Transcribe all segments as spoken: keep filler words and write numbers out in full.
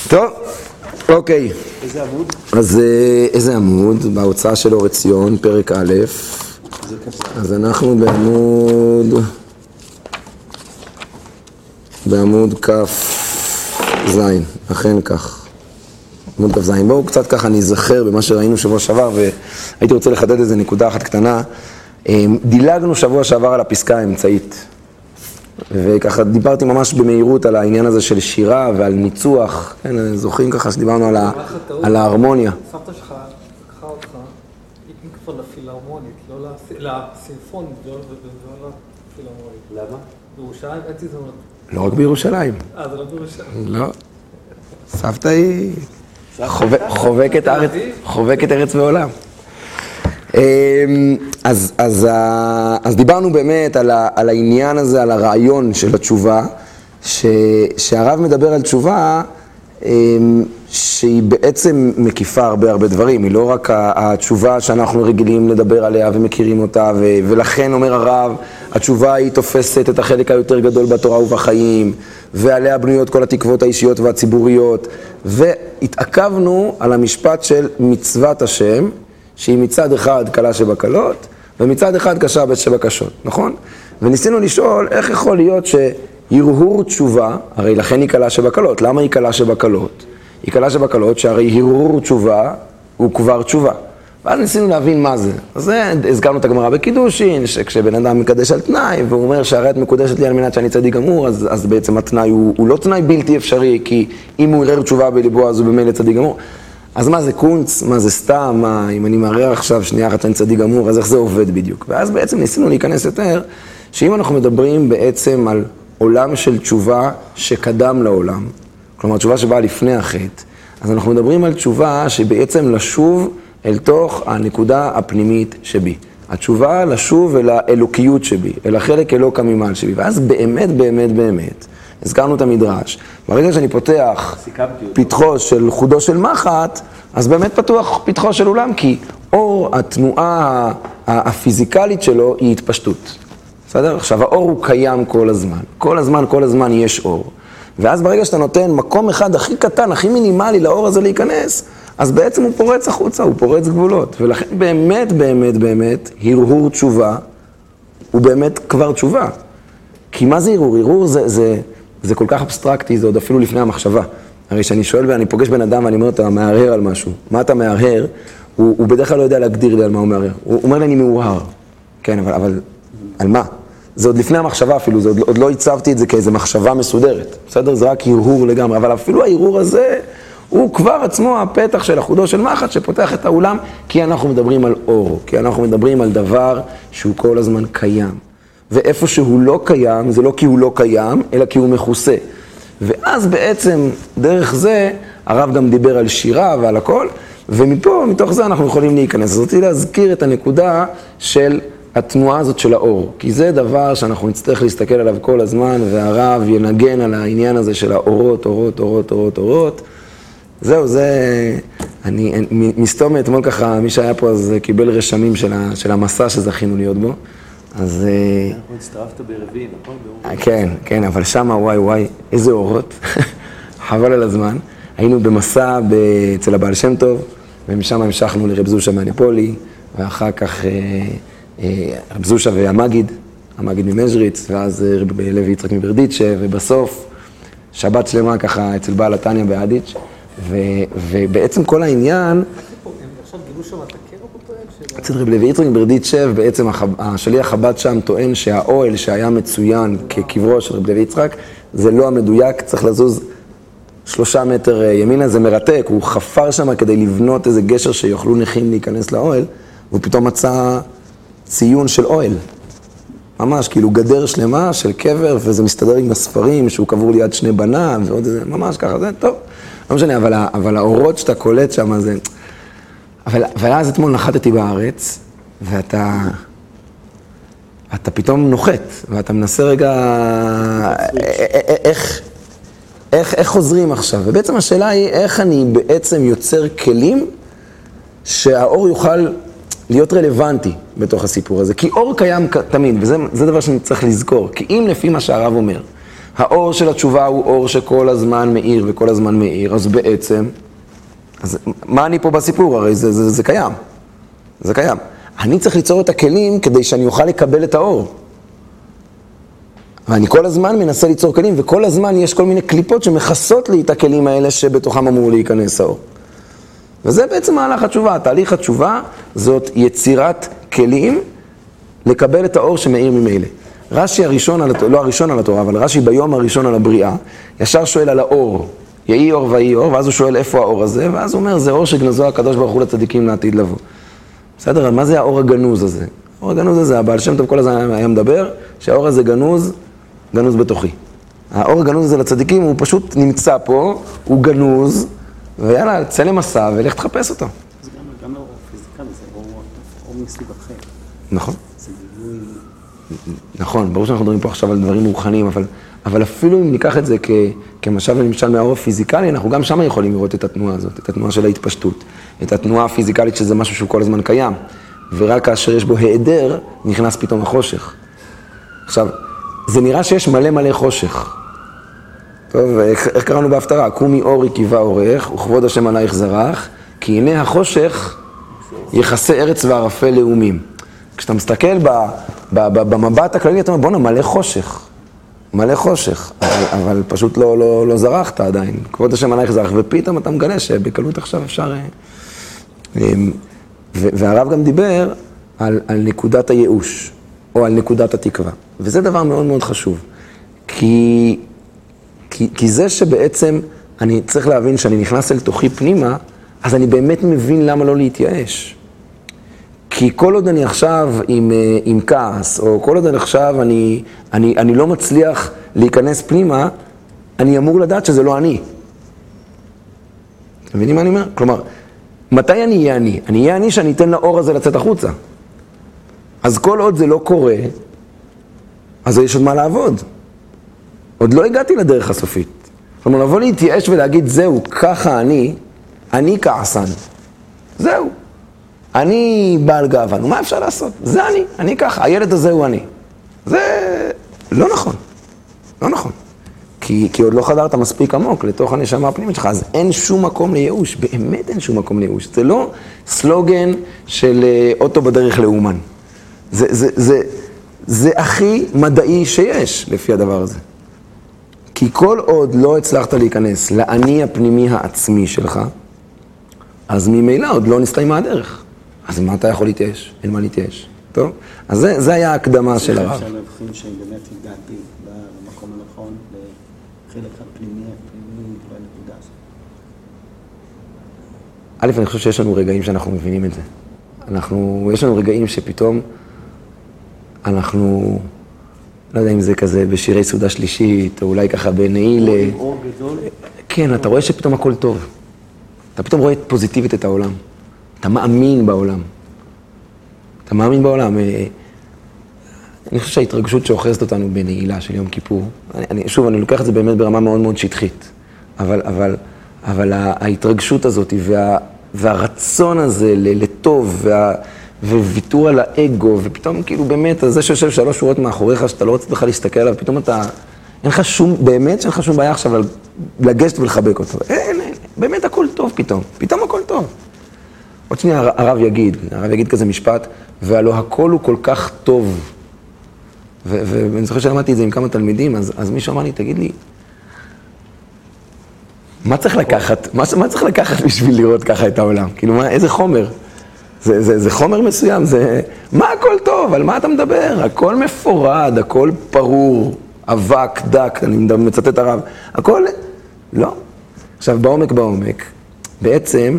טוב, אוקיי. איזה עמוד? אז איזה עמוד? בהוצאה של אור עציון, פרק א'. אז אנחנו בעמוד... בעמוד כף זין, אכן כך. עמוד כף זין. בואו קצת ככה נזכר במה שראינו שבוע שעבר, והייתי רוצה לחדד איזה נקודה אחת קטנה. דילגנו שבוע שעבר על הפסקה האמצעית. וככה דיברתי ממש במהירות על העניין הזה של שירה ועל ניצוח, כן, זוכרים ככה שדיברנו על, ה... על ההרמוניה. סבתא שלך לקחה אותך, היא כבר לפילהרמונית, לא לסימפונית, לא לפילהרמונית. למה? בירושלים אין תזמורת. לא רק בירושלים. אה, זה לא בירושלים. לא. סבתא היא חובקת ארץ, חובקת ארץ ועולם. אז, אז, אז דיברנו באמת על, ה, על העניין הזה, על הרעיון של התשובה, ש, שהרב מדבר על תשובה שהיא בעצם מקיפה הרבה הרבה דברים, היא לא רק התשובה שאנחנו רגילים לדבר עליה ומכירים אותה, ו, ולכן אומר הרב, התשובה היא תופסת את החלק היותר גדול בתורה ובחיים, ועליה בנויות כל התקוות האישיות והציבוריות, והתעכבנו על המשפט של מצוות השם, שהיא מצד אחד קלה שבקלות, ומצד אחד קשה שבקשות, נכון? וניסינו לשאול איך יכול להיות שהרהור תשובה, הרי לכן היא קלה שבקלות, למה היא קלה שבקלות? היא קלה שבקלות שהרי הרהור תשובה הוא כבר תשובה. ואז ניסינו להבין מה זה. אז זה, הזכרנו את הגמרא בקידושין, שכשבן אדם מקדש על תנאי, והוא אומר שהרי את מקודשת לי על מנת שאני צדיק גמור, אז, אז בעצם התנאי הוא, הוא לא תנאי בלתי אפשרי, כי אם הוא הרהר תשובה בליבו, אז הוא במילא צדיק גמור. אז מה זה קונץ? מה זה סתם? מה, אם אני מערער עכשיו שנייה אחת שאני צדיק גמור, אז איך זה עובד בדיוק? ואז בעצם ניסינו להיכנס יותר, שאם אנחנו מדברים בעצם על עולם של תשובה שקדם לעולם, כלומר תשובה שבאה לפני החטא, אז אנחנו מדברים על תשובה שבעצם לשוב אל תוך הנקודה הפנימית שבי. התשובה לשוב אל האלוקיות שבי, אל החלק אלוק הממעל שבי. ואז באמת, באמת, באמת, הזכרנו את המדרש. ברגע שאני פותח פתחו של חודו של מחט, אז באמת פתוח פתחו של עולם, כי אור, התנועה הפיזיקלית שלו היא התפשטות. בסדר? עכשיו, האור הוא קיים כל הזמן. כל הזמן, כל הזמן יש אור. ואז ברגע שאתה נותן מקום אחד הכי קטן, הכי מינימלי לאור הזה להיכנס, אז בעצם הוא פורץ החוצה, הוא פורץ גבולות. ולכן באמת, באמת, באמת, הרהור תשובה הוא באמת כבר תשובה. כי מה זה הרהור? הרהור זה, זה, זה כל כך אבסטרקטי, זה עוד אפילו לפני המחשבה. הרי שאני שואל ואני פוגש בן אדם ואני אומר, אתה מערער על משהו. מה אתה מערער? הוא, הוא בדרך כלל לא יודע להגדיר לי על מה הוא מערער. הוא אומר לי, אני מאוהר. כן, אבל, אבל על מה? זה עוד לפני המחשבה אפילו, זה עוד, עוד לא הצבתי את זה כאיזו מחשבה מסודרת. בסדר? זה רק הרהור לגמרי. אבל אפילו ההרהור הזה, הוא כבר עצמו הפתח של החודו של מחט שפותח את האולם, כי אנחנו מדברים על אור, כי אנחנו מדברים על דבר שהוא כל הזמן קיים. ואיפה שהוא לא קיים, זה לא כי הוא לא קיים, אלא כי הוא מכוסה. ואז בעצם, דרך זה, הרב גם דיבר על שירה ועל הכל, ומפה, מתוך זה אנחנו יכולים להיכנס. אז רציתי להזכיר את הנקודה של התנועה הזאת של האור, כי זה דבר שאנחנו נצטרך להסתכל עליו כל הזמן, והרב ינגן על העניין הזה של האורות, אורות, אורות, אורות, אורות. זהו, זה, אני, מסתום אתמול ככה, מי שהיה פה אז קיבל רשמים של, ה, של המסע שזכינו להיות בו. אז... אנחנו הצטרפת ברביעי, נכון? כן, כן, אבל שמה, וואי, וואי, איזה אורות, חבל על הזמן. היינו במסע אצל הבעל שם טוב, ומשם המשכנו לרב זושה מהנפולי, ואחר כך רב זושה והמגיד, המגיד ממז'ריץ, ואז רב לוי יצחק מברדיצ'ה, ובסוף שבת שלמה ככה אצל בעל התניא באדיץ', ובעצם כל העניין... עכשיו גילו שם את הקרב הוא טוען? אצל רב לוי יצחק מברדיצ'ה, בעצם השליח חב"ד שם טוען שהאוהל שהיה מצוין כקברו של רב לוי יצחק, זה לא המדויק, צריך לזוז שלושה מטר ימינה, זה מרתק, הוא חפר שם כדי לבנות איזה גשר שיוכלו נכים להיכנס לאוהל, והוא פתאום מצא ציון של אוהל. ממש, כאילו גדר שלמה של קבר, וזה מסתדר עם הספרים שהוא קבור ליד שני בניו, ועוד איזה, ממש ככה, זה טוב. לא משנה, אבל, אבל האורות שאתה קולט שם, זה... אבל, אבל אז אתמול נחתתי בארץ, ואתה... אתה פתאום נוחת, ואתה מנסה רגע... איך... איך, איך חוזרים עכשיו? ובעצם השאלה היא, איך אני בעצם יוצר כלים שהאור יוכל להיות רלוונטי בתוך הסיפור הזה. כי אור קיים תמיד, וזה זה דבר שאני צריך לזכור. כי אם לפי מה שהרב אומר, האור של התשובה הוא אור שכל הזמן מאיר וכל הזמן מאיר, אז בעצם, אז מה אני פה בסיפור? הרי זה, זה, זה קיים, זה קיים. אני צריך ליצור את הכלים כדי שאני אוכל לקבל את האור. ואני כל הזמן מנסה ליצור כלים, וכל הזמן יש כל מיני קליפות שמחסות לי את הכלים האלה שבתוכם אמור להיכנס האור. וזה בעצם מהלך התשובה. תהליך התשובה זאת יצירת כלים לקבל את האור שמאיר ממילא. רש"י הראשון, על, לא הראשון על התורה, אבל רש"י ביום הראשון על הבריאה, ישר שואל על האור, יהי אור ויהי אור, ואז הוא שואל איפה האור הזה, ואז הוא אומר, זה אור שגנזו הקדוש ברוך הוא לצדיקים לעתיד לבוא. בסדר? מה זה האור הגנוז הזה? האור הגנוז הזה, הבעל שם טוב כל הזמן היה מדבר, שהאור הזה גנוז, גנוז בתוכי. האור הגנוז הזה לצדיקים, הוא פשוט נמצא פה, הוא גנוז, ויאללה, צא למסע ולך תחפש אותו. זה גם, גם לא אור פיזיקלי, זה אור, אור מסוג אחר. נכון. זה גילוי... נכון, ברור שאנחנו מדברים פה עכשיו על דברים רוחניים, אבל, אבל אפילו אם ניקח את זה כ, כמשל ונמשל מהאור הפיזיקלי, אנחנו גם שם יכולים לראות את התנועה הזאת, את התנועה של ההתפשטות, את התנועה הפיזיקלית שזה משהו שהוא כל הזמן קיים, ורק כאשר יש בו היעדר, נכנס פתאום החושך. עכשיו, זה נראה שיש מלא מלא חושך. טוב, איך, איך קראנו בהפטרה? קומי אורי קיבה אורך, וכבוד השם עלייך זרח, כי הנה החושך יחסה ארץ וערפל לאומים. כשאתה מסתכל ב, ב, ב, במבט הכללי, אתה אומר, בוא'נה, מלא חושך. מלא חושך, אבל, אבל פשוט לא, לא, לא זרחת עדיין. כבוד השם עלייך זרח, ופתאום אתה מגלה שבקלות עכשיו אפשר... והרב גם דיבר על, על נקודת הייאוש, או על נקודת התקווה. וזה דבר מאוד מאוד חשוב. כי, כי, כי זה שבעצם אני צריך להבין שאני נכנס אל תוכי פנימה, אז אני באמת מבין למה לא להתייאש. כי כל עוד אני עכשיו עם, עם כעס, או כל עוד אני עכשיו אני, אני, אני לא מצליח להיכנס פנימה, אני אמור לדעת שזה לא אני. אתם מבינים מה אני אומר? כלומר, מתי אני אהיה אני? אני אהיה אני שאני אתן לאור הזה לצאת החוצה. אז כל עוד זה לא קורה, אז יש עוד מה לעבוד. עוד לא הגעתי לדרך הסופית. כלומר, לבוא להתייאש ולהגיד, זהו, ככה אני, אני כעסן. זהו. אני בעל גאווה, נו, מה אפשר לעשות? זה אני, אני ככה, הילד הזה הוא אני. זה לא נכון, לא נכון. כי, כי עוד לא חדרת מספיק עמוק לתוך הנשמה הפנימית שלך, אז אין שום מקום לייאוש, באמת אין שום מקום לייאוש. זה לא סלוגן של אוטו בדרך לאומן. זה, זה, זה, זה הכי מדעי שיש לפי הדבר הזה. כי כל עוד לא הצלחת להיכנס לאני הפנימי העצמי שלך, אז ממילא עוד לא נסתיימה הדרך. אז מה אתה יכול להתייאש? אין מה להתייאש. טוב? אז זה, זה היה ההקדמה של הרב. אפשר להבחין שבאמת הגעתי במקום הנכון, לחלק הפנימי, הפנימי, בנקודה הזאת. א', אני חושב שיש לנו רגעים שאנחנו מבינים את זה. אנחנו, יש לנו רגעים שפתאום אנחנו, לא יודע אם זה כזה בשירי סעודה שלישית, או אולי ככה בנעילה. אור גדול. כן, אתה רואה שפתאום הכל טוב. אתה פתאום רואה פוזיטיבית את העולם. אתה מאמין בעולם. אתה מאמין בעולם. אני חושב שההתרגשות שאוחזת אותנו בנעילה של יום כיפור, אני, אני, שוב, אני לוקח את זה באמת ברמה מאוד מאוד שטחית, אבל, אבל, אבל ההתרגשות הזאת וה, והרצון הזה לטוב וה, וויתור על האגו, ופתאום כאילו באמת, זה שיושב שלוש שורות מאחוריך, שאתה לא רוצה לך להסתכל עליו, פתאום אתה, אין לך שום, באמת שאין לך שום בעיה עכשיו לגשת ולחבק אותו. אין, אין, באמת הכל טוב פתאום, פתאום הכל טוב. עוד שנייה הרב יגיד, הרב יגיד כזה משפט, והלא הכל הוא כל כך טוב. ו- ואני זוכר שלמדתי את זה עם כמה תלמידים, אז, אז מישהו אמר לי, תגיד לי, מה צריך לקחת, מה, מה צריך לקחת בשביל לראות ככה את העולם? כאילו, מה, איזה חומר? זה, זה, זה חומר מסוים, זה, מה הכל טוב, על מה אתה מדבר? הכל מפורד, הכל פרור, אבק, דק, אני מצטט הרב, הכל, לא. עכשיו, בעומק בעומק, בעצם,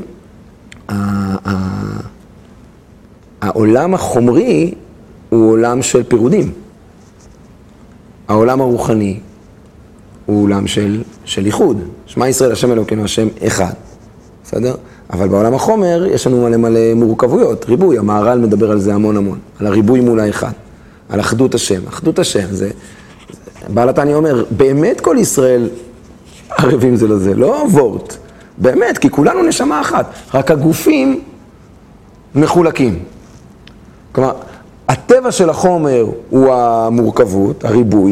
העולם החומרי הוא עולם של פירודים. העולם הרוחני הוא עולם של, של ייחוד. שמע ישראל, השם אלוקינו, השם אחד. בסדר? אבל בעולם החומר יש לנו מלא מלא מורכבויות, ריבוי. המהר"ל מדבר על זה המון המון, על הריבוי מול האחד, על אחדות השם. אחדות השם זה, בעל התניא אומר, באמת כל ישראל ערבים זה לזה, לא וורט. באמת, כי כולנו נשמה אחת, רק הגופים מחולקים. כלומר, הטבע של החומר הוא המורכבות, הריבוי,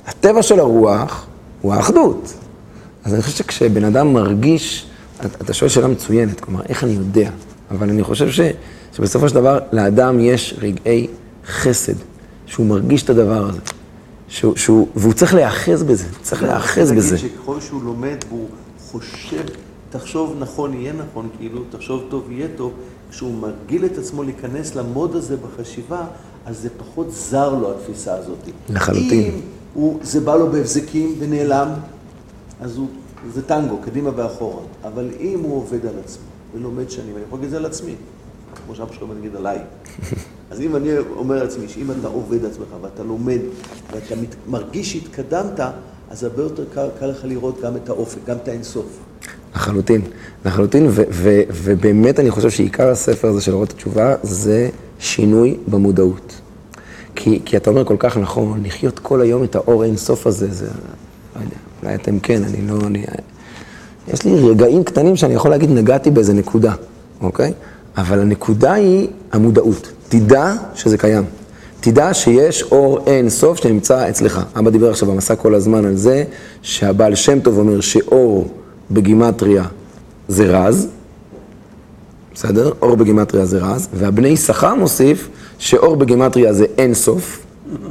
הטבע של הרוח הוא האחדות. אז אני חושב שכשבן אדם מרגיש, אתה שואל שאלה מצוינת, כלומר, איך אני יודע? אבל אני חושב ש, שבסופו של דבר לאדם יש רגעי חסד, שהוא מרגיש את הדבר הזה, שהוא, שהוא, והוא צריך להאחז בזה, צריך להאחז בזה. אני אגיד שככל שהוא לומד והוא חושב, תחשוב נכון יהיה נכון, כאילו, תחשוב טוב יהיה טוב, כשהוא מרגיל את עצמו להיכנס למוד הזה בחשיבה, אז זה פחות זר לו התפיסה הזאת. לחלוטין. אם הוא, זה בא לו בהבזקים ונעלם, אז הוא, זה טנגו, קדימה ואחורה. אבל אם הוא עובד על עצמו ולומד שנים, אני יכול להגיד זה על עצמי, כמו שאבא שלו נגיד עליי. אז אם אני אומר על עצמי, שאם אתה עובד עצמך ואתה לומד ואתה מרגיש שהתקדמת, אז הרבה יותר קל, קל לך לראות גם את האופק, גם את האינסוף. לחלוטין, לחלוטין, ו- ו- ובאמת אני חושב שעיקר הספר הזה של אורות התשובה זה שינוי במודעות. כי, כי אתה אומר כל כך נכון, לחיות כל היום את האור האינסוף הזה, זה, לא יודע, אולי אתם כן, אני לא, אני, יש לי רגעים קטנים שאני יכול להגיד, נגעתי באיזה נקודה, אוקיי? אבל הנקודה היא המודעות. תדע שזה קיים. תדע שיש אור אין סוף שנמצא אצלך. אבא דיבר עכשיו במסע כל הזמן על זה, שהבעל שם טוב אומר שאור בגימטריה זה רז, בסדר? אור בגימטריה זה רז, והבני שכר מוסיף שאור בגימטריה זה אין סוף,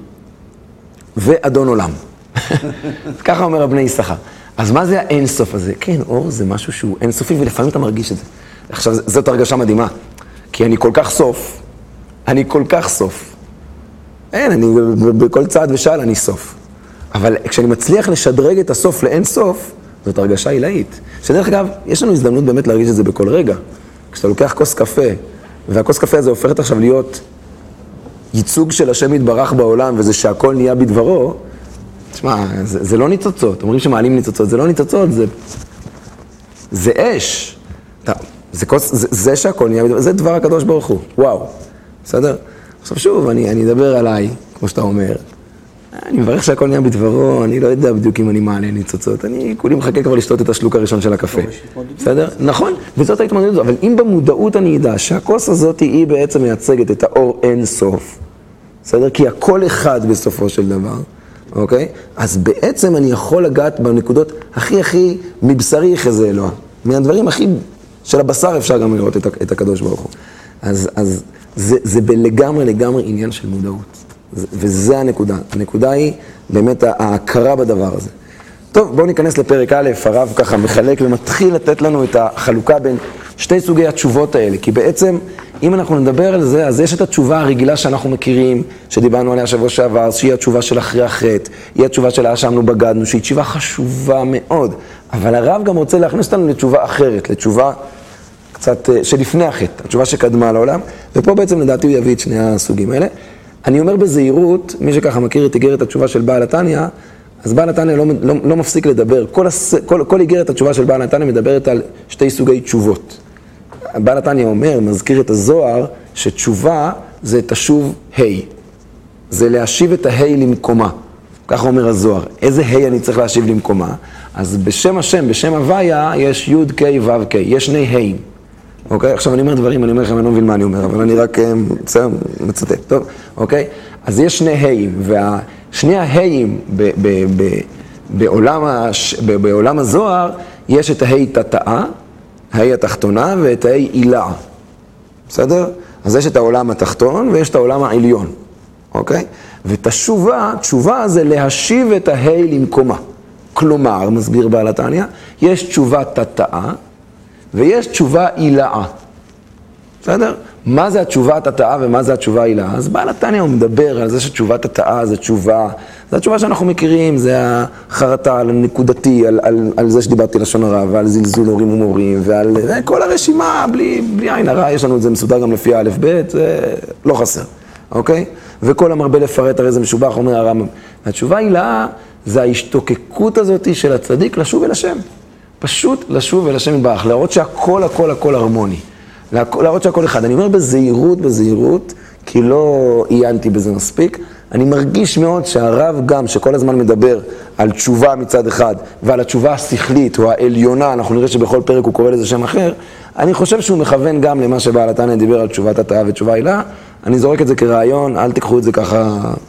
ואדון עולם. ככה אומר הבני שכר. אז מה זה האין סוף הזה? כן, אור זה משהו שהוא אין סופי, ולפעמים אתה מרגיש את זה. עכשיו, זאת הרגשה מדהימה, כי אני כל כך סוף, אני כל כך סוף. אין, אני בכל צעד ושעל אני סוף. אבל כשאני מצליח לשדרג את הסוף לאין סוף, זאת הרגשה עילאית. שדרך אגב, יש לנו הזדמנות באמת להרגיש את זה בכל רגע. כשאתה לוקח כוס קפה, והכוס קפה הזה הופכת עכשיו להיות ייצוג של השם יתברך בעולם, וזה שהכל נהיה בדברו, תשמע, זה, זה לא ניצוצות. אומרים שמעלים ניצוצות, זה לא ניצוצות, זה, זה אש. זה, כוס, זה, זה שהכל נהיה בדברו, זה דבר הקדוש ברוך הוא. וואו, בסדר? עכשיו שוב, אני, אני אדבר עליי, כמו שאתה אומר. אני מברך שהכל נהיה בדברו, אני לא יודע בדיוק אם אני מעלה ניצוצות, אני כולי מחכה כבר לשתות את השלוק הראשון של הקפה. בסדר? נכון, וזאת ההתמודדות, אבל אם במודעות אני אדע שהכוס הזאת היא בעצם מייצגת את האור אין סוף, בסדר? כי הכל אחד בסופו של דבר, אוקיי? אז בעצם אני יכול לגעת בנקודות הכי הכי מבשרי חזה אלוה. מהדברים הכי של הבשר אפשר גם לראות את הקדוש ברוך הוא. אז, אז זה, זה בלגמרי לגמרי עניין של מודעות. וזה הנקודה. הנקודה היא באמת ההכרה בדבר הזה. טוב, בואו ניכנס לפרק א', הרב ככה מחלק ומתחיל לתת לנו את החלוקה בין שתי סוגי התשובות האלה. כי בעצם, אם אנחנו נדבר על זה, אז יש את התשובה הרגילה שאנחנו מכירים, שדיברנו עליה שבוע שעבר, שהיא התשובה של אחרי החטא, היא התשובה של האשמנו בגדנו, שהיא תשובה חשובה מאוד. אבל הרב גם רוצה להכניס אותנו לתשובה אחרת, לתשובה קצת שלפני החטא, התשובה שקדמה לעולם, ופה בעצם לדעתי הוא יביא את שני הסוגים האלה. אני אומר בזהירות, מי שככה מכיר את איגרת התשובה של בעל התניא, אז בעל התניא לא, לא, לא מפסיק לדבר. כל, הס, כל, כל איגרת התשובה של בעל התניא מדברת על שתי סוגי תשובות. בעל התניא אומר, מזכיר את הזוהר, שתשובה זה תשוב ה'. זה להשיב את הה' למקומה. ככה אומר הזוהר. איזה ה' אני צריך להשיב למקומה? אז בשם השם, בשם הוויה, יש י' ק' ו' ק'. יש שני ה'. אוקיי? עכשיו אני אומר דברים, אני אומר לכם, אני לא מבין מה אני אומר, אבל אני רק בסדר, מצטט, טוב? אוקיי? אז יש שני ה'ים, והשני הה'ים בעולם הזוהר, יש את הה' תתאה, הה' התחתונה, ואת הה' עילה. בסדר? אז יש את העולם התחתון, ויש את העולם העליון. אוקיי? ותשובה, תשובה זה להשיב את הה' למקומה. כלומר, מסביר בעל התניא, יש תשובה תתאה, ויש תשובה עילאה. בסדר? מה זה התשובה התתאה ומה זה התשובה העילאה? אז בעל התניא הוא מדבר על זה שתשובת התתאה זה תשובה, זה התשובה שאנחנו מכירים, זה החרטה על הנקודתי, על, על, על זה שדיברתי לשון הרע, ועל זלזול הורים ומורים, ועל כל הרשימה, בלי, בלי עין הרע, יש לנו את זה מסודר גם לפי א' ב', זה לא חסר, אוקיי? וכל המרבה לפרט הרי זה משובח, אומר הרמב"ם. התשובה העילאה זה ההשתוקקות הזאת של הצדיק לשוב אל השם. פשוט לשוב אל השם יתברך, להראות שהכל, הכל, הכל הרמוני. להראות שהכל אחד. אני אומר בזהירות, בזהירות, כי לא עיינתי בזה מספיק. אני מרגיש מאוד שהרב גם, שכל הזמן מדבר על תשובה מצד אחד, ועל התשובה השכלית או העליונה, אנחנו נראה שבכל פרק הוא קורא לזה שם אחר, אני חושב שהוא מכוון גם למה שבעל התניא דיבר על תשובת התאה ותשובה עילאה. אני זורק את זה כרעיון, אל תיקחו את זה ככה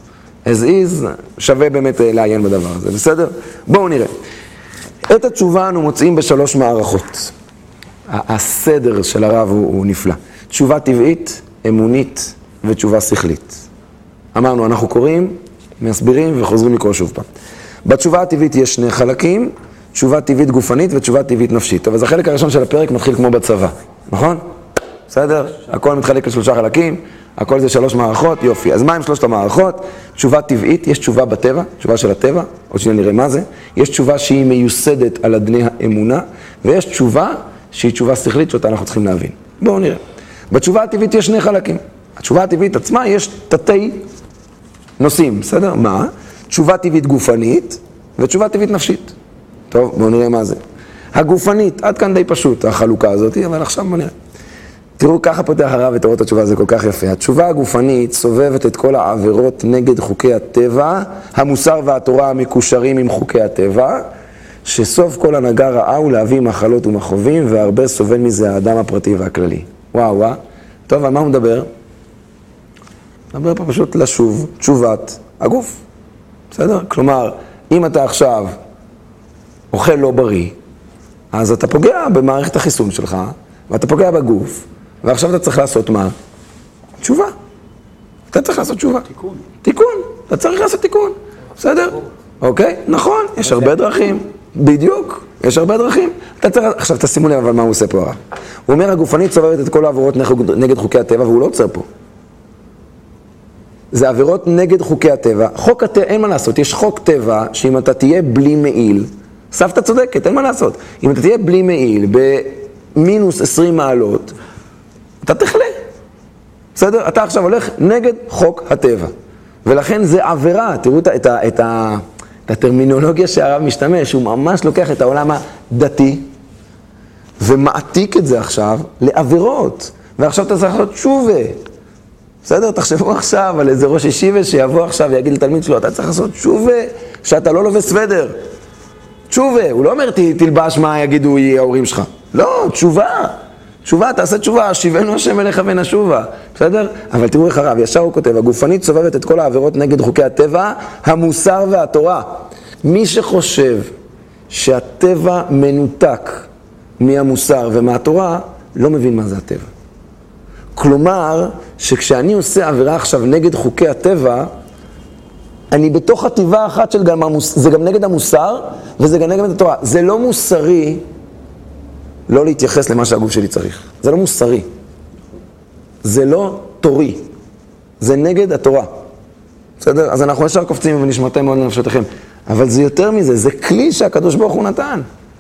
as is, שווה באמת לעיין בדבר הזה, בסדר? בואו נראה. את התשובה אנו מוצאים בשלוש מערכות. הסדר של הרב הוא, הוא נפלא. תשובה טבעית, אמונית ותשובה שכלית. אמרנו, אנחנו קוראים, מסבירים וחוזרים לקרוא שוב פעם. בתשובה הטבעית יש שני חלקים, תשובה טבעית גופנית ותשובה טבעית נפשית. אבל אז החלק הראשון של הפרק מתחיל כמו בצבא, נכון? בסדר? הכל מתחלק לשלושה חלקים, הכל זה שלוש מערכות, יופי. אז מה עם שלושת המערכות? תשובה טבעית, יש תשובה בטבע, תשובה של הטבע, עוד שניה נראה מה זה. יש תשובה שהיא מיוסדת על אדני האמונה, ויש תשובה שהיא תשובה שכלית שאותה אנחנו צריכים להבין. בואו נראה. בתשובה הטבעית יש שני חלקים. התשובה הטבעית עצמה יש תתי נושאים, בסדר? מה? תשובה טבעית גופנית ותשובה טבעית נפשית. טוב, בואו נראה מה זה. הגופנית, עד כאן די פשוט החלוקה הזאת, אבל עכשיו בואו נראה. תראו, ככה פותח הרב ותראו את התשובה, זה כל כך יפה. התשובה הגופנית סובבת את כל העבירות נגד חוקי הטבע, המוסר והתורה המקושרים עם חוקי הטבע, שסוף כל הנהגה רעה הוא להביא מחלות ומכאובים, והרבה סובל מזה האדם הפרטי והכללי. וואו, וואו. טוב, על מה הוא מדבר? מדבר פה פשוט לשוב, תשובת הגוף. בסדר? כלומר, אם אתה עכשיו אוכל לא בריא, אז אתה פוגע במערכת החיסון שלך, ואתה פוגע בגוף, ועכשיו אתה צריך לעשות מה? תשובה. אתה צריך לעשות תשובה. תיקון. תיקון. אתה צריך לעשות תיקון. בסדר? אוקיי? נכון, יש הרבה דרכים. בדיוק, יש הרבה דרכים. אתה צריך... עכשיו תשימו לב אבל מה הוא עושה פה הרב. הוא אומר, הגופנית סובבת את כל העבירות נגד חוקי הטבע, והוא לא עוצר פה. זה עבירות נגד חוקי הטבע. חוק הטבע, אין מה לעשות, יש חוק טבע שאם אתה תהיה בלי מעיל, סבתא צודקת, אין מה לעשות. אם אתה תהיה בלי מעיל במינוס עשרים מעלות, אתה תחלה. בסדר? אתה עכשיו הולך נגד חוק הטבע. ולכן זה עבירה. תראו את, את, את, את הטרמינולוגיה שהרב משתמש, הוא ממש לוקח את העולם הדתי ומעתיק את זה עכשיו לעבירות. ועכשיו אתה צריך לעשות תשובה. בסדר? תחשבו עכשיו על איזה ראש ישיבה שיבוא עכשיו ויגיד לתלמיד שלו, אתה צריך לעשות תשובה שאתה לא לובס סוודר. תשובה, הוא לא אומר תלבש מה יגידו ההורים שלך. לא, תשובה. תשובה, תעשה תשובה, שיבנו השם אליך ונשובה. בסדר? אבל תראו איך הרב, ישר הוא כותב, הגופנית סובבת את כל העבירות נגד חוקי הטבע, המוסר והתורה. מי שחושב שהטבע מנותק מהמוסר ומהתורה, לא מבין מה זה הטבע. כלומר, שכשאני עושה עבירה עכשיו נגד חוקי הטבע, אני בתוך הטבעה אחת של גם המוס... זה גם נגד המוסר, וזה גם נגד התורה. זה לא מוסרי לא להתייחס למה שהגוף שלי צריך. זה לא מוסרי. זה לא תורי. זה נגד התורה. בסדר? אז אנחנו ישר קופצים ונשמעתם מאוד לנפשותיכם. אבל זה יותר מזה, זה כלי שהקדוש ברוך הוא נתן.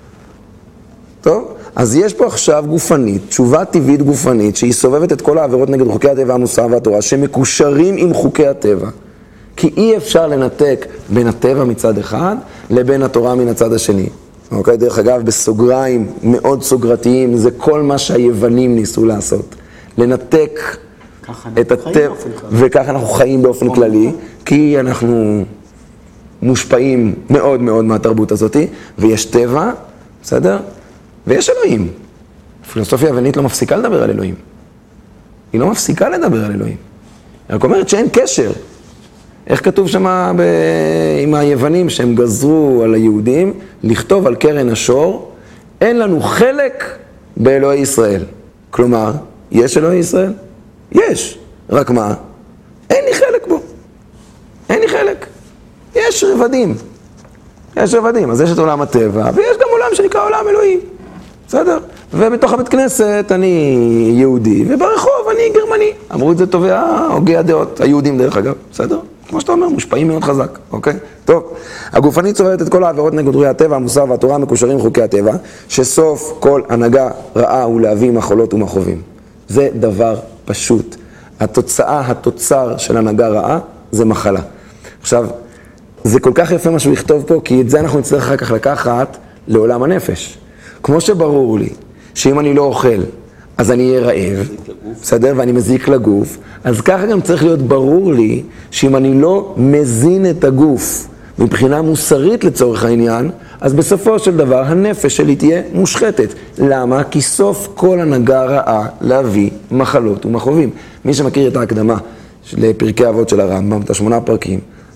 טוב? אז יש פה עכשיו גופנית, תשובה טבעית גופנית, שהיא סובבת את כל העבירות נגד חוקי הטבע, המוסר והתורה, שמקושרים עם חוקי הטבע. כי אי אפשר לנתק בין הטבע מצד אחד, לבין התורה מן הצד השני. אוקיי? דרך אגב, בסוגריים מאוד סוגרתיים, זה כל מה שהיוונים ניסו לעשות. לנתק את הטבע, וככה אנחנו חיים באופן כללי, כי אנחנו מושפעים מאוד מאוד מהתרבות הזאת, ויש טבע, בסדר? ויש אלוהים. הפילוסופיה היוונית לא מפסיקה לדבר על אלוהים. היא לא מפסיקה לדבר על אלוהים. היא רק אומרת שאין קשר. איך כתוב שם ב... עם היוונים שהם גזרו על היהודים, לכתוב על קרן השור, אין לנו חלק באלוהי ישראל. כלומר, יש אלוהי ישראל? יש. רק מה? אין לי חלק בו. אין לי חלק. יש רבדים. יש רבדים. אז יש את עולם הטבע, ויש גם עולם שנקרא עולם אלוהי. בסדר? ובתוך הבית כנסת אני יהודי, וברחוב אני גרמני. אמרו את זה טובי הוגי הדעות, היהודים דרך אגב. בסדר? כמו שאתה אומר, מושפעים מאוד חזק, אוקיי? טוב, הגופנית סובבת את כל העבירות נגד חוקי הטבע, המוסר והתורה מקושרים חוקי הטבע, שסוף כל הנהגה רעה הוא להביא מחולות ומכאובים. זה דבר פשוט. התוצאה, התוצר של הנהגה רעה, זה מחלה. עכשיו, זה כל כך יפה מה שהוא יכתוב פה, כי את זה אנחנו נצטרך אחר כך לקחת לעולם הנפש. כמו שברור לי, שאם אני לא אוכל, אז אני אהיה רעב, בסדר? ואני מזיק לגוף, אז ככה גם צריך להיות ברור לי, שאם אני לא מזין את הגוף, מבחינה מוסרית לצורך העניין, אז בסופו של דבר הנפש שלי תהיה מושחתת. למה? כי סוף כל הנהגה רעה להביא מחלות ומכאובים. מי שמכיר את ההקדמה לפרקי אבות של הרמב"ם, את השמונה פרקים,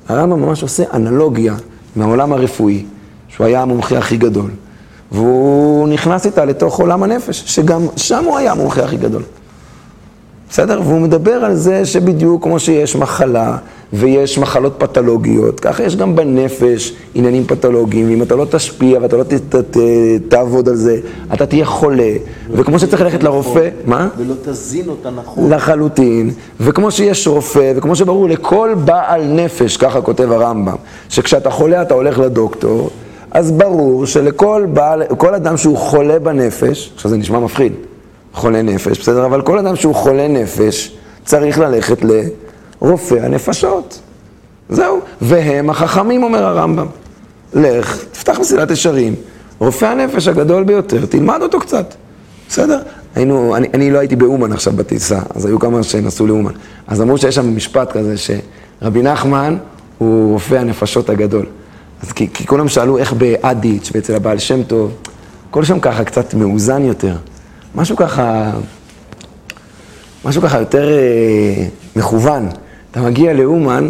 הרמב"ם ממש עושה אנלוגיה מהעולם הרפואי, שהוא היה המומחה הכי גדול, והוא נכנס איתה לתוך עולם הנפש, שגם שם הוא היה המומחה הכי גדול. בסדר? והוא מדבר על זה שבדיוק כמו שיש מחלה ויש מחלות פתולוגיות, ככה יש גם בנפש עניינים פתולוגיים, אם אתה לא תשפיע ואתה לא ת, ת, ת, תעבוד על זה, אתה תהיה חולה, וכמו שצריך ללכת לרופא, מה? ולא תזין אותה נכון. לחלוטין, וכמו שיש רופא, וכמו שברור לכל בעל נפש, ככה כותב הרמב"ם, שכשאתה חולה אתה הולך לדוקטור, אז ברור שלכל בעל, כל אדם שהוא חולה בנפש, עכשיו זה נשמע מפחיד, חולה נפש, בסדר? אבל כל אדם שהוא חולה נפש צריך ללכת לרופא הנפשות. זהו. והם החכמים, אומר הרמב"ם. לך, תפתח מסילת ישרים. רופא הנפש הגדול ביותר, תלמד אותו קצת. בסדר? היינו, אני, אני לא הייתי באומן עכשיו בטיסה, אז היו כמה שנסעו לאומן. אז אמרו שיש שם משפט כזה שרבי נחמן הוא רופא הנפשות הגדול. אז כי, כי כולם שאלו איך באדיץ' ואצל הבעל שם טוב, כל שם ככה קצת מאוזן יותר. משהו ככה, משהו ככה יותר אה, מכוון. אתה מגיע לאומן,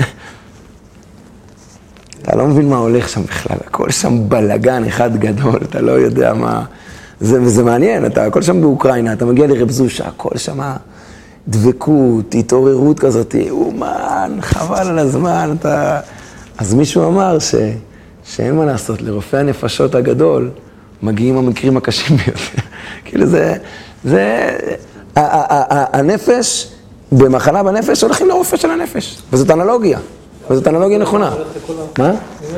אתה לא מבין מה הולך שם בכלל. הכל שם בלגן אחד גדול, אתה לא יודע מה... זה, וזה מעניין, אתה הכל שם באוקראינה, אתה מגיע לרב זושה, הכל שם דבקות, התעוררות כזאת, אומן, חבל על הזמן, אתה... אז מישהו אמר ש... שאין מה לעשות, לרופא הנפשות הגדול, מגיעים המקרים הקשים ביותר. כאילו זה, זה, הנפש, במחלה בנפש, הולכים לרופא של הנפש. וזאת אנלוגיה, וזאת אנלוגיה נכונה. מה?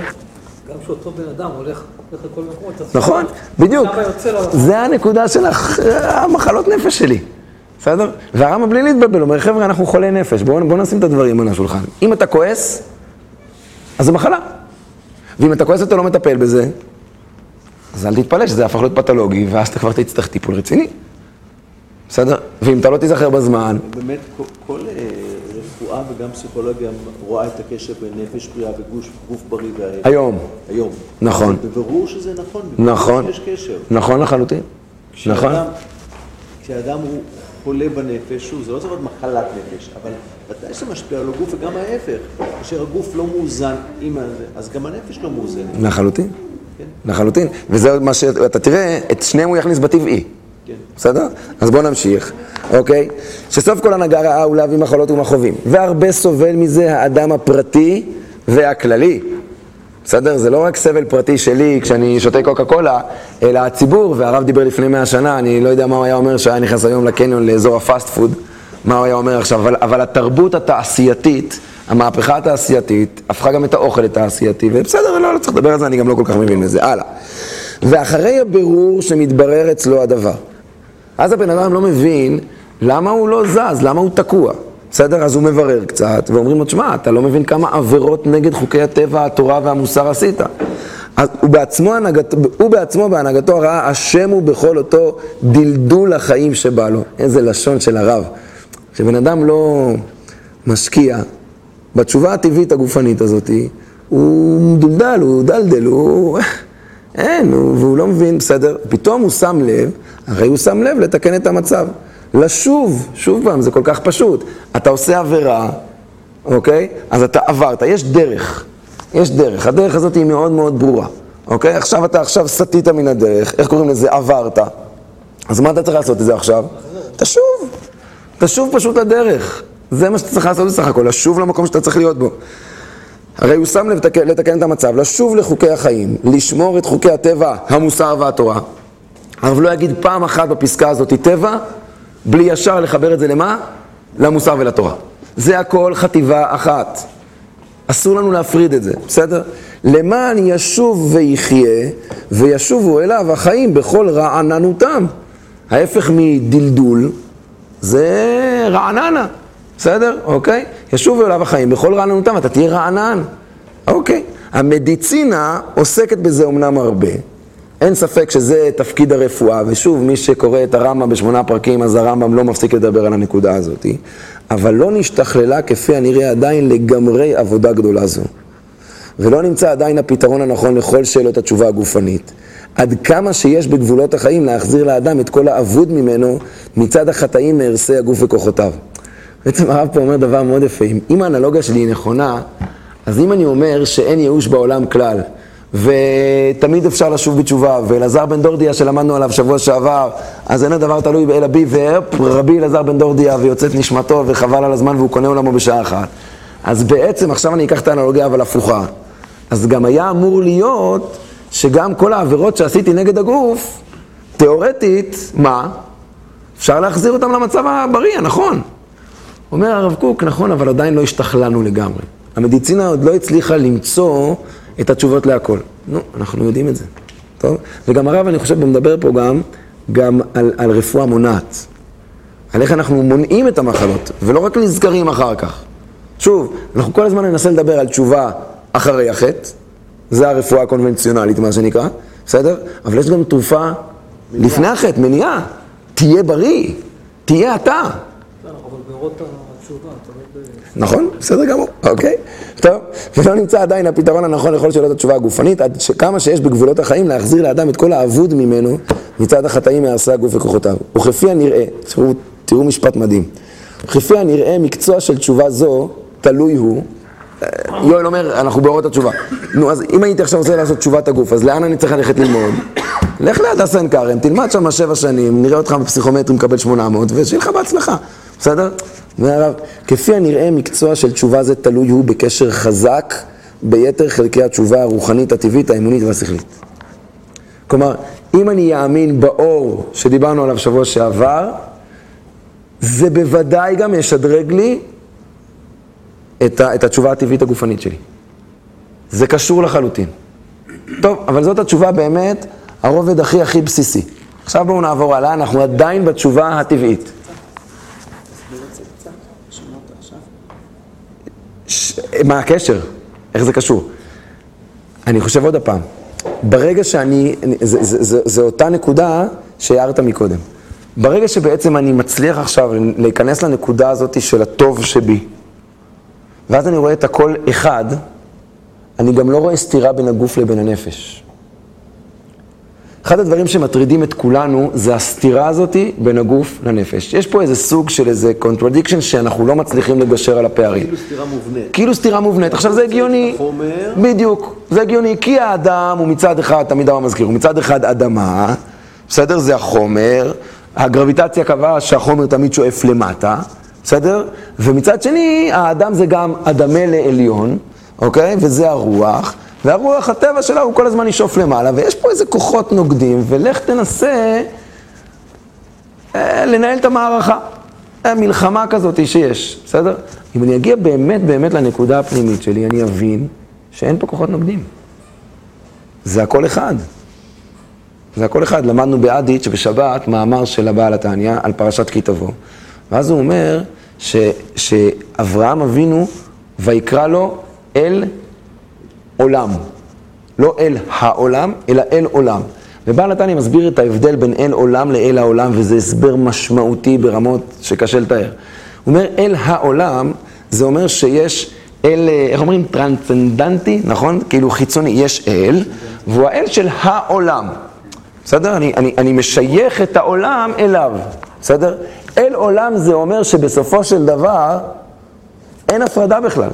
גם שאותו בן אדם הולך לכל מקומות. נכון, בדיוק. זה הנקודה של המחלות נפש שלי. בסדר? והרמב"ם בלי להתבלבל, אומר, חבר'ה, אנחנו חולי נפש, בואו נשים את הדברים על השולחן. אם אתה כועס, אז זה מחלה. ואם אתה כועס, אתה לא מטפל בזה, אז אל תתפלא שזה הפך להיות פתולוגי, ואז אתה כבר תצטרך טיפול רציני. בסדר? ואם אתה לא תיזכר בזמן... באמת, כל, כל רפואה וגם פסיכולוגיה רואה את הקשר בין נפש בריאה וגוף בריא והערך. היום. היום. נכון. בברור שזה נכון. נכון. יש קשר. נכון לחלוטין. נכון. כשאדם הוא חולה בנפש, שוב, זה לא צריך להיות מחלת נפש, אבל ודאי שזה משפיע על הגוף וגם ההפך. כאשר הגוף לא מאוזן עם הזה, אז גם הנפש לא מאוזן. לחלוטין. לחלוטין, וזה מה שאתה תראה, את שניהם הוא יכניס בטבעי. כן. בסדר? אז בואו נמשיך, אוקיי? שסוף כל הנהגה רעה הוא להביא מחלות ומכאובים, והרבה סובל מזה האדם הפרטי והכללי. בסדר? זה לא רק סבל פרטי שלי כשאני שותה קוקה קולה, אלא הציבור, והרב דיבר לפני מאה שנה, אני לא יודע מה הוא היה אומר שהיה נכנס היום לקניון לאזור הפאסט פוד, מה הוא היה אומר עכשיו, אבל, אבל התרבות התעשייתית, המהפכה התעשייתית, הפכה גם את האוכל לתעשייתי, ובסדר, לא, לא צריך לדבר על זה, אני גם לא כל כך מבין לזה. הלאה. ואחרי הבירור שמתברר אצלו הדבר, אז הבן אדם לא מבין למה הוא לא זז, למה הוא תקוע. בסדר? אז הוא מברר קצת, ואומרים לו, תשמע, אתה לא מבין כמה עבירות נגד חוקי הטבע, התורה והמוסר עשית. אז הוא בעצמו, הנהגת, הוא בעצמו בהנהגתו הרעה, השם הוא בכל אותו דלדול החיים שבא לו. איזה לשון של הרב. כשבן אדם לא משקיע, בתשובה הטבעית הגופנית הזאת, הוא דולדל, הוא דלדל, הוא... אין, הוא... והוא לא מבין, בסדר? פתאום הוא שם לב, הרי הוא שם לב לתקן את המצב. לשוב, שוב פעם, זה כל כך פשוט. אתה עושה עבירה, אוקיי? אז אתה עברת, יש דרך. יש דרך, הדרך הזאת היא מאוד מאוד ברורה. אוקיי? עכשיו אתה עכשיו סטית מן הדרך, איך קוראים לזה? עברת. אז מה אתה צריך לעשות את זה עכשיו? תשוב. תשוב פשוט לדרך. זה מה שאתה צריך לעשות בסך הכל, לשוב למקום שאתה צריך להיות בו. הרי הוא שם לתקן, לתקן את המצב, לשוב לחוקי החיים, לשמור את חוקי הטבע, המוסר והתורה. אבל לא יגיד פעם אחת בפסקה הזאת טבע, בלי ישר לחבר את זה למה? למוסר ולתורה. זה הכל חטיבה אחת. אסור לנו להפריד את זה, בסדר? למען ישוב ויחיה, וישובו אליו החיים בכל רעננותם. ההפך מדלדול, זה רעננה. בסדר? אוקיי? ישובו אליו החיים בכל רעננותם, אתה תהיה רענן. אוקיי? המדיצינה עוסקת בזה אומנם הרבה. אין ספק שזה תפקיד הרפואה, ושוב, מי שקורא את הרמב"ם בשמונה פרקים, אז הרמב"ם לא מפסיק לדבר על הנקודה הזאת. אבל לא נשתכללה כפי הנראה עדיין לגמרי עבודה גדולה זו. ולא נמצא עדיין הפתרון הנכון לכל שאלות התשובה הגופנית. עד כמה שיש בגבולות החיים להחזיר לאדם את כל האבוד ממנו מצד החטאים מהרסי הגוף וכוחותיו. בעצם הרב פה אומר דבר מאוד יפה, אם האנלוגיה שלי היא נכונה, אז אם אני אומר שאין ייאוש בעולם כלל, ותמיד אפשר לשוב בתשובה, ואלעזר בן דורדיה שלמדנו עליו שבוע שעבר, אז אין הדבר תלוי באל אבי, ורבי אלעזר בן דורדיה ויוצאת נשמתו וחבל על הזמן והוא קונה עולמו בשעה אחת. אז בעצם עכשיו אני אקח את האנלוגיה אבל הפוכה. אז גם היה אמור להיות שגם כל העבירות שעשיתי נגד הגוף, תיאורטית, מה? אפשר להחזיר אותם למצב הבריא, נכון? אומר הרב קוק, נכון, אבל עדיין לא השתכלנו לגמרי. המדיצינה עוד לא הצליחה למצוא את התשובות להכל. נו, אנחנו יודעים את זה. טוב? וגם הרב, אני חושב, מדבר פה גם, גם על, על רפואה מונעת. על איך אנחנו מונעים את המחלות, ולא רק נזכרים אחר כך. שוב, אנחנו כל הזמן ננסה לדבר על תשובה אחרי החטא, זה הרפואה הקונבנציונלית, מה שנקרא, בסדר? אבל יש גם תרופה מניעה. לפני החטא, מניעה. תהיה בריא, תהיה אתה. אבל ברות התשובה, תמיד... נכון, בסדר גמור, אוקיי. טוב, ולא נמצא עדיין הפתרון הנכון לכל שאלות התשובה הגופנית, עד שכמה שיש בגבולות החיים להחזיר לאדם את כל האבוד ממנו, מצד החטאים מהרסי הגוף וכוחותיו. וכפי הנראה, תראו, תראו משפט מדהים, וכפי הנראה מקצוע של תשובה זו, תלוי הוא, יואל אומר, אנחנו באורות התשובה. נו, אז אם הייתי עכשיו רוצה לעשות תשובת הגוף, אז לאן אני צריך ללכת ללמוד? לך להדסה עין כרם, תלמד שם שבע שנים, נראה אותך בפסיכומטרי מקבל שמונה מאות, ושיהיה לך בהצלחה, בסדר? והרב, כפי הנראה מקצוע של תשובה זה תלוי הוא בקשר חזק ביתר חלקי התשובה הרוחנית, הטבעית, האמונית והשכלית. כלומר, אם אני יאמין באור שדיברנו עליו שבוע שעבר, זה בוודאי גם ישדרג לי את, ה, את התשובה הטבעית הגופנית שלי. זה קשור לחלוטין. טוב, אבל זאת התשובה באמת, הרובד הכי הכי בסיסי. עכשיו בואו נעבור הלאה, אנחנו עדיין בתשובה הטבעית. ש... מה הקשר? איך זה קשור? אני חושב עוד הפעם. ברגע שאני, זה, זה, זה, זה אותה נקודה שהערת מקודם. ברגע שבעצם אני מצליח עכשיו להיכנס לנקודה הזאת של הטוב שבי, ואז אני רואה את הכל אחד, אני גם לא רואה סתירה בין הגוף לבין הנפש. אחד הדברים שמטרידים את כולנו זה הסתירה הזאת בין הגוף לנפש. יש פה איזה סוג של איזה contradiction שאנחנו לא מצליחים לגשר על הפערים. כאילו סתירה מובנית. כאילו סתירה מובנית. עכשיו זה הגיוני. החומר. בדיוק. זה הגיוני. כי האדם הוא מצד אחד, תמיד הרב מזכיר, הוא מצד אחד אדמה, בסדר? זה החומר. הגרביטציה קבעה שהחומר תמיד שואף למטה, בסדר? ומצד שני, האדם זה גם אדמה לעליון, אוקיי? וזה הרוח. והרוח, הטבע שלה הוא כל הזמן ישוף למעלה, ויש פה איזה כוחות נוגדים, ולך תנסה אה, לנהל את המערכה. אה, מלחמה כזאת שיש, בסדר? אם אני אגיע באמת באמת לנקודה הפנימית שלי, אני אבין שאין פה כוחות נוגדים. זה הכל אחד. זה הכל אחד. למדנו באדיץ' בשבת מאמר של הבעל התניא על פרשת כי תבוא. ואז הוא אומר ש, שאברהם אבינו ויקרא לו אל עולם. לא אל העולם, אלא אל עולם. ובעל התניא מסביר את ההבדל בין אל עולם לאל העולם, וזה הסבר משמעותי ברמות שקשה לתאר. הוא אומר אל העולם, זה אומר שיש אל, איך אומרים? טרנסצנדנטי, נכון? כאילו חיצוני, יש אל, והוא האל של העולם. בסדר? אני, אני, אני משייך את העולם אליו. בסדר? אל עולם זה אומר שבסופו של דבר אין הפרדה בכלל.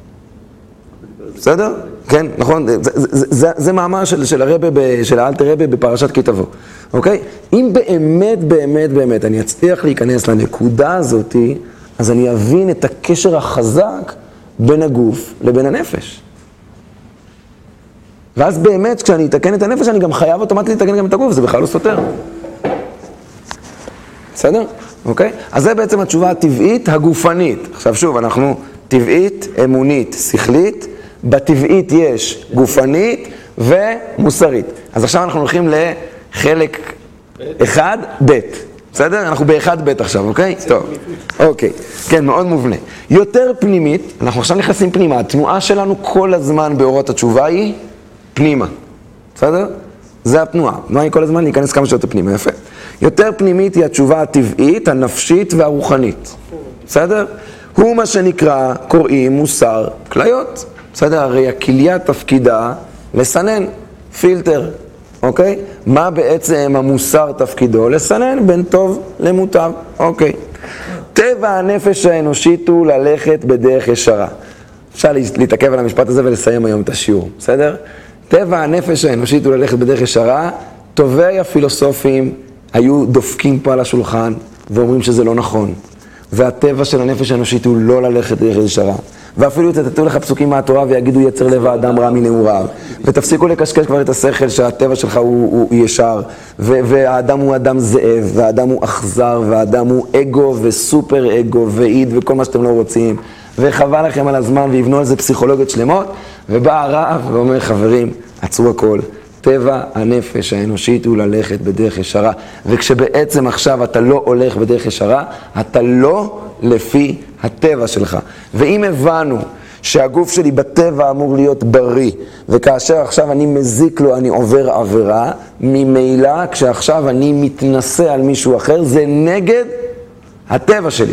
בסדר? כן, נכון, זה, זה, זה, זה מאמר של, של הרבי, של האלטר רבי בפרשת כי תבוא, אוקיי? אם באמת, באמת, באמת אני אצליח להיכנס לנקודה הזאת, אז אני אבין את הקשר החזק בין הגוף לבין הנפש. ואז באמת, כשאני אתקן את הנפש, אני גם חייב אוטומטית לתקן גם את הגוף, זה בכלל לא סותר. בסדר? אוקיי? אז זה בעצם התשובה הטבעית הגופנית. עכשיו שוב, אנחנו טבעית, אמונית, שכלית, בטבעית יש גופנית ומוסרית. אז עכשיו אנחנו הולכים לחלק אחד, ב'. בסדר? אנחנו באחד ב' עכשיו, אוקיי? טוב. אוקיי. כן, מאוד מובנה. יותר פנימית, אנחנו עכשיו נכנסים פנימה. התנועה שלנו כל הזמן באורות התשובה היא פנימה. בסדר? זה התנועה. התנועה היא כל הזמן להיכנס כמה שיותר פנימה. יפה. יותר פנימית היא התשובה הטבעית, הנפשית והרוחנית. בסדר? הוא מה שנקרא, קוראים מוסר כליות. בסדר? הרי הכליה תפקידה לסנן, פילטר, אוקיי? מה בעצם המוסר תפקידו? לסנן בין טוב למוטב, אוקיי. טבע הנפש האנושית הוא ללכת בדרך ישרה. אפשר להתעכב על המשפט הזה ולסיים היום את השיעור, בסדר? טבע הנפש האנושית הוא ללכת בדרך ישרה, טובי הפילוסופים היו דופקים פה על השולחן ואומרים שזה לא נכון. והטבע של הנפש האנושית הוא לא ללכת דרך ישרה. ואפילו יצטטו לך פסוקים מהתורה ויגידו יצר לב האדם רע מנעוריו. ותפסיקו לקשקש כבר את השכל שהטבע שלך הוא, הוא ישר. ו- והאדם הוא אדם זאב, והאדם הוא אכזר, והאדם הוא אגו וסופר אגו ואיד וכל מה שאתם לא רוצים. וחבל לכם על הזמן ויבנו על זה פסיכולוגיות שלמות. ובא הרב ואומר חברים, עצרו הכל. טבע הנפש האנושית הוא ללכת בדרך ישרה. וכשבעצם עכשיו אתה לא הולך בדרך ישרה, אתה לא לפי הטבע שלך. ואם הבנו שהגוף שלי בטבע אמור להיות בריא, וכאשר עכשיו אני מזיק לו, אני עובר עבירה, ממילא כשעכשיו אני מתנסה על מישהו אחר, זה נגד הטבע שלי.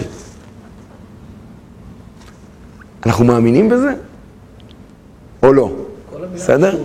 אנחנו מאמינים בזה? או לא? בסדר?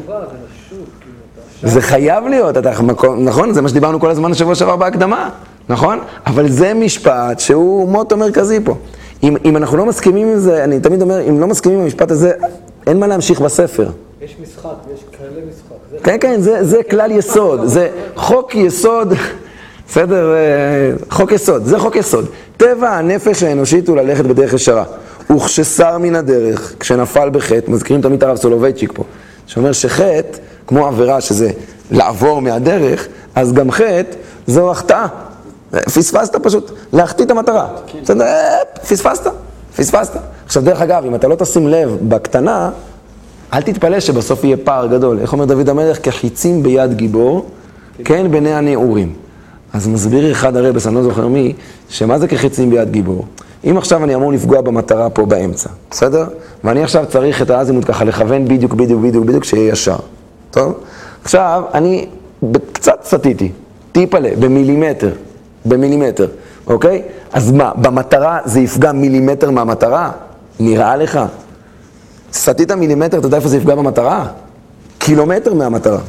זה חייב להיות, אתה, נכון? זה מה שדיברנו כל הזמן השבוע שעבר בהקדמה, נכון? אבל זה משפט שהוא מוטו מרכזי פה. אם, אם אנחנו לא מסכימים עם זה, אני תמיד אומר, אם לא מסכימים עם המשפט הזה, אין מה להמשיך בספר. יש משחק, יש כללי משחק. כן, כן, זה, זה כלל יסוד, זה חוק יסוד, בסדר? חוק יסוד, זה חוק יסוד. טבע הנפש האנושית הוא ללכת בדרך ישרה. וכשסר מן הדרך, כשנפל בחטא, מזכירים תמיד הרב סולובייצ'יק פה, שאומר שחטא, כמו עבירה שזה לעבור מהדרך, אז גם חטא זו החטאה. פספסת פשוט, להחטיא את המטרה. בסדר, פספסת, פספסת. עכשיו דרך אגב, אם אתה לא תשים לב בקטנה, אל תתפלא שבסוף יהיה פער גדול. איך אומר דוד המלך? כחיצים ביד גיבור, כן בני הנעורים. אז מסביר אחד הרבס, אני לא זוכר מי, שמה זה כחיצים ביד גיבור? אם עכשיו אני אמור לפגוע במטרה פה באמצע, בסדר? ואני עכשיו צריך את האזימות ככה לכוון בדיוק, בדיוק, בדיוק, בדיוק, שיהיה ישר. טוב? עכשיו, אני קצת סטיתי, טיפלה, במילימטר, במילימטר, אוקיי? אז מה, במטרה זה יפגע מילימטר מהמטרה? נראה לך? סטית מילימטר, אתה יודע איפה זה יפגע במטרה? קילומטר מהמטרה.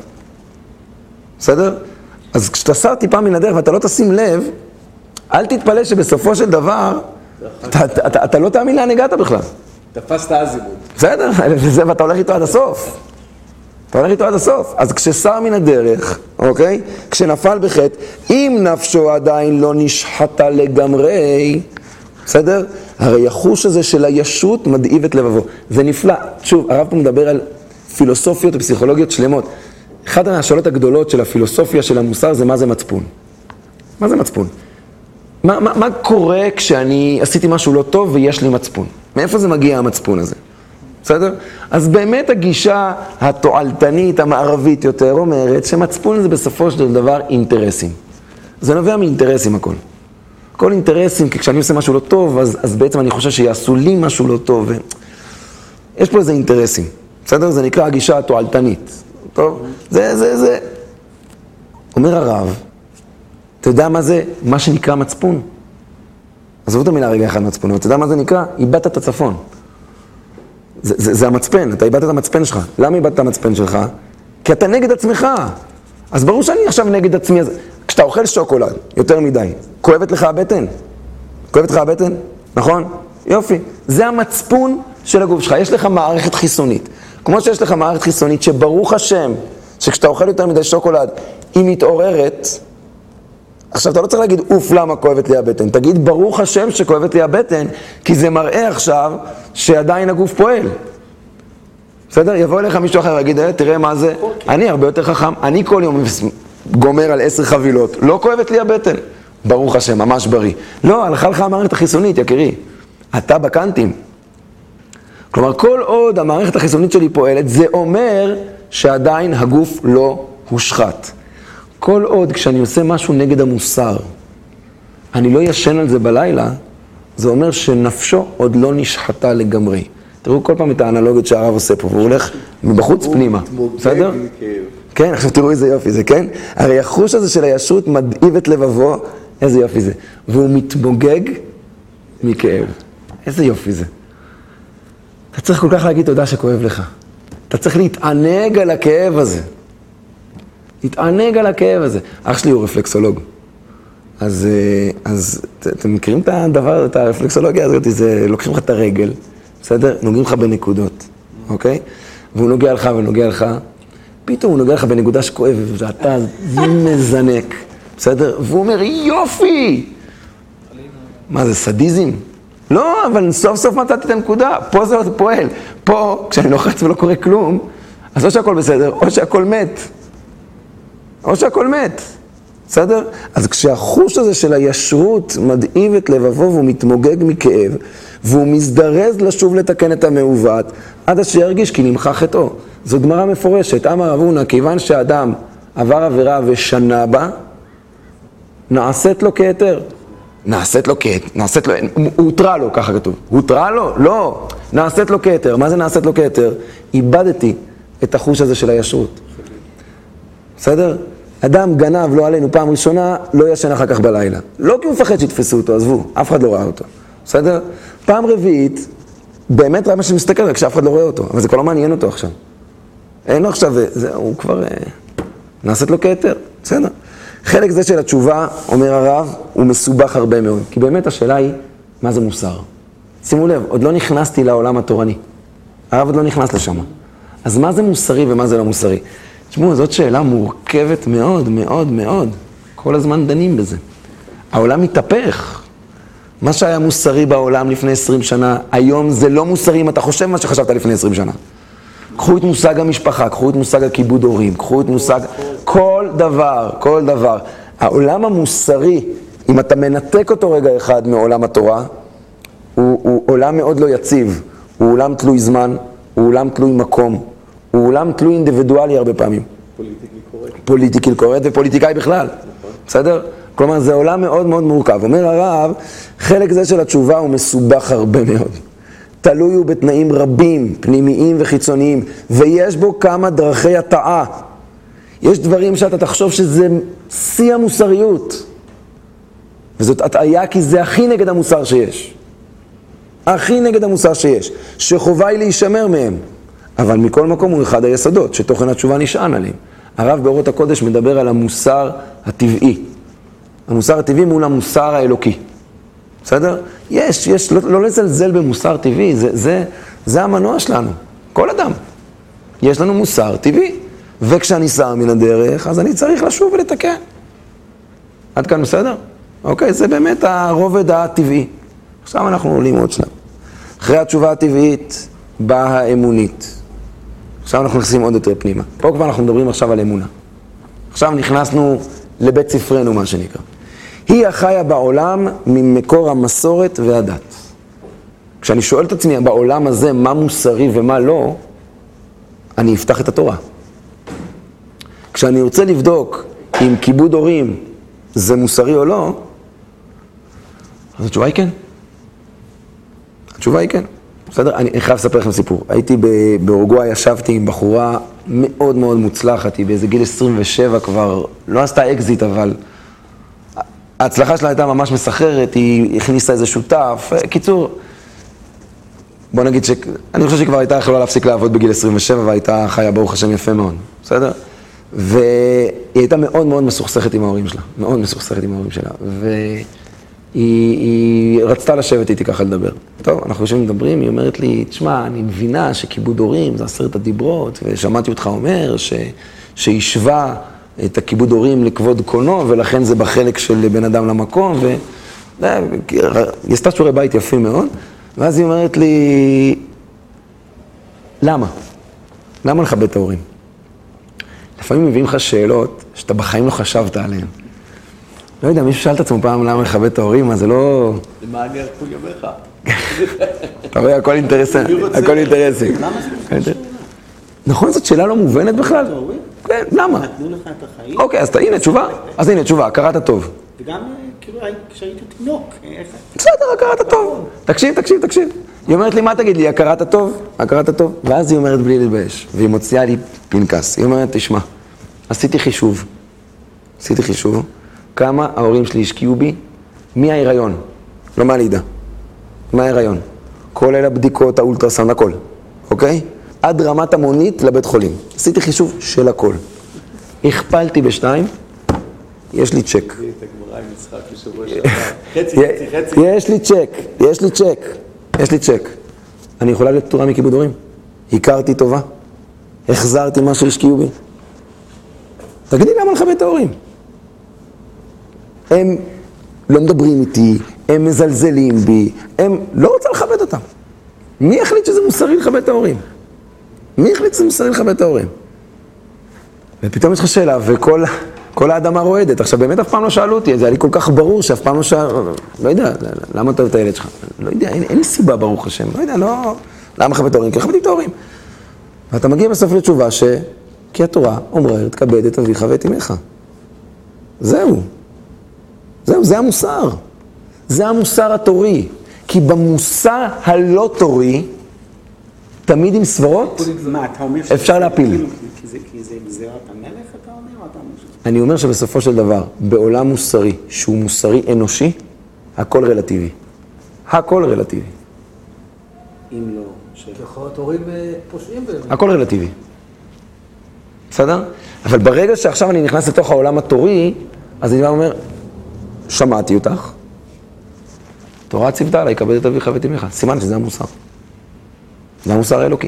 בסדר? אז כשאתה סר טיפה מן הדרך ואתה לא תשים לב, אל תתפלא שבסופו של דבר, אתה, אתה, אתה, אתה לא תאמין לאן הגעת בכלל. תפסת הזימות. בסדר, וזה, ואתה הולך איתו עד הסוף. אתה הולך איתו עד הסוף. אז כשסר מן הדרך, אוקיי? כשנפל בחטא, אם נפשו עדיין לא נשחטה לגמרי, בסדר? הרי החוש הזה של הישות מדאיב את לבבו. זה נפלא. שוב, הרב פה מדבר על פילוסופיות ופסיכולוגיות שלמות. אחת מהשאלות הגדולות של הפילוסופיה של המוסר זה מה זה מצפון. מה זה מצפון? מה, מה, מה קורה כשאני עשיתי משהו לא טוב ויש לי מצפון? מאיפה זה מגיע המצפון הזה? בסדר? אז באמת הגישה התועלתנית, המערבית יותר, אומרת שמצפון זה בסופו של דבר אינטרסים. זה נובע מאינטרסים הכל. כל אינטרסים, כי כשאני עושה משהו לא טוב, אז, אז בעצם אני חושב שיעשו לי משהו לא טוב. ו... יש פה איזה אינטרסים. בסדר? זה נקרא הגישה התועלתנית. טוב? זה, זה, זה. אומר הרב, אתה יודע מה זה? מה שנקרא מצפון. עזבו את המילה רגע אחד מצפון, אבל אתה יודע מה זה נקרא? איבדת את הצפון. זה, זה, זה המצפן, אתה איבדת את המצפן שלך. למה איבדת את המצפן שלך? כי אתה נגד עצמך. אז ברור שאני עכשיו נגד עצמי. אז... כשאתה אוכל שוקולד, יותר מדי, כואבת לך הבטן? כואבת לך הבטן? נכון? יופי. זה המצפון של הגוף שלך. יש לך מערכת חיסונית. כמו שיש לך מערכת חיסונית שברוך השם, שכשאתה אוכל יותר מדי שוקולד, היא מתעוררת, עכשיו אתה לא צריך להגיד, אוף, למה כואבת לי הבטן? תגיד, ברוך השם שכואבת לי הבטן, כי זה מראה עכשיו שעדיין הגוף פועל. בסדר? יבוא אליך מישהו אחר ויגיד, תראה מה זה, אני הרבה יותר חכם, אני כל יום גומר על עשר חבילות, לא כואבת לי הבטן. ברוך השם, ממש בריא. לא, הלכה לך המערכת החיסונית, יקירי. אתה בקנטים. כלומר, כל עוד המערכת החיסונית שלי פועלת, זה אומר שעדיין הגוף לא הושחת. כל עוד כשאני עושה משהו נגד המוסר, אני לא ישן על זה בלילה, זה אומר שנפשו עוד לא נשחטה לגמרי. תראו כל פעם את האנלוגיות שהרב עושה פה, והוא הולך מבחוץ פנימה. בסדר? כן, עכשיו תראו איזה יופי זה, כן? הרי החוש הזה של הישות מדאיב את לבבו, איזה יופי זה. והוא מתמוגג מכאב. איזה יופי זה. אתה צריך כל כך להגיד תודה שכואב לך. אתה צריך להתענג על הכאב הזה. להתענג על הכאב הזה. אח שלי הוא רפלקסולוג. אז, אז אתם מכירים את הדבר, את הרפלקסולוגיה הזאת, זה לוקחים לך את הרגל, בסדר? נוגעים לך בנקודות, אוקיי? והוא נוגע לך ונוגע לך, פתאום הוא נוגע לך בנקודה שכואב, ואתה מזנק, בסדר? והוא אומר, יופי! מה זה, סדיזם? לא, אבל סוף סוף מצאתי את הנקודה, פה זה לא פועל. פה, כשאני לוחץ ולא קורה כלום, אז או שהכל בסדר, או שהכל מת. או שהכל מת, בסדר? אז כשהחוש הזה של הישרות מדאיב את לבבו והוא מתמוגג מכאב, והוא מזדרז לשוב לתקן את המעוות, עד אשר ירגיש כי נמחה חטאו. זו גמרא מפורשת, אמר רב הונא, כיוון שאדם עבר עבירה ושנה בה, נעשית לו כהיתר. נעשית לו כהיתר, נעשית לו, הותרה לו, ככה כתוב. הותרה לו? לא, נעשית לו כהיתר. מה זה נעשית לו כהיתר? איבדתי את החוש הזה של הישרות. בסדר? אדם גנב לא עלינו פעם ראשונה, לא ישן אחר כך בלילה. לא כי הוא מפחד שיתפסו אותו, עזבו, אף אחד לא ראה אותו. בסדר? פעם רביעית, באמת ראה מה שמסתכל, כשאף אחד לא רואה אותו, אבל זה כבר לא מעניין אותו עכשיו. אין לו עכשיו, זה, הוא כבר, נעשית לו כהיתר, בסדר? חלק זה של התשובה, אומר הרב, הוא מסובך הרבה מאוד. כי באמת השאלה היא, מה זה מוסר? שימו לב, עוד לא נכנסתי לעולם התורני. הרב עוד לא נכנס לשם. אז מה זה מוסרי ומה זה לא מוסרי? תשמעו, זאת שאלה מורכבת מאוד, מאוד, מאוד. כל הזמן דנים בזה. העולם מתהפך. מה שהיה מוסרי בעולם לפני עשרים שנה, היום זה לא מוסרי אם אתה חושב מה שחשבת לפני עשרים שנה. קחו את מושג המשפחה, קחו את מושג הכיבוד הורים, קחו את מושג... כל דבר, כל דבר. העולם המוסרי, אם אתה מנתק אותו רגע אחד מעולם התורה, הוא, הוא עולם מאוד לא יציב. הוא עולם תלוי זמן, הוא עולם תלוי מקום, הוא עולם תלוי אינדיבידואלי הרבה פעמים. פוליטיקלי קורקט. פוליטיקלי קורקט ופוליטיקאי בכלל. בסדר? כלומר, זה עולם מאוד מאוד מורכב. אומר הרב, חלק זה של התשובה הוא מסובך הרבה מאוד. תלוי הוא בתנאים רבים, פנימיים וחיצוניים, ויש בו כמה דרכי הטעה. יש דברים שאתה תחשוב שזה שיא המוסריות. וזאת הטעיה כי זה הכי נגד המוסר שיש. הכי נגד המוסר שיש. שחובה היא להישמר מהם. אבל מכל מקום הוא אחד היסודות, שתוכן התשובה נשען עליהם. הרב באורות הקודש מדבר על המוסר הטבעי. המוסר הטבעי מול המוסר האלוקי. בסדר? יש, יש, לא, לא לזלזל במוסר טבעי, זה, זה, זה המנוע שלנו. כל אדם. יש לנו מוסר טבעי. וכשאני סר מן הדרך, אז אני צריך לשוב ולתקן. עד כאן בסדר? אוקיי, זה באמת הרובד הטבעי. עכשיו אנחנו עולים עוד שלב. אחרי התשובה הטבעית, באה האמונית. עכשיו אנחנו נכנסים עוד יותר פנימה. פה כבר אנחנו מדברים עכשיו על אמונה. עכשיו נכנסנו לבית ספרנו, מה שנקרא. היא החיה בעולם ממקור המסורת והדת. כשאני שואל את עצמי בעולם הזה מה מוסרי ומה לא, אני אפתח את התורה. כשאני רוצה לבדוק אם כיבוד הורים זה מוסרי או לא, אז התשובה היא כן. התשובה היא כן. בסדר? אני חייב לספר לכם סיפור. הייתי באורוגוואי, ישבתי עם בחורה מאוד מאוד מוצלחת, היא באיזה גיל עשרים ושבע כבר, לא עשתה אקזיט, אבל ההצלחה שלה הייתה ממש מסחררת, היא הכניסה איזה שותף. קיצור, בוא נגיד ש... אני חושב שכבר הייתה יכולה להפסיק לעבוד בגיל עשרים ושבע, והייתה חיה ברוך השם יפה מאוד. בסדר? והיא הייתה מאוד מאוד מסוכסכת עם ההורים שלה. מאוד מסוכסכת עם ההורים שלה. והיא היא רצתה לשבת איתי ככה לדבר. טוב, אנחנו יושבים מדברים, היא אומרת לי, תשמע, אני מבינה שכיבוד הורים זה עשרת הדיברות, ושמעתי אותך אומר ש... שישווה את הכיבוד הורים לכבוד קונו, ולכן זה בחלק של בן אדם למקום, ו... היא עשתה שיעורי בית יפים מאוד, ואז היא אומרת לי, למה? למה לכבד את ההורים? לפעמים מביאים לך שאלות שאתה בחיים לא חשבת עליהן. לא יודע, מישהו שאל את עצמו פעם למה לכבד את ההורים, מה זה לא... למה אני ארקו ימיך? אתה רואה, הכל אינטרסי, הכל אינטרסי. למה זה לא שאלה? נכון, זאת שאלה לא מובנת בכלל? כן, למה? נתנו לך את החיים? אוקיי, אז הנה תשובה. אז הנה תשובה, הכרת הטוב. וגם כאילו כשהייתי תינוק. בסדר, הכרת הטוב. תקשיב, תקשיב, תקשיב. היא אומרת לי, מה תגיד לי, הכרת הטוב? הכרת הטוב? ואז היא אומרת בלי להתבייש, והיא מוציאה לי פנקס. היא אומרת, תשמע, עשיתי חישוב. עשיתי חישוב. כמה ההורים שלי השקיעו בי מההיריון, לא מהלידה, מההיריון. כל אלה בדיקות, האולטרסאונד, הכל, אוקיי? עד רמת המונית לבית חולים. עשיתי חישוב של הכל. הכפלתי בשתיים, יש לי צ'ק. יש לי צ'ק, יש לי צ'ק, יש לי צ'ק. אני יכולה להיות פטורה מכיבוד הורים. הכרתי טובה, החזרתי מה שהשקיעו בי. תגידי למה לכבד את ההורים? הם לא מדברים איתי, הם מזלזלים בי, הם לא רוצה לכבד אותם. מי החליט שזה מוסרי לכבד את ההורים? מי החליט שזה מוסרי לכבד את ההורים? ופתאום יש לך שאלה, וכל כל האדמה רועדת. עכשיו, באמת אף פעם לא שאלו אותי, זה היה לי כל כך ברור שאף פעם לא שאל... לא יודע, למה אתה אוהב את הילד שלך? לא יודע, אין, אין לי סיבה ברוך השם. לא יודע, לא... למה לכבד את ההורים? כי לכבדים את ההורים. ואתה מגיע בסוף לתשובה ש... כי התורה אומרת, תכבד את אביך ואת אמך. זהו. זהו, זה המוסר. זה המוסר התורי. כי במוסר הלא תורי, תמיד עם סברות, אפשר להפיל. כי זה גזירת המלך, אתה אומר, או אתה אומר? אני אומר שבסופו של דבר, בעולם מוסרי, שהוא מוסרי אנושי, הכל רלטיבי. הכל רלטיבי. אם לא... ככל התורים פושעים באמת. הכל רלטיבי. בסדר? אבל ברגע שעכשיו אני נכנס לתוך העולם התורי, אז אני אומר, שמעתי אותך, תורה ציוותה עליי, כבד את אביך ואת אמך. סימן שזה המוסר. זה המוסר האלוקי.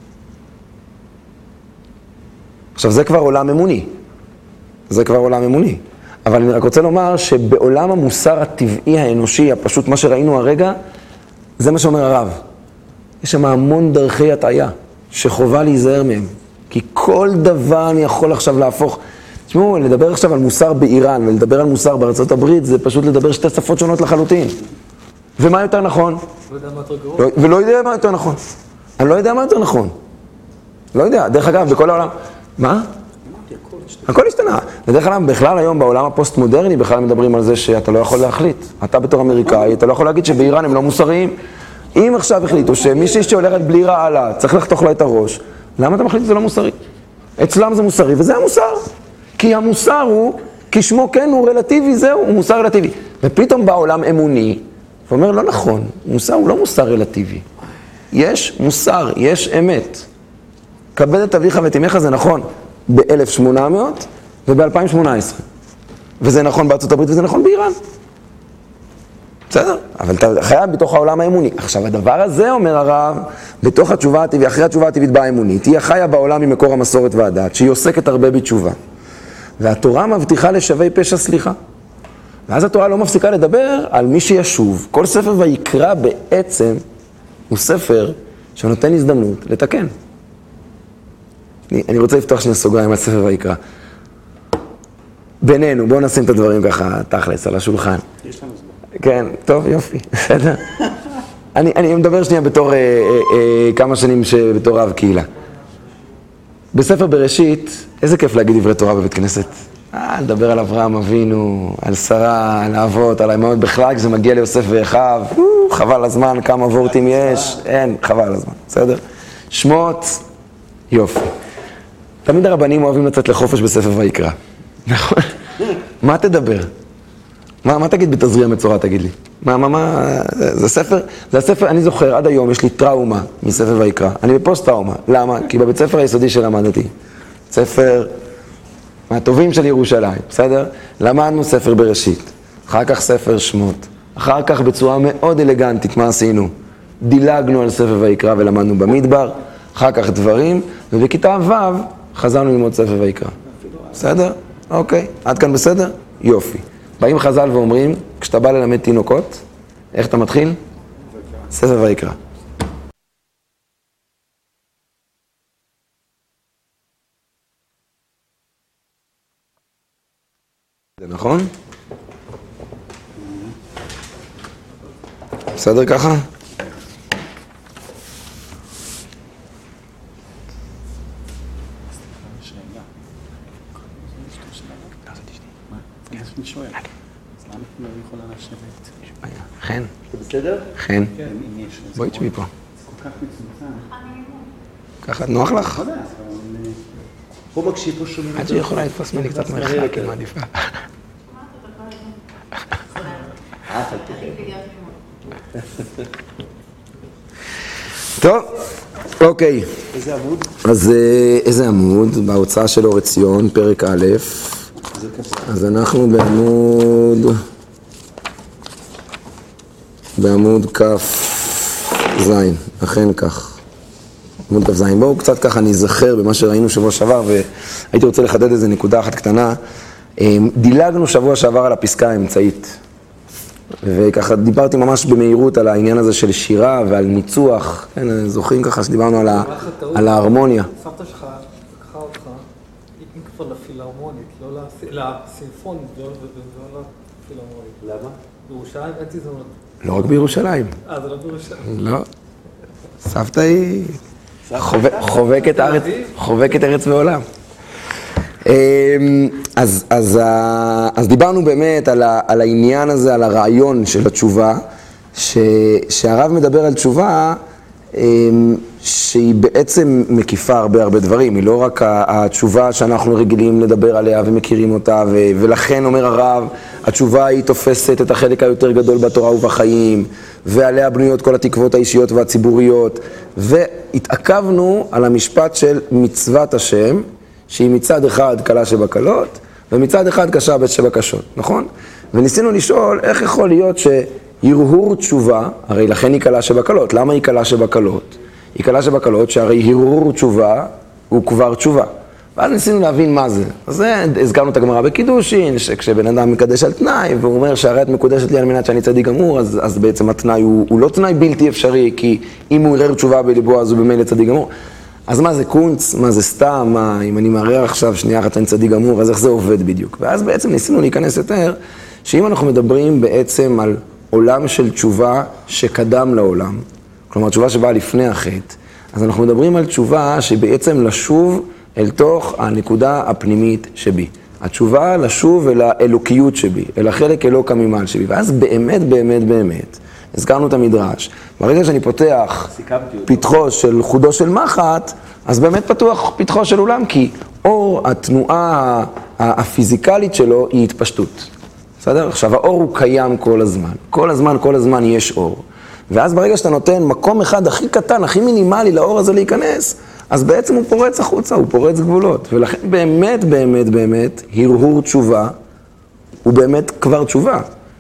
עכשיו, זה כבר עולם אמוני. זה כבר עולם אמוני. אבל אני רק רוצה לומר שבעולם המוסר הטבעי האנושי, הפשוט מה שראינו הרגע, זה מה שאומר הרב. יש שם המון דרכי הטעיה שחובה להיזהר מהם. כי כל דבר אני יכול עכשיו להפוך. תשמעו, לדבר עכשיו על מוסר באיראן ולדבר על מוסר בארצות הברית, זה פשוט לדבר שתי שפות שונות לחלוטין. ומה יותר נכון? לא יודע מה יותר גרוע. ולא יודע מה יותר נכון. אני לא יודע מה יותר נכון. לא יודע. דרך אגב, בכל העולם... מה? הכל השתנה. בדרך כלל, בכלל היום בעולם הפוסט-מודרני, בכלל מדברים על זה שאתה לא יכול להחליט. אתה בתור אמריקאי, אתה לא יכול להגיד שבאיראן הם לא מוסריים. אם עכשיו החליטו שמישהי שהולכת בלי רעלה, צריך לחתוך לה את הראש, למה אתה מחליט שזה לא מוסרי? אצלם זה מוסרי, וזה המוסר. כי המוסר הוא, כשמו כן הוא רלטיבי, זהו, הוא מוסר רלטיבי. ופתאום בעולם אמוני, ואומר, לא נכון, מוסר הוא לא מוסר רלטיבי. יש מוסר, יש אמת. כבד את אביך ואת אמך, זה נכון ב-אלף שמונה מאות וב-אלפיים שמונה עשרה. וזה נכון בארצות הברית וזה נכון באיראן. בסדר? אבל אתה חייב בתוך העולם האמוני. עכשיו, הדבר הזה, אומר הרב, בתוך התשובה הטבעית, אחרי התשובה הטבעית באמונית, היא החיה בעולם ממקור המסורת והדת, שהיא עוסקת הרבה בתשובה. והתורה מבטיחה לשווי פשע סליחה. ואז התורה לא מפסיקה לדבר על מי שישוב. כל ספר ויקרא בעצם הוא ספר שנותן הזדמנות לתקן. אני, אני רוצה לפתוח שני סוגריים על ספר ויקרא. בינינו, בואו נשים את הדברים ככה תכלס על השולחן. יש לנו זמן. כן, טוב, יופי, בסדר. אני, אני מדבר שנייה בתור אה, אה, אה, כמה שנים בתור רב קהילה. בספר בראשית, איזה כיף להגיד דברי תורה בבית כנסת. אה, לדבר על אברהם אבינו, על שרה, על האבות, על האמהות בכלל, כשזה מגיע ליוסף ואחיו, חבל הזמן, כמה וורטים יש, אין, חבל הזמן, בסדר? שמות, יופי. תמיד הרבנים אוהבים לצאת לחופש בספר ויקרא. נכון? מה תדבר? מה, מה תגיד בתזריע מצורע, תגיד לי? מה, מה, מה, זה ספר, זה הספר, אני זוכר, עד היום יש לי טראומה מספר ויקרא. אני בפוסט טראומה. למה? כי בבית ספר היסודי שלמדתי, ספר מהטובים של ירושלים, בסדר? למדנו ספר בראשית, אחר כך ספר שמות, אחר כך בצורה מאוד אלגנטית, מה עשינו? דילגנו על ספר ויקרא ולמדנו במדבר, אחר כך דברים, ובכיתה ו' חזרנו ללמוד ספר ויקרא. בסדר? אוקיי. עד כאן בסדר? יופי. באים חז"ל ואומרים, כשאתה בא ללמד תינוקות, איך אתה מתחיל? ספר ויקרא. זה נכון? בסדר ככה? אני שואל, אז למה את לא יכולה לשבת? חן. זה בסדר? חן. אם יש... בואי תשבי פה. זה כל כך מצומצם. ככה, נוח לך? לא יודע, אבל... פה מקשיב, פה שומעים. עד שיכולה לתפוס ממני קצת מרחק, היא מעדיפה. טוב, אוקיי. איזה עמוד? אז איזה עמוד? בהוצאה של אור עציון, פרק א'. אז אנחנו בעמוד... בעמוד כף... זין, אכן כך. עמוד כף זין. בואו קצת ככה נזכר במה שראינו שבוע שעבר, והייתי רוצה לחדד איזה נקודה אחת קטנה. דילגנו שבוע שעבר על הפסקה האמצעית. וככה דיברתי ממש במהירות על העניין הזה של שירה ועל ניצוח. כן, זוכרים ככה שדיברנו על, ה... על ההרמוניה. סבתא שלך לקחה אותך, היא כבר לפילהרמונית, לא לסימפונית, לא לפילהרמונית. למה? בירושלים אין תזמורת. לא רק בירושלים. אה, זה לא בירושלים. לא. סבתא היא חובקת ארץ, חובקת ארץ ועולם. אז, אז, אז דיברנו באמת על, ה, על העניין הזה, על הרעיון של התשובה, ש, שהרב מדבר על תשובה שהיא בעצם מקיפה הרבה הרבה דברים, היא לא רק התשובה שאנחנו רגילים לדבר עליה ומכירים אותה, ו, ולכן אומר הרב, התשובה היא תופסת את החלק היותר גדול בתורה ובחיים, ועליה בנויות כל התקוות האישיות והציבוריות, והתעכבנו על המשפט של מצוות השם, שהיא מצד אחד קלה שבקלות, ומצד אחד קשה שבקשות, נכון? וניסינו לשאול איך יכול להיות שהרהור תשובה, הרי לכן היא קלה שבקלות, למה היא קלה שבקלות? היא קלה שבקלות שהרי הרהור תשובה הוא כבר תשובה. ואז ניסינו להבין מה זה. אז הזכרנו את הגמרא בקידושין, שכשבן אדם מקדש על תנאי, והוא אומר שהרי את מקודשת לי על מנת שאני צדיק גמור, אז, אז בעצם התנאי הוא, הוא לא תנאי בלתי אפשרי, כי אם הוא הרהר תשובה בליבו אז הוא במילא צדיק גמור. אז מה זה קונץ? מה זה סתם? מה, אם אני מערער עכשיו שנייה אחת אני צדיק גמור, אז איך זה עובד בדיוק? ואז בעצם ניסינו להיכנס יותר, שאם אנחנו מדברים בעצם על עולם של תשובה שקדם לעולם, כלומר תשובה שבאה לפני החטא, אז אנחנו מדברים על תשובה שבעצם לשוב אל תוך הנקודה הפנימית שבי. התשובה לשוב אל האלוקיות שבי, אל החלק אלוק הממעל שבי. ואז באמת, באמת, באמת, הזכרנו את המדרש. ברגע שאני פותח פתחו של חודו של מחט, אז באמת פתוח פתחו של עולם, כי אור, התנועה הפיזיקלית שלו היא התפשטות. בסדר? עכשיו, האור הוא קיים כל הזמן. כל הזמן, כל הזמן יש אור. ואז ברגע שאתה נותן מקום אחד הכי קטן, הכי מינימלי לאור הזה להיכנס, אז בעצם הוא פורץ החוצה, הוא פורץ גבולות. ולכן באמת, באמת, באמת, הרהור תשובה, הוא באמת כבר תשובה.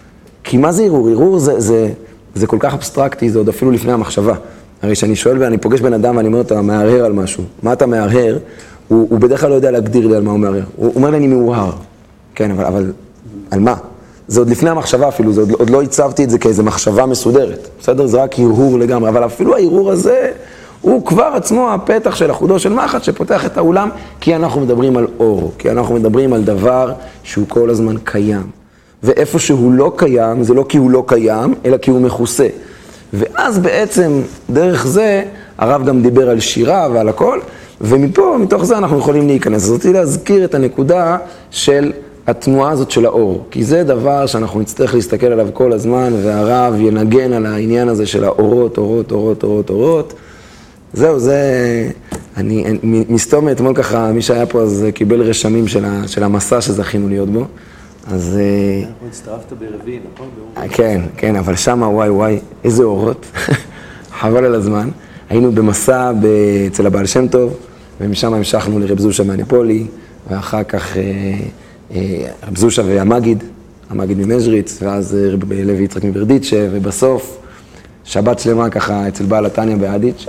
כי מה זה הרהור? הרהור זה, זה, זה כל כך אבסטרקטי, זה עוד אפילו לפני המחשבה. הרי שאני שואל ואני פוגש בן אדם ואני אומר, אתה מהרהר על משהו. מה אתה מהרהר? הוא, הוא בדרך כלל לא יודע להגדיר לי על מה הוא מהרהר. הוא אומר לי, אני מאוהר. כן, אבל, אבל על מה? זה עוד לפני המחשבה אפילו, זה עוד, עוד לא הצבתי את זה כאיזו מחשבה מסודרת. בסדר? זה רק הרהור לגמרי. אבל אפילו ההרהור הזה, הוא כבר עצמו הפתח של החודו של מחט שפותח את האולם, כי אנחנו מדברים על אור, כי אנחנו מדברים על דבר שהוא כל הזמן קיים. ואיפה שהוא לא קיים, זה לא כי הוא לא קיים, אלא כי הוא מכוסה. ואז בעצם, דרך זה, הרב גם דיבר על שירה ועל הכל, ומפה, מתוך זה אנחנו יכולים להיכנס. אז רציתי להזכיר את הנקודה של התנועה הזאת של האור, כי זה דבר שאנחנו נצטרך להסתכל עליו כל הזמן, והרב ינגן על העניין הזה של האורות, אורות, אורות, אורות, אורות. זהו, זה, אני, מסתום אתמול ככה, מי שהיה פה אז קיבל רשמים של, ה, של המסע שזכינו להיות בו. אז... אנחנו הצטרפת ברביעי, נכון? כן, כן, אבל שמה, וואי, וואי, איזה אורות, חבל על הזמן. היינו במסע אצל הבעל שם טוב, ומשם המשכנו לרב זושה מהנפולי, ואחר כך רב זושה והמגיד, המגיד ממז'ריץ, ואז רב לוי יצחק מברדיצ'ה, ובסוף שבת שלמה ככה אצל בעל התניא באדיץ',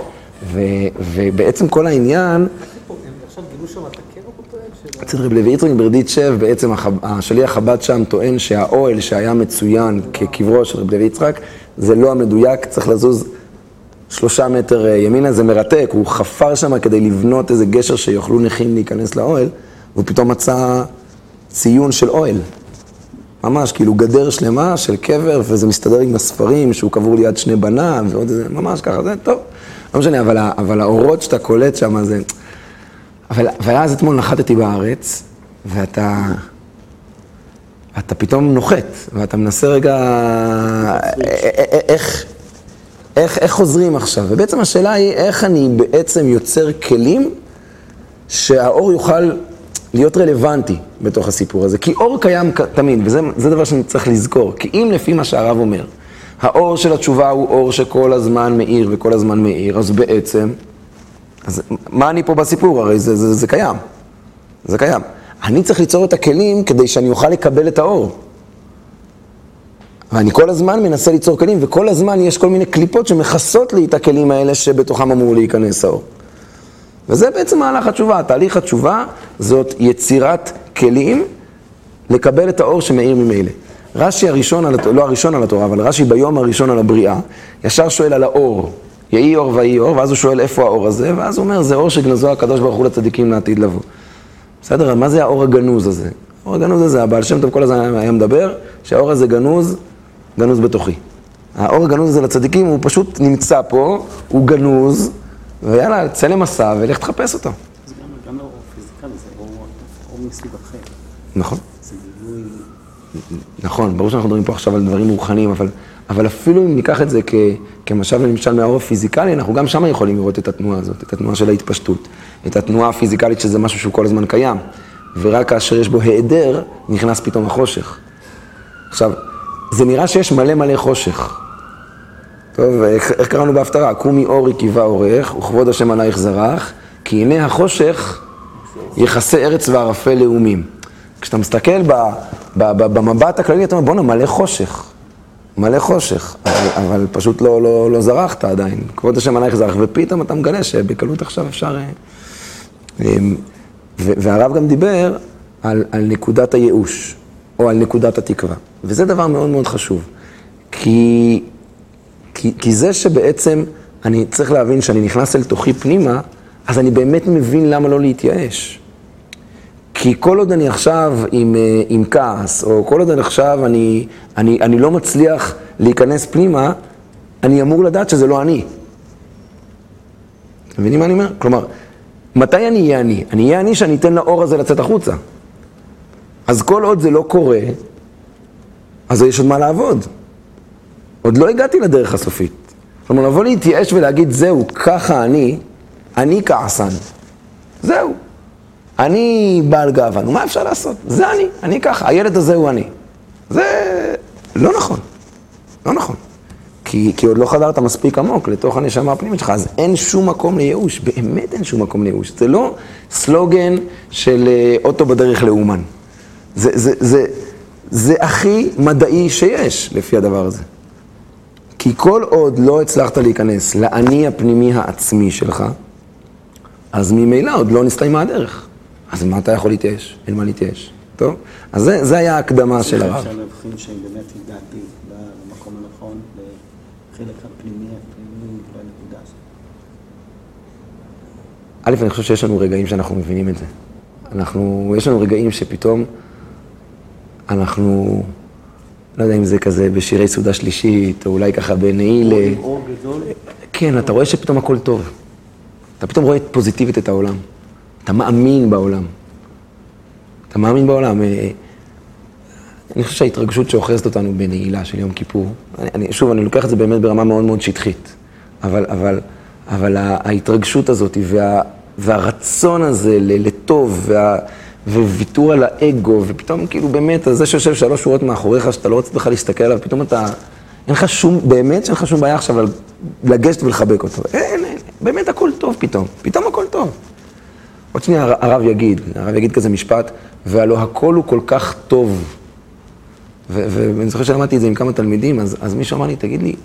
ובעצם כל העניין... עכשיו גילו שם את הקרב הוא טוען? אצל רב לוי יצחק מברדיצ'ה, בעצם השליח חב"ד שם טוען שהאוהל שהיה מצוין כקברו של רב לוי יצחק, זה לא המדויק, צריך לזוז שלושה מטר ימינה, זה מרתק, הוא חפר שם כדי לבנות איזה גשר שיוכלו נכים להיכנס לאוהל, והוא פתאום מצא ציון של אוהל. ממש, כאילו גדר שלמה של קבר, וזה מסתדר עם הספרים שהוא קבור ליד שני בניו, ועוד איזה, ממש ככה, זה טוב. לא משנה, אבל, אבל האורות שאתה קולט שם, זה... אבל, ואז אתמול נחתתי בארץ, ואתה... אתה פתאום נוחת, ואתה מנסה רגע... איך... איך, איך חוזרים עכשיו? ובעצם השאלה היא, איך אני בעצם יוצר כלים שהאור יוכל להיות רלוונטי בתוך הסיפור הזה. כי אור קיים תמיד, וזה זה דבר שאני צריך לזכור. כי אם לפי מה שהרב אומר, האור של התשובה הוא אור שכל הזמן מאיר וכל הזמן מאיר, אז בעצם, אז מה אני פה בסיפור? הרי זה, זה, זה קיים. זה קיים. אני צריך ליצור את הכלים כדי שאני אוכל לקבל את האור. ואני כל הזמן מנסה ליצור כלים, וכל הזמן יש כל מיני קליפות שמכסות לי את הכלים האלה שבתוכם אמור להיכנס האור. וזה בעצם מהלך התשובה. תהליך התשובה זאת יצירת כלים לקבל את האור שמאיר ממילא. רש"י הראשון, על, לא הראשון על התורה, אבל רש"י ביום הראשון על הבריאה, ישר שואל על האור. יהי אור ויהי אור, ואז הוא שואל איפה האור הזה, ואז הוא אומר, זה אור שגנזו הקדוש ברוך הוא לצדיקים לעתיד לבוא. בסדר? מה זה האור הגנוז הזה? האור הגנוז הזה, הבעל שם טוב כל הזמן היה מדבר, שהאור הזה גנוז, גנוז בתוכי. האור הגנוז הזה לצדיקים הוא פשוט נמצא פה, הוא גנוז, ויאללה, צא למסע ולך תחפש אותו. זה גם, גם לא אור פיזיקלי, זה אור, אור מסוג אחר. נכון. זה גילוי... נכון, ברור שאנחנו מדברים פה עכשיו על דברים רוחניים, אבל, אבל אפילו אם ניקח את זה כ, כמשל למשל מהאור הפיזיקלי, אנחנו גם שם יכולים לראות את התנועה הזאת, את התנועה של ההתפשטות, את התנועה הפיזיקלית שזה משהו שהוא כל הזמן קיים, ורק כאשר יש בו היעדר, נכנס פתאום החושך. עכשיו, זה נראה שיש מלא מלא חושך. טוב, איך, איך קראנו בהפטרה? קומי אורי קיבה אורך, וכבוד השם עלייך זרח, כי הנה החושך יחסה ארץ וערפל לאומים. כשאתה מסתכל ב, ב, ב, במבט הכללי, אתה אומר, בוא נה, מלא חושך. מלא חושך, אבל, אבל פשוט לא, לא, לא זרחת עדיין. כבוד השם עלייך זרח, ופתאום אתה מגלה שבקלות עכשיו אפשר... והרב גם דיבר על, על נקודת הייאוש, או על נקודת התקווה. וזה דבר מאוד מאוד חשוב. כי, כי, כי זה שבעצם אני צריך להבין שאני נכנס אל תוכי פנימה, אז אני באמת מבין למה לא להתייאש. כי כל עוד אני עכשיו עם, עם כעס, או כל עוד אני עכשיו אני, אני, אני לא מצליח להיכנס פנימה, אני אמור לדעת שזה לא אני. אתם מבינים מה אני אומר? כלומר, מתי אני אהיה אני? אני אהיה אני שאני אתן לאור הזה לצאת החוצה. אז כל עוד זה לא קורה, אז יש עוד מה לעבוד. עוד לא הגעתי לדרך הסופית. כלומר, לבוא להתייאש ולהגיד, זהו, ככה אני, אני כעסן. זהו. אני בעל גאווה. נו, מה אפשר לעשות? זה אני, אני ככה. הילד הזה הוא אני. זה לא נכון. לא נכון. כי, כי עוד לא חדרת מספיק עמוק לתוך הנשמה הפנימית שלך, אז אין שום מקום לייאוש. באמת אין שום מקום לייאוש. זה לא סלוגן של אוטו בדרך לאומן. זה, זה, זה, זה הכי מדעי שיש לפי הדבר הזה. כי כל עוד לא הצלחת להיכנס לאני הפנימי העצמי שלך, אז ממילא עוד לא נסתיימה הדרך. אז מה אתה יכול להתייאש? אין מה להתייאש. טוב? אז זה, זה היה ההקדמה של הרב. אפשר להבחין שבאמת הגעתי למקום הנכון, לחלק הפנימי, הפנימי בנקודה הזאת. א', אני חושב שיש לנו רגעים שאנחנו מבינים את זה. אנחנו, יש לנו רגעים שפתאום אנחנו, לא יודע אם זה כזה בשירי סעודה שלישית, או אולי ככה בנעילה. אור גדול. כן, אתה רואה שפתאום הכל טוב. אתה פתאום רואה פוזיטיבית את העולם. אתה מאמין בעולם. אתה מאמין בעולם. אני חושב שההתרגשות שאוחזת אותנו בנעילה של יום כיפור, אני, שוב, אני לוקח את זה באמת ברמה מאוד מאוד שטחית, אבל, אבל, אבל ההתרגשות הזאת וה, והרצון הזה לטוב וה, וויתור על האגו, ופתאום כאילו באמת, זה שיושב שלוש שורות מאחוריך, שאתה לא רוצה בכלל להסתכל עליו, פתאום אתה, אין לך שום, באמת שאין לך שום בעיה עכשיו לגשת ולחבק אותו. אין, אין, באמת הכל טוב פתאום, פתאום הכל טוב. עוד שנייה הרב יגיד, הרב יגיד כזה משפט, והלא הכל הוא כל כך טוב. ואני זוכר שלמדתי את זה עם כמה תלמידים, אז, אז מישהו אמר לי, תגיד לי,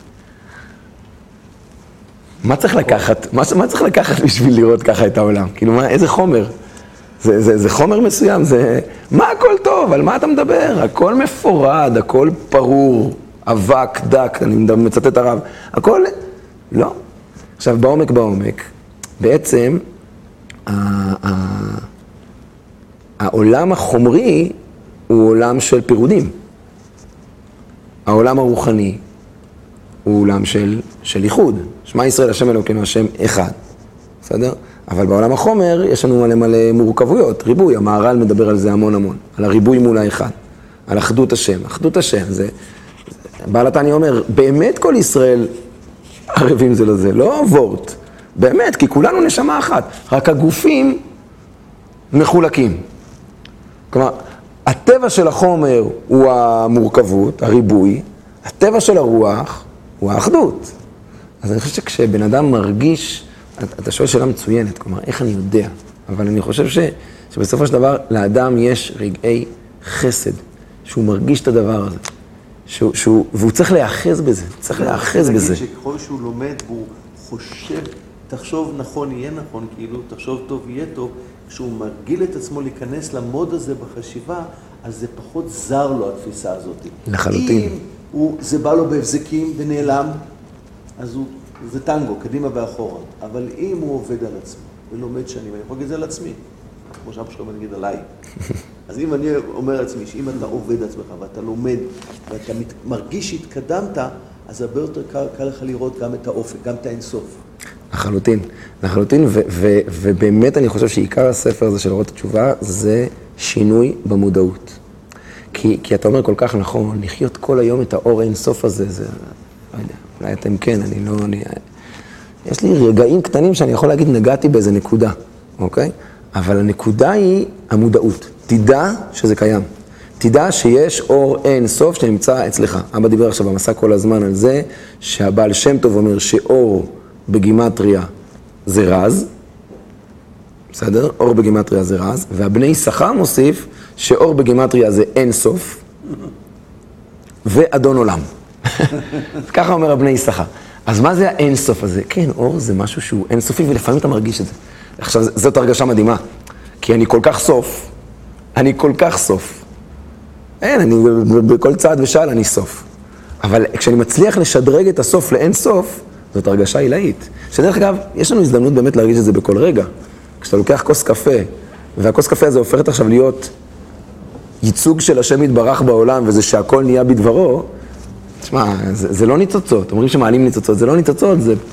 מה צריך לקחת, מה, מה צריך לקחת בשביל לראות ככה את העולם? כאילו, מה, איזה חומר? זה, זה, זה חומר מסוים, זה, מה הכל טוב? על מה אתה מדבר? הכל מפורד, הכל פרור, אבק, דק, אני מצטט הרב, הכל, לא. עכשיו, בעומק בעומק, בעצם, העולם החומרי הוא עולם של פירודים. העולם הרוחני הוא עולם של, של ייחוד. שמע ישראל השם אלוקינו השם אחד. בסדר? אבל בעולם החומר יש לנו מלא מלא מורכבויות, ריבוי. המהר"ל מדבר על זה המון המון. על הריבוי מול האחד. על אחדות השם. אחדות השם זה... בעל התניא אומר, באמת כל ישראל ערבים זה לזה, לא וורט. באמת, כי כולנו נשמה אחת. רק הגופים מחולקים. כלומר, הטבע של החומר הוא המורכבות, הריבוי, הטבע של הרוח הוא האחדות. אז אני חושב שכשבן אדם מרגיש, אתה שואל שאלה מצוינת, כלומר, איך אני יודע? אבל אני חושב ש, שבסופו של דבר לאדם יש רגעי חסד, שהוא מרגיש את הדבר הזה. שהוא, שהוא, והוא צריך להיאחז בזה, צריך להיאחז בזה. שככל שהוא לומד והוא חושב, תחשוב נכון יהיה נכון, כאילו תחשוב טוב יהיה טוב, כשהוא מרגיל את עצמו להיכנס למוד הזה בחשיבה, אז זה פחות זר לו התפיסה הזאת. לחלוטין. אם הוא, זה בא לו בהבזקים ונעלם, אז הוא, זה טנגו, קדימה ואחורה. אבל אם הוא עובד על עצמו ולומד שנים, אני יכול להגיד זה על עצמי, כמו שאבא שלך נגיד עליי. אז אם אני אומר לעצמי, שאם אתה עובד עצמך ואתה לומד ואתה מרגיש שהתקדמת, אז הרבה יותר קל, קל לך לראות גם את האופק, גם את האינסוף. לחלוטין, לחלוטין, ו- ו- ובאמת אני חושב שעיקר הספר הזה של אורות התשובה זה שינוי במודעות. כי, כי אתה אומר כל כך נכון, לחיות כל היום את האור האינסוף הזה, זה, לא יודע, אולי אתם כן, אני לא, אני, יש לי רגעים קטנים שאני יכול להגיד, נגעתי באיזה נקודה, אוקיי? אבל הנקודה היא המודעות. תדע שזה קיים. תדע שיש אור אין סוף שנמצא אצלך. אבא דיבר עכשיו במסע כל הזמן על זה, שהבעל שם טוב אומר שאור בגימטריה זה רז, בסדר? אור בגימטריה זה רז, והבני שכר מוסיף שאור בגימטריה זה אין סוף, ואדון עולם. ככה אומר הבני שכר. אז מה זה האין סוף הזה? כן, אור זה משהו שהוא אין סופי, ולפעמים אתה מרגיש את זה. עכשיו, זאת הרגשה מדהימה, כי אני כל כך סוף, אני כל כך סוף. אין, אני בכל צעד ושעל אני סוף. אבל כשאני מצליח לשדרג את הסוף לאין סוף, זאת הרגשה עילאית. שדרך אגב, יש לנו הזדמנות באמת להרגיש את זה בכל רגע. כשאתה לוקח כוס קפה, והכוס קפה הזה הופכת עכשיו להיות ייצוג של השם יתברך בעולם, וזה שהכל נהיה בדברו, תשמע, זה, זה לא ניצוצות. אומרים שמעלים ניצוצות, זה לא ניצוצות, זה,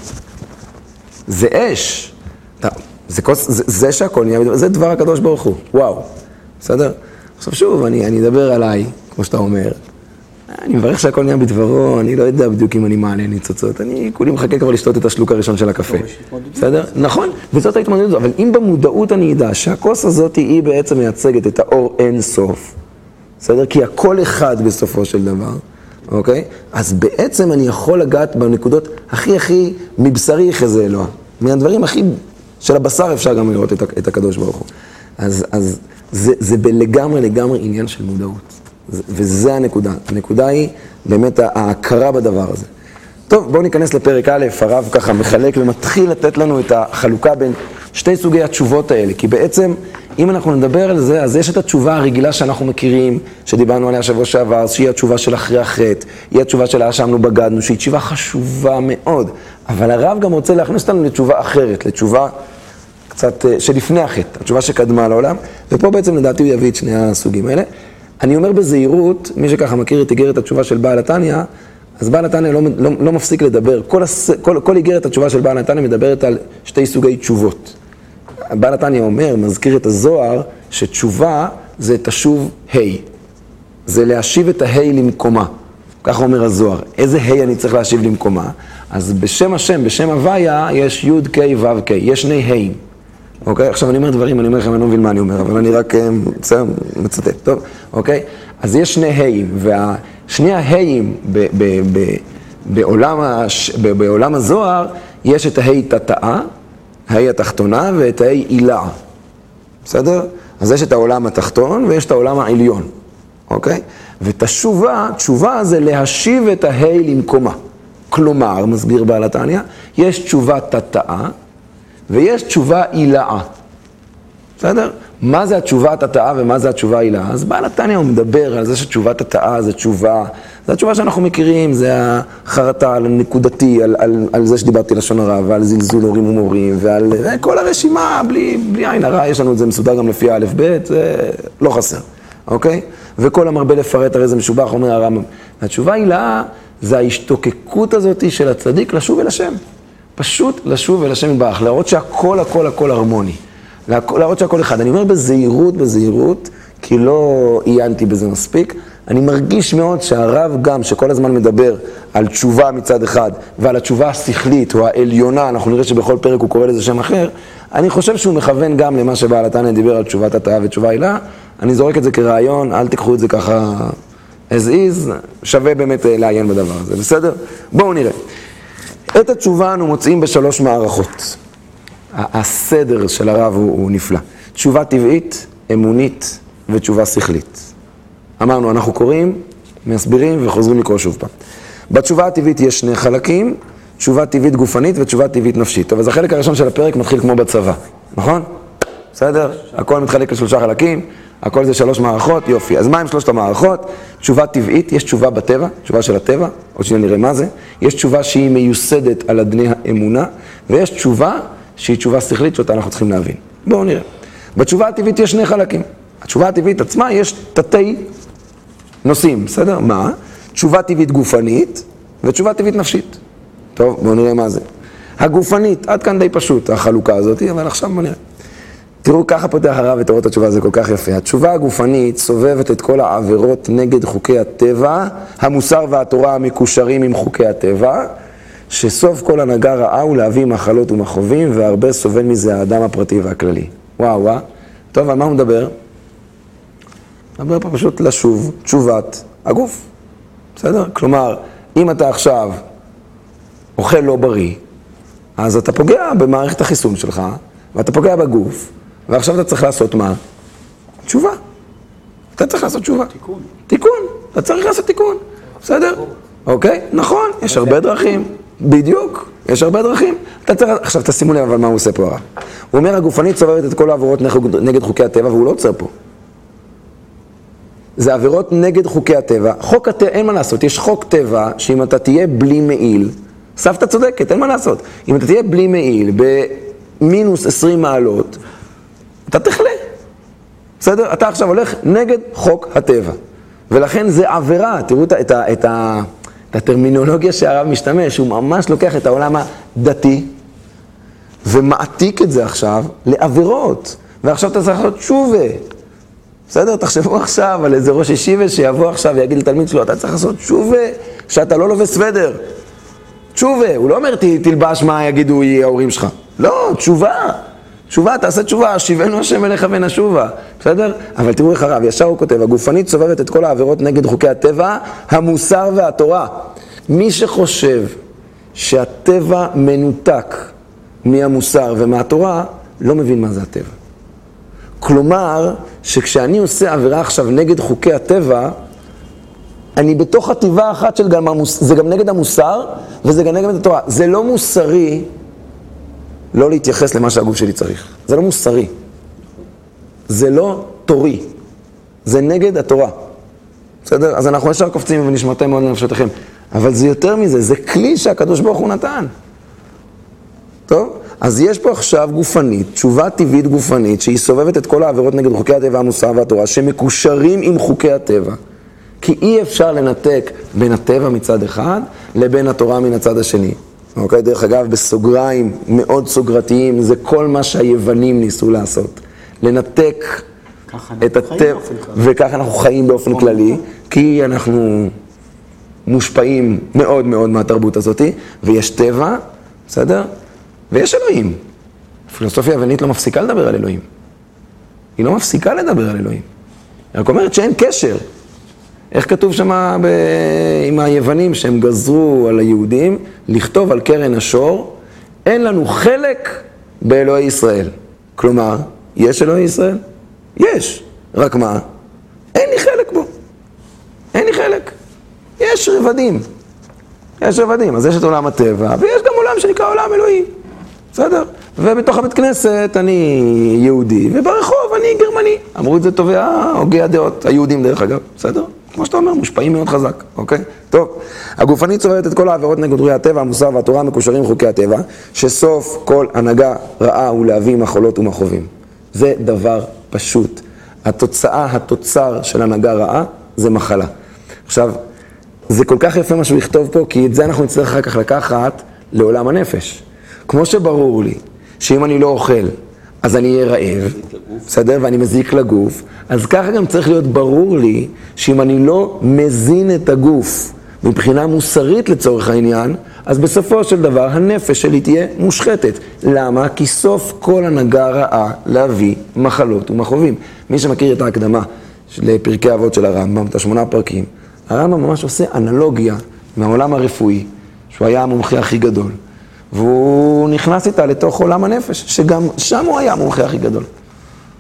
זה אש. זה, כוס, זה, זה שהכל נהיה בדברו, זה דבר הקדוש ברוך הוא. וואו, בסדר? עכשיו שוב, אני, אני אדבר עליי, כמו שאתה אומר. אני מברך שהכל נהיה בדברו, אני לא יודע בדיוק אם אני מעלה ניצוצות, אני כולי מחכה כבר לשתות את השלוק הראשון של הקפה. בסדר? נכון, וזאת ההתמודדות, אבל אם במודעות אני אדע שהכוס הזאת היא בעצם מייצגת את האור אין סוף, בסדר? כי הכל אחד בסופו של דבר, אוקיי? אז בעצם אני יכול לגעת בנקודות הכי הכי מבשרי חזה אלוה. מהדברים הכי של הבשר אפשר גם לראות את, את הקדוש ברוך הוא. אז, אז זה, זה בלגמרי לגמרי עניין של מודעות. וזה הנקודה. הנקודה היא באמת ההכרה בדבר הזה. טוב, בואו ניכנס לפרק א', הרב ככה מחלק ומתחיל לתת לנו את החלוקה בין שתי סוגי התשובות האלה. כי בעצם, אם אנחנו נדבר על זה, אז יש את התשובה הרגילה שאנחנו מכירים, שדיברנו עליה שבוע שעבר, שהיא התשובה של אחרי החטא, היא התשובה של האשמנו בגדנו, שהיא תשובה חשובה מאוד. אבל הרב גם רוצה להכניס אותנו לתשובה אחרת, לתשובה קצת שלפני החטא, התשובה שקדמה לעולם, ופה בעצם לדעתי הוא יביא את שני הסוגים האלה. אני אומר בזהירות, מי שככה מכיר את איגרת התשובה של בעל התניא, אז בעל התניא לא, לא, לא מפסיק לדבר. כל, הס, כל, כל איגרת התשובה של בעל התניא מדברת על שתי סוגי תשובות. בעל התניא אומר, מזכיר את הזוהר, שתשובה זה תשוב ה'. זה להשיב את הה' למקומה. ככה אומר הזוהר. איזה ה' אני צריך להשיב למקומה? אז בשם השם, בשם הוויה, יש י' ק' ו' ק'. יש שני ה'. אוקיי? עכשיו אני אומר דברים, אני אומר לכם, אני לא מבין מה אני אומר, אבל אני רק בסדר, מצטט, טוב? אוקיי? אז יש שני ה'ים, והשני הה'ים בעולם, הש... בעולם הזוהר, יש את הה' תתאה, הה' התחתונה, ואת הה' עילה. בסדר? אז יש את העולם התחתון, ויש את העולם העליון. אוקיי? ותשובה, תשובה זה להשיב את הה' למקומה. כלומר, מסביר בעל התניא, יש תשובה תתאה, ויש תשובה עילאה. בסדר? מה זה התשובה התתאה ומה זה התשובה העילאה? אז בעל התניא הוא מדבר על זה שתשובת התתאה זה תשובה, זה התשובה שאנחנו מכירים, זה החרטה על הנקודתי, על, על, על זה שדיברתי לשון הרע, ועל זלזול הורים ומורים, ועל כל הרשימה, בלי, בלי עין הרע, יש לנו את זה מסודר גם לפי א' ב', זה לא חסר, אוקיי? וכל המרבה לפרט הרי זה משובח, אומר הרמב"ם. התשובה העילאה זה ההשתוקקות הזאת של הצדיק לשוב אל השם. פשוט לשוב אל השם יתברך, להראות שהכל, הכל, הכל הרמוני. להראות שהכל אחד. אני אומר בזהירות, בזהירות, כי לא עיינתי בזה מספיק. אני מרגיש מאוד שהרב גם, שכל הזמן מדבר על תשובה מצד אחד, ועל התשובה השכלית או העליונה, אנחנו נראה שבכל פרק הוא קורא לזה שם אחר, אני חושב שהוא מכוון גם למה שבעל התניא דיבר על תשובת התאה ותשובה עילאה. אני זורק את זה כרעיון, אל תיקחו את זה ככה as is, שווה באמת לעיין בדבר הזה, בסדר? בואו נראה. את התשובה אנו מוצאים בשלוש מערכות. הסדר של הרב הוא, הוא נפלא. תשובה טבעית, אמונית ותשובה שכלית. אמרנו, אנחנו קוראים מסבירים וחוזרים לקרוא שוב פעם. בתשובה הטבעית יש שני חלקים, תשובה טבעית גופנית ותשובה טבעית נפשית. טוב, אז החלק הראשון של הפרק מתחיל כמו בצבא, נכון? בסדר? הכל מתחלק לשלושה חלקים, הכל זה שלוש מערכות, יופי. אז מה עם שלושת המערכות? תשובה טבעית, יש תשובה בטבע, תשובה של הטבע, עוד שניה נראה מה זה. יש תשובה שהיא מיוסדת על אדני האמונה, ויש תשובה שהיא תשובה שכלית שאותה אנחנו צריכים להבין. בואו נראה. בתשובה הטבעית יש שני חלקים. התשובה הטבעית עצמה יש תתי נושאים, בסדר? מה? תשובה טבעית גופנית ותשובה טבעית נפשית. טוב, בואו נראה מה זה. הגופנית, עד כאן די פשוט החלוקה הזאת, אבל עכשיו בואו נראה. תראו, ככה פותח הרב את אורות התשובה, זה כל כך יפה. התשובה הגופנית סובבת את כל העבירות נגד חוקי הטבע, המוסר והתורה המקושרים עם חוקי הטבע, שסוף כל הנהגה רעה הוא להביא מחלות ומכאובים, והרבה סובל מזה האדם הפרטי והכללי. וואו, וואו. טוב, על מה הוא מדבר? מדבר פה פשוט לשוב, תשובת הגוף. בסדר? כלומר, אם אתה עכשיו אוכל לא בריא, אז אתה פוגע במערכת החיסון שלך, ואתה פוגע בגוף, ועכשיו אתה צריך לעשות מה? תשובה. אתה צריך לעשות תשובה. תיקון. תיקון. אתה צריך לעשות תיקון. בסדר? אוקיי? נכון, יש הרבה דרכים. בדיוק, יש הרבה דרכים. אתה צריך... עכשיו תשימו לב אבל מה הוא עושה פה הרב. הוא אומר, הגופנית סובבת את כל העבירות נגד חוקי הטבע, והוא לא עוצר פה. זה עבירות נגד חוקי הטבע. חוק הטבע, אין מה לעשות, יש חוק טבע שאם אתה תהיה בלי מעיל, סבתא צודקת, אין מה לעשות. אם אתה תהיה בלי מעיל, במינוס עשרים מעלות, אתה תחלה. בסדר? אתה עכשיו הולך נגד חוק הטבע. ולכן זה עבירה. תראו את, את, את, את הטרמינולוגיה שהרב משתמש, הוא ממש לוקח את העולם הדתי, ומעתיק את זה עכשיו לעבירות. ועכשיו אתה צריך לעשות תשובה. בסדר? תחשבו עכשיו על איזה ראש ישיבה שיבוא עכשיו ויגיד לתלמיד שלו, אתה צריך לעשות תשובה שאתה לא לובס סוודר. תשובה, הוא לא אומר תלבש מה יגידו ההורים שלך. לא, תשובה. תשובה, תעשה תשובה, שיבנו השם אליך ונשובה. בסדר? אבל תראו איך הרב, ישר הוא כותב, הגופנית סובבת את כל העבירות נגד חוקי הטבע, המוסר והתורה. מי שחושב שהטבע מנותק מהמוסר ומהתורה, לא מבין מה זה הטבע. כלומר, שכשאני עושה עבירה עכשיו נגד חוקי הטבע, אני בתוך הטבעה אחת של גם המוס... זה גם נגד המוסר, וזה גם נגד התורה. זה לא מוסרי לא להתייחס למה שהגוף שלי צריך. זה לא מוסרי. זה לא תורי. זה נגד התורה. בסדר? אז אנחנו ישר קופצים ונשמרתם מאוד לנפשותיכם. אבל זה יותר מזה, זה כלי שהקדוש ברוך הוא נתן. טוב? אז יש פה עכשיו גופנית, תשובה טבעית גופנית, שהיא סובבת את כל העבירות נגד חוקי הטבע, המוסר והתורה, שמקושרים עם חוקי הטבע. כי אי אפשר לנתק בין הטבע מצד אחד, לבין התורה מן הצד השני. אוקיי? דרך אגב, בסוגריים מאוד סוגרתיים, זה כל מה שהיוונים ניסו לעשות. לנתק את הטבע, וכך אנחנו חיים באופן כללי, כי אנחנו מושפעים מאוד מאוד מהתרבות הזאת, ויש טבע, בסדר? ויש אלוהים. הפילוסופיה היוונית לא מפסיקה לדבר על אלוהים. היא לא מפסיקה לדבר על אלוהים. היא רק אומרת שאין קשר. איך כתוב שמה ב... עם היוונים שהם גזרו על היהודים, לכתוב על קרן השור, אין לנו חלק באלוהי ישראל. כלומר, יש אלוהי ישראל? יש. רק מה? אין לי חלק בו. אין לי חלק. יש רבדים. יש רבדים. אז יש את עולם הטבע, ויש גם עולם שנקרא עולם אלוהי. בסדר? ובתוך הבית כנסת אני יהודי, וברחוב אני גרמני. אמרו את זה טובי הוגי הדעות, היהודים דרך אגב. בסדר? כמו שאתה אומר, מושפעים מאוד חזק, אוקיי? טוב, הגופנית סובבת את כל העבירות נגד חוקי הטבע, המוסר והתורה מקושרים חוקי הטבע, שסוף כל הנהגה רעה הוא להביא מחולות ומכאובים. זה דבר פשוט. התוצאה, התוצר של הנהגה רעה, זה מחלה. עכשיו, זה כל כך יפה מה שהוא יכתוב פה, כי את זה אנחנו נצטרך אחר כך לקחת לעולם הנפש. כמו שברור לי, שאם אני לא אוכל, אז אני אהיה רעב, בסדר? ואני מזיק לגוף, אז ככה גם צריך להיות ברור לי, שאם אני לא מזין את הגוף, מבחינה מוסרית לצורך העניין, אז בסופו של דבר הנפש שלי תהיה מושחתת. למה? כי סוף כל הנהגה רעה להביא מחלות ומכאובים. מי שמכיר את ההקדמה לפרקי אבות של הרמב"ם, את השמונה פרקים, הרמב"ם ממש עושה אנלוגיה מהעולם הרפואי, שהוא היה המומחה הכי גדול. והוא נכנס איתה לתוך עולם הנפש, שגם שם הוא היה המומחה הכי גדול.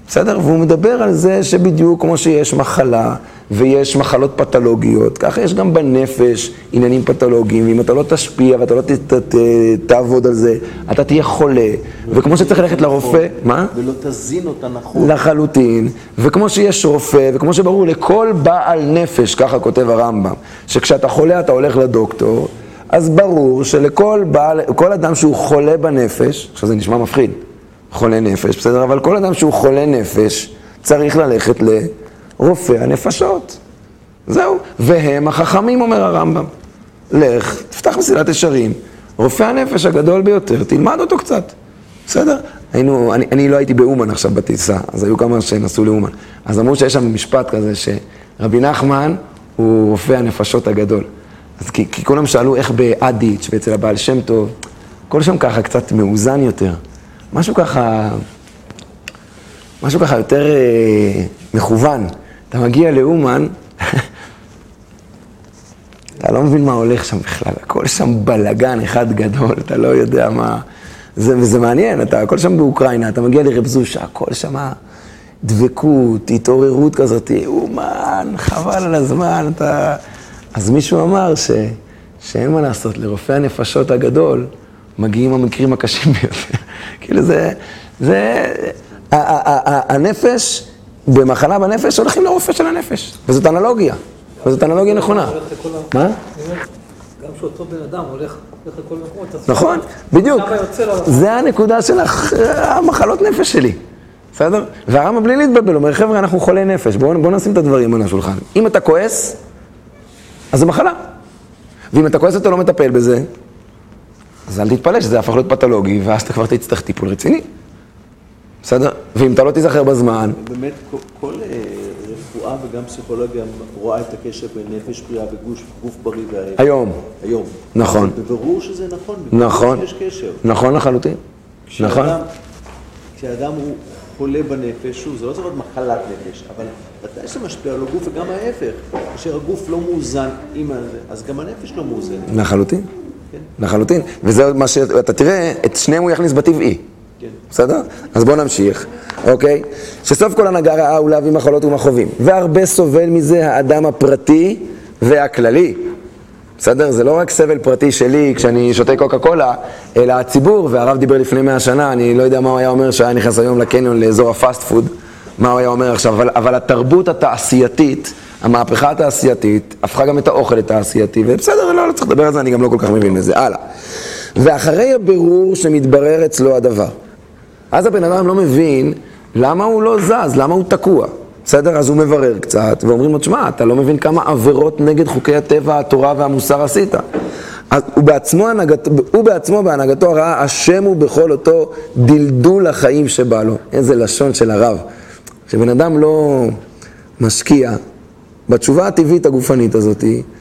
בסדר? והוא מדבר על זה שבדיוק כמו שיש מחלה ויש מחלות פתולוגיות, ככה יש גם בנפש עניינים פתולוגיים, אם אתה לא תשפיע ואתה לא ת, ת, ת, תעבוד על זה, אתה תהיה חולה, וכמו שצריך ללכת לרופא, מה? ולא תזין אותה נכון. לחלוטין, וכמו שיש רופא, וכמו שברור לכל בעל נפש, ככה כותב הרמב"ם, שכשאתה חולה אתה הולך לדוקטור, אז ברור שלכל בעל, כל אדם שהוא חולה בנפש, עכשיו זה נשמע מפחיד, חולה נפש, בסדר? אבל כל אדם שהוא חולה נפש צריך ללכת לרופא הנפשות. זהו. והם החכמים, אומר הרמב"ם. לך, תפתח מסילת ישרים. רופא הנפש הגדול ביותר, תלמד אותו קצת. בסדר? היינו, אני, אני לא הייתי באומן עכשיו בטיסה, אז היו כמה שנסעו לאומן. אז אמרו שיש שם משפט כזה שרבי נחמן הוא רופא הנפשות הגדול. אז כי, כי כולם שאלו איך באדיץ' ואצל הבעל שם טוב, כל שם ככה קצת מאוזן יותר. משהו ככה, משהו ככה יותר אה, מכוון. אתה מגיע לאומן, אתה לא מבין מה הולך שם בכלל, הכל שם בלגן אחד גדול, אתה לא יודע מה, זה, וזה מעניין, אתה הכל שם באוקראינה, אתה מגיע לרב זושה, הכל שם דבקות, התעוררות כזאת, אומן, חבל על הזמן, אתה... אז מישהו אמר ש, שאין מה לעשות, לרופא הנפשות הגדול, מגיעים המקרים הקשים ביותר. כאילו זה, זה, הנפש, במחלה בנפש, הולכים לרופא של הנפש. וזאת אנלוגיה, וזאת אנלוגיה נכונה. מה? גם שאותו בן אדם הולך לכל מקומות. נכון, בדיוק. זה הנקודה של המחלות נפש שלי. בסדר? והרמב"ם בלי להתבלבל, אומר, חבר'ה, אנחנו חולי נפש. בואו נשים את הדברים על השולחן. אם אתה כועס, אז זה מחלה. ואם אתה כועס אתה לא מטפל בזה, אז אל תתפלא שזה הפך להיות פתולוגי, ואז אתה כבר תצטרך טיפול רציני. בסדר? ואם אתה לא תיזכר בזמן... באמת, כל, כל רפואה וגם פסיכולוגיה רואה את הקשר בין נפש בריאה וגוף בריא והאב. היום. היום. נכון. בברור שזה נכון. נכון. יש קשר. נכון לחלוטין. כשאדם, נכון. כשאדם הוא חולה בנפש, שוב, זה לא צריך להיות מחלת נפש, אבל ודאי שזה משפיע על הגוף וגם ההפך. כאשר הגוף לא מאוזן עם הזה, אז גם הנפש לא מאוזן. לחלוטין. לחלוטין, וזה מה שאתה תראה, את שניהם הוא יכניס בטבעי. כן. בסדר? אז בואו נמשיך, אוקיי? שסוף כל הנהגה רעה הוא להביא מחלות ומכאובים, והרבה סובל מזה האדם הפרטי והכללי. בסדר? זה לא רק סבל פרטי שלי כשאני שותה קוקה קולה, אלא הציבור, והרב דיבר לפני מאה שנה, אני לא יודע מה הוא היה אומר שהיה נכנס היום לקניון לאזור הפאסט פוד, מה הוא היה אומר עכשיו, אבל, אבל התרבות התעשייתית, המהפכה התעשייתית, הפכה גם את האוכל לתעשייתי, ובסדר, לא, לא צריך לדבר על זה, אני גם לא כל כך מבין בזה, הלאה. ואחרי הבירור שמתברר אצלו הדבר, אז הבן אדם לא מבין למה הוא לא זז, למה הוא תקוע. בסדר? אז הוא מברר קצת, ואומרים לו, תשמע, אתה לא מבין כמה עבירות נגד חוקי הטבע, התורה והמוסר עשית. אז הוא בעצמו, הנהגת, הוא בעצמו בהנהגתו הרעה, השם הוא בכל אותו דלדול החיים שבא לו. איזה לשון של הרב. כשבן אדם לא משקיע, בתשובה הטבעית הגופנית הזאת,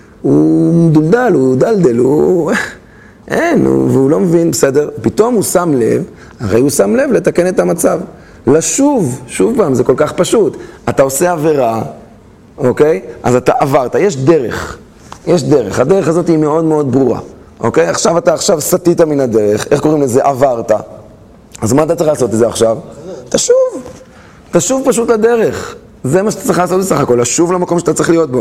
הוא דולדל, הוא דלדל, הוא... אין, הוא... והוא לא מבין, בסדר? פתאום הוא שם לב, הרי הוא שם לב לתקן את המצב. לשוב, שוב פעם, זה כל כך פשוט. אתה עושה עבירה, אוקיי? אז אתה עברת, יש דרך. יש דרך, הדרך הזאת היא מאוד מאוד ברורה. אוקיי? עכשיו אתה עכשיו סטית מן הדרך, איך קוראים לזה? עברת. אז מה אתה צריך לעשות את זה עכשיו? תשוב. תשוב פשוט לדרך. זה מה שאתה צריך לעשות בסך הכל, לשוב למקום שאתה צריך להיות בו.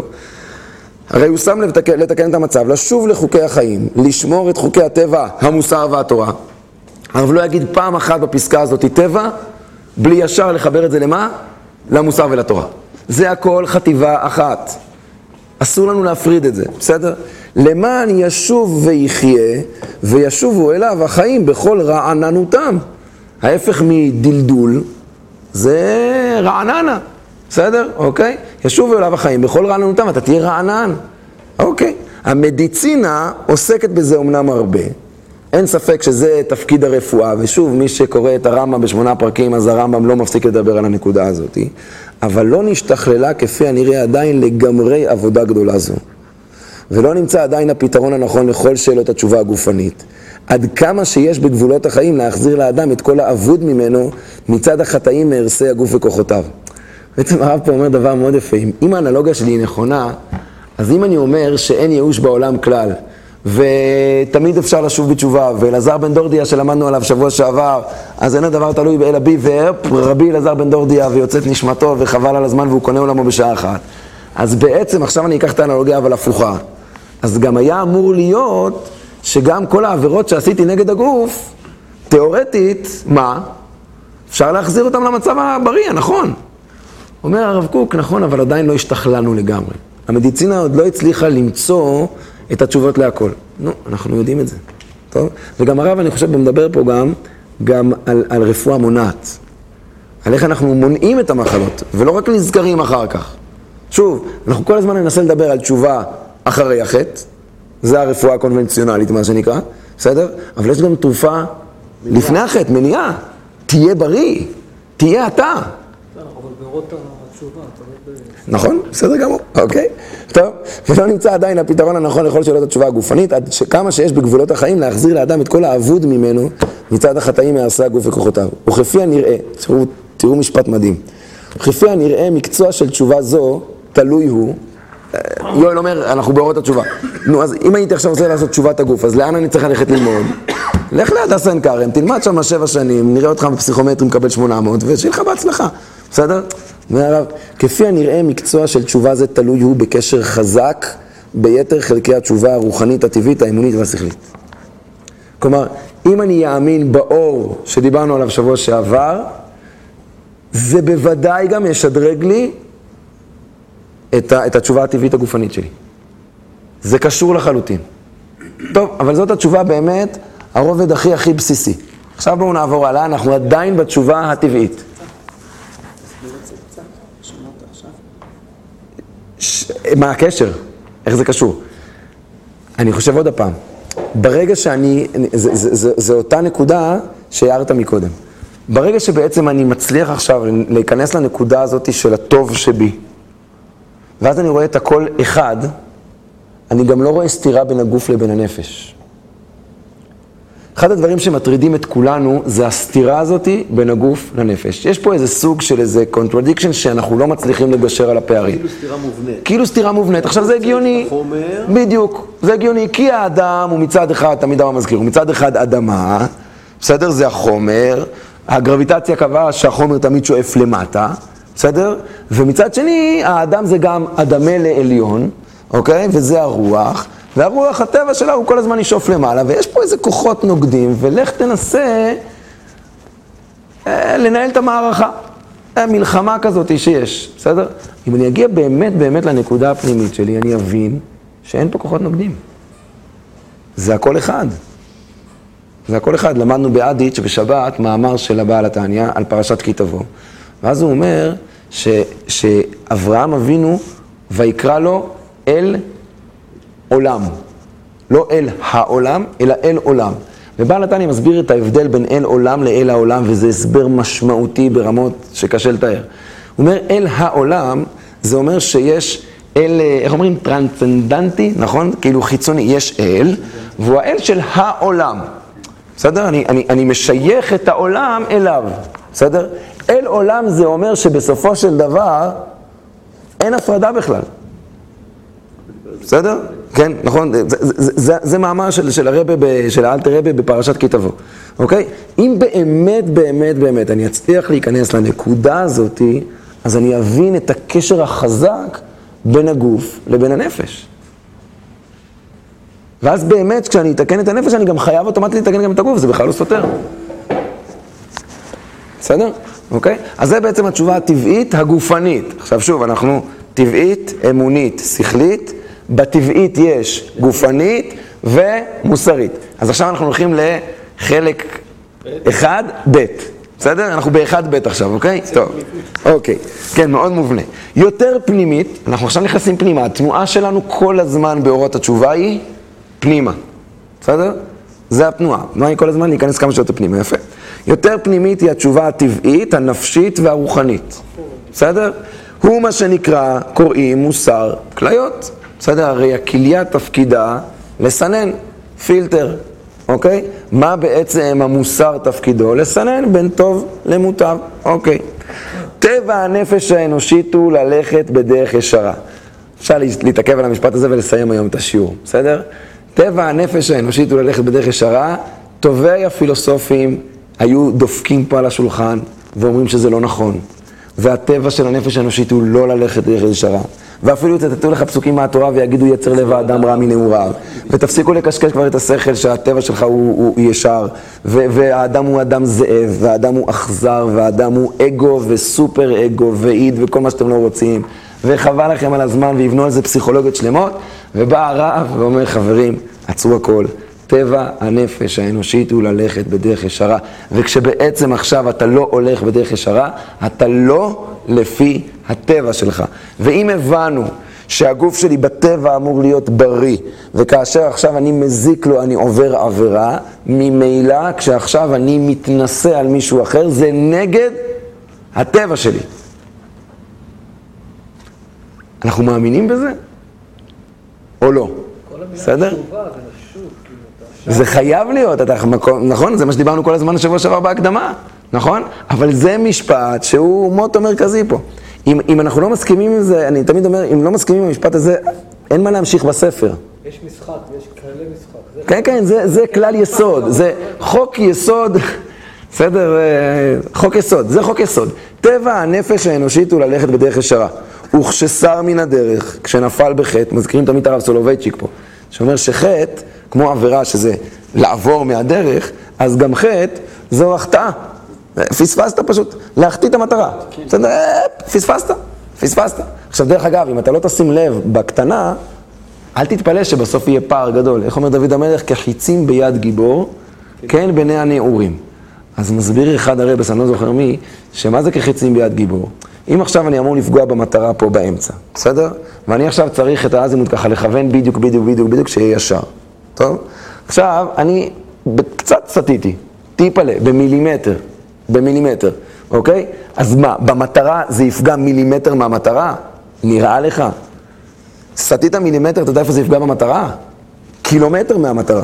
הרי הוא שם לב לתקן, לתקן את המצב, לשוב לחוקי החיים, לשמור את חוקי הטבע, המוסר והתורה. הרב לא יגיד פעם אחת בפסקה הזאת טבע, בלי ישר לחבר את זה למה? למוסר ולתורה. זה הכל חטיבה אחת. אסור לנו להפריד את זה, בסדר? למען ישוב ויחיה, וישובו אליו החיים בכל רעננותם. ההפך מדלדול, זה רעננה, בסדר? אוקיי? ישובו אליו החיים בכל רעננותם, אתה תהיה רענן. אוקיי. המדיצינה עוסקת בזה אומנם הרבה. אין ספק שזה תפקיד הרפואה, ושוב, מי שקורא את הרמב"ם בשמונה פרקים, אז הרמב"ם לא מפסיק לדבר על הנקודה הזאת, אבל לא נשתכללה כפי הנראה עדיין לגמרי עבודה גדולה זו. ולא נמצא עדיין הפתרון הנכון לכל שאלות התשובה הגופנית. עד כמה שיש בגבולות החיים להחזיר לאדם את כל העבוד ממנו מצד החטאים מהרסי הגוף וכוחותיו. בעצם הרב פה אומר דבר מאוד יפה, אם האנלוגיה שלי היא נכונה, אז אם אני אומר שאין ייאוש בעולם כלל, ותמיד אפשר לשוב בתשובה, ואלעזר בן דורדיה שלמדנו עליו שבוע שעבר, אז אין הדבר תלוי באל אבי והרפ, רבי אלעזר בן דורדיה ויוצאת נשמתו וחבל על הזמן והוא קונה עולמו בשעה אחת. אז בעצם, עכשיו אני אקח את האנלוגיה אבל הפוכה. אז גם היה אמור להיות שגם כל העבירות שעשיתי נגד הגוף, תיאורטית, מה? אפשר להחזיר אותם למצב הבריא, נכון? אומר הרב קוק, נכון, אבל עדיין לא השתכללנו לגמרי. המדיצינה עוד לא הצליחה למצוא את התשובות להכל. נו, אנחנו יודעים את זה. טוב? וגם הרב, אני חושב, מדבר פה גם, גם על, על רפואה מונעת. על איך אנחנו מונעים את המחלות, ולא רק נזכרים אחר כך. שוב, אנחנו כל הזמן ננסה לדבר על תשובה אחרי החטא, זה הרפואה הקונבנציונלית, מה שנקרא, בסדר? אבל יש גם תרופה מניעה. לפני החטא, מניעה. תהיה בריא, תהיה אתה. אבל ברות התשובה, תמיד... נכון, בסדר גמור, אוקיי. טוב, ולא נמצא עדיין הפתרון הנכון לכל שאלות התשובה הגופנית, עד שכמה שיש בגבולות החיים להחזיר לאדם את כל האבוד ממנו, מצד החטאים מעשה הגוף וכוחותיו. וכפי הנראה, תראו, תראו משפט מדהים, וכפי הנראה מקצוע של תשובה זו, תלוי הוא, יואל אומר, אנחנו באורות התשובה. נו, אז אם הייתי עכשיו רוצה לעשות תשובת הגוף, אז לאן אני צריך ללכת ללמוד? לך להדסה עין כרם, תלמד שם שבע שנים, נראה אותך בפסיכומטרי מקבל שמונה מאות, ושיהיה לך בהצלחה, בסדר? והרב, כפי הנראה מקצוע של תשובה זה תלוי הוא בקשר חזק ביתר חלקי התשובה הרוחנית, הטבעית, האמונית והשכלית. כלומר, אם אני יאמין באור שדיברנו עליו שבוע שעבר, זה בוודאי גם ישדרג לי את, ה, את התשובה הטבעית הגופנית שלי. זה קשור לחלוטין. טוב, אבל זאת התשובה באמת, הרובד הכי הכי בסיסי. עכשיו בואו נעבור הלאה, אנחנו עדיין בתשובה הטבעית. ש... מה הקשר? איך זה קשור? אני חושב עוד הפעם. ברגע שאני, זה, זה, זה, זה אותה נקודה שהערת מקודם. ברגע שבעצם אני מצליח עכשיו להיכנס לנקודה הזאת של הטוב שבי, ואז אני רואה את הכל אחד, אני גם לא רואה סתירה בין הגוף לבין הנפש. אחד הדברים שמטרידים את כולנו זה הסתירה הזאת בין הגוף לנפש. יש פה איזה סוג של איזה contradiction שאנחנו לא מצליחים לגשר על הפערים. כאילו סתירה מובנית. כאילו סתירה מובנית. עכשיו זה הגיוני. החומר. בדיוק. זה הגיוני. כי האדם הוא מצד אחד, תמיד הרב מזכיר, הוא מצד אחד אדמה, בסדר? זה החומר. הגרביטציה קבעה שהחומר תמיד שואף למטה, בסדר? ומצד שני, האדם זה גם אדמה לעליון, אוקיי? וזה הרוח. והרוח, הטבע שלה, הוא כל הזמן ישוף למעלה, ויש פה איזה כוחות נוגדים, ולך תנסה אה, לנהל את המערכה. אה, מלחמה כזאת שיש, בסדר? אם אני אגיע באמת באמת לנקודה הפנימית שלי, אני אבין שאין פה כוחות נוגדים. זה הכל אחד. זה הכל אחד. למדנו באדיץ' בשבת מאמר של הבעל התניא על פרשת כי תבוא. ואז הוא אומר ש, שאברהם אבינו ויקרא לו אל עולם. לא אל העולם, אלא אל עולם. ובעל התניא מסביר את ההבדל בין אל עולם לאל העולם, וזה הסבר משמעותי ברמות שקשה לתאר. הוא אומר אל העולם, זה אומר שיש אל, איך אומרים? טרנסצנדנטי, נכון? כאילו חיצוני, יש אל, והוא האל של העולם. בסדר? אני, אני, אני משייך את העולם אליו. בסדר? אל עולם זה אומר שבסופו של דבר אין הפרדה בכלל. בסדר? כן, נכון? זה, זה, זה, זה, זה מאמר של, של הרבי, של האלטר רבי בפרשת כי תבוא. אוקיי? אם באמת, באמת, באמת אני אצליח להיכנס לנקודה הזאת, אז אני אבין את הקשר החזק בין הגוף לבין הנפש. ואז באמת, כשאני אתקן את הנפש, אני גם חייב אוטומטית לתקן גם את הגוף, זה בכלל לא סותר. בסדר? אוקיי? אז זה בעצם התשובה הטבעית הגופנית. עכשיו שוב, אנחנו טבעית, אמונית, שכלית, בטבעית יש גופנית ומוסרית. אז עכשיו אנחנו הולכים לחלק אחד, ב'. בסדר? אנחנו באחד ב' עכשיו, אוקיי? טוב. אוקיי. כן, מאוד מובנה. יותר פנימית, אנחנו עכשיו נכנסים פנימה. התנועה שלנו כל הזמן באורות התשובה היא פנימה. בסדר? זה התנועה. התנועה היא כל הזמן להיכנס כמה שיותר פנימה. יפה. יותר פנימית היא התשובה הטבעית, הנפשית והרוחנית. בסדר? הוא מה שנקרא, קוראים מוסר כליות. בסדר? הרי הכליה תפקידה לסנן, פילטר. אוקיי? מה בעצם המוסר תפקידו? לסנן בין טוב למוטב. אוקיי. טבע הנפש האנושית הוא ללכת בדרך ישרה. אפשר להתעכב על המשפט הזה ולסיים היום את השיעור. בסדר? טבע הנפש האנושית הוא ללכת בדרך ישרה, טובי הפילוסופים היו דופקים פה על השולחן ואומרים שזה לא נכון. והטבע של הנפש האנושית הוא לא ללכת בדרך ישרה. ואפילו יצטטו לך פסוקים מהתורה ויגידו יצר לב האדם רע מנעוריו. ותפסיקו לקשקש כבר את השכל שהטבע שלך הוא, הוא ישר. ו- והאדם הוא אדם זאב, והאדם הוא אכזר, והאדם הוא אגו וסופר אגו ואיד וכל מה שאתם לא רוצים. וחבל לכם על הזמן ויבנו על זה פסיכולוגיות שלמות. ובא הרב ואומר חברים, עצרו הכל. טבע הנפש האנושית הוא ללכת בדרך ישרה. וכשבעצם עכשיו אתה לא הולך בדרך ישרה, אתה לא לפי הטבע שלך. ואם הבנו שהגוף שלי בטבע אמור להיות בריא, וכאשר עכשיו אני מזיק לו, אני עובר עבירה, ממילא כשעכשיו אני מתנסה על מישהו אחר, זה נגד הטבע שלי. אנחנו מאמינים בזה? או לא? בסדר? זה חייב להיות, אתה, נכון? זה מה שדיברנו כל הזמן השבוע שעבר בהקדמה, נכון? אבל זה משפט שהוא מוטו מרכזי פה. אם, אם אנחנו לא מסכימים עם זה, אני תמיד אומר, אם לא מסכימים עם המשפט הזה, אין מה להמשיך בספר. יש משחק, יש כללי משחק. כן, כן, זה, זה כלל יסוד, זה חוק יסוד, בסדר? חוק יסוד, זה חוק יסוד. טבע הנפש האנושית הוא ללכת בדרך ישרה. וכשסר מן הדרך, כשנפל בחטא, מזכירים תמיד הרב סולובייצ'יק פה, שאומר שחטא, כמו עבירה שזה לעבור מהדרך, אז גם חטא זו החטאה. פספסת פשוט, להחטיא את המטרה. בסדר, פספסת, פספסת. עכשיו דרך אגב, אם אתה לא תשים לב בקטנה, אל תתפלא שבסוף יהיה פער גדול. איך אומר דוד המלך? כחיצים ביד גיבור, כן בני הנעורים. אז מסביר אחד הרבס, אני לא זוכר מי, שמה זה כחיצים ביד גיבור? אם עכשיו אני אמור לפגוע במטרה פה באמצע, בסדר? ואני עכשיו צריך את האזימות ככה לכוון בדיוק, בדיוק, בדיוק, בדיוק, שיהיה ישר. טוב? עכשיו, אני קצת סטיתי, טיפלה, במילימטר, במילימטר, אוקיי? אז מה, במטרה זה יפגע מילימטר מהמטרה? נראה לך? סטית מילימטר, אתה יודע איפה זה יפגע במטרה? קילומטר מהמטרה.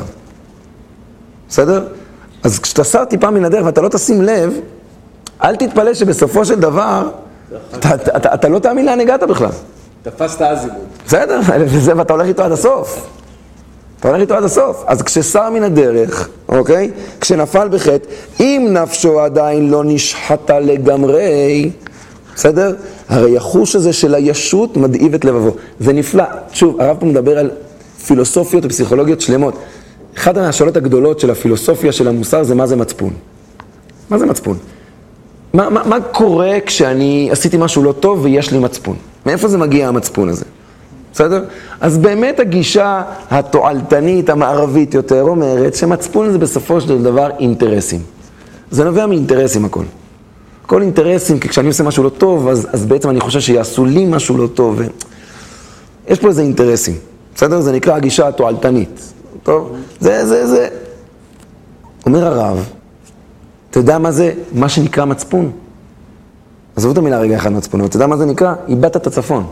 בסדר? אז כשאתה סר טיפה מן הדרך ואתה לא תשים לב, אל תתפלא שבסופו של דבר, אתה, אתה, אתה, אתה לא תאמין לאן הגעת בכלל. תפסת אזימות. בסדר, וזה, ואתה הולך איתו עד הסוף. אתה הולך איתו עד הסוף. אז כשסר מן הדרך, אוקיי? כשנפל בחטא, אם נפשו עדיין לא נשחטה לגמרי, בסדר? הרי החוש הזה של הישות מדאיב את לבבו. זה נפלא. שוב, הרב פה מדבר על פילוסופיות ופסיכולוגיות שלמות. אחת מהשאלות הגדולות של הפילוסופיה של המוסר זה מה זה מצפון. מה זה מצפון? מה, מה, מה קורה כשאני עשיתי משהו לא טוב ויש לי מצפון? מאיפה זה מגיע המצפון הזה? בסדר? אז באמת הגישה התועלתנית, המערבית יותר, אומרת שמצפון זה בסופו של דבר אינטרסים. זה נובע מאינטרסים הכל. כל אינטרסים, כי כשאני עושה משהו לא טוב, אז, אז בעצם אני חושב שיעשו לי משהו לא טוב. ו... יש פה איזה אינטרסים. בסדר? זה נקרא הגישה התועלתנית. טוב? זה, זה, זה. אומר הרב, אתה יודע מה זה? מה שנקרא מצפון. עזבו את המילה רגע אחד מצפון, אבל אתה יודע מה זה נקרא? איבדת את הצפון.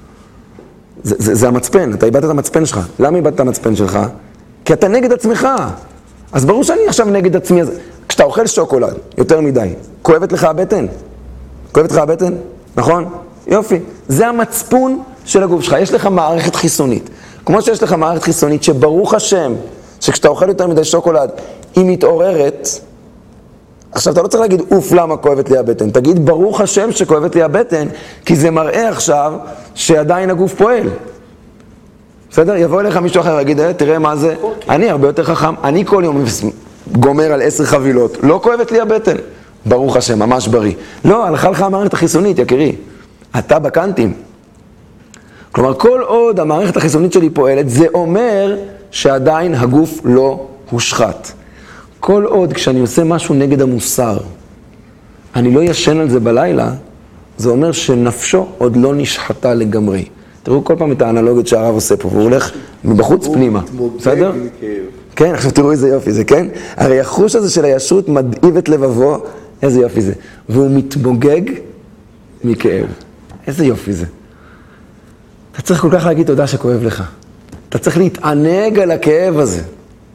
זה, זה, זה המצפן, אתה איבדת את המצפן שלך. למה איבדת את המצפן שלך? כי אתה נגד עצמך. אז ברור שאני עכשיו נגד עצמי. כשאתה אוכל שוקולד, יותר מדי, כואבת לך הבטן? כואבת לך הבטן? נכון? יופי. זה המצפון של הגוף שלך. יש לך מערכת חיסונית. כמו שיש לך מערכת חיסונית שברוך השם, שכשאתה אוכל יותר מדי שוקולד, היא מתעוררת. עכשיו, אתה לא צריך להגיד, אוף, למה כואבת לי הבטן? תגיד, ברוך השם שכואבת לי הבטן, כי זה מראה עכשיו שעדיין הגוף פועל. בסדר? יבוא אליך מישהו אחר ויגיד, תראה מה זה, אני הרבה יותר חכם, אני כל יום גומר על עשר חבילות, לא כואבת לי הבטן. ברוך השם, ממש בריא. לא, הלכה לך המערכת החיסונית, יקירי. אתה בקנטים. כלומר, כל עוד המערכת החיסונית שלי פועלת, זה אומר שעדיין הגוף לא הושחת. כל עוד כשאני עושה משהו נגד המוסר, אני לא ישן על זה בלילה, זה אומר שנפשו עוד לא נשחטה לגמרי. תראו כל פעם את האנלוגיות שהרב עושה פה, והוא הולך מבחוץ פנימה, בסדר? כן, עכשיו תראו איזה יופי זה, כן? הרי החוש הזה של הישות מדאיב את לבבו, איזה יופי זה. והוא מתמוגג מכאב. איזה יופי זה. אתה צריך כל כך להגיד תודה שכואב לך. אתה צריך להתענג על הכאב הזה.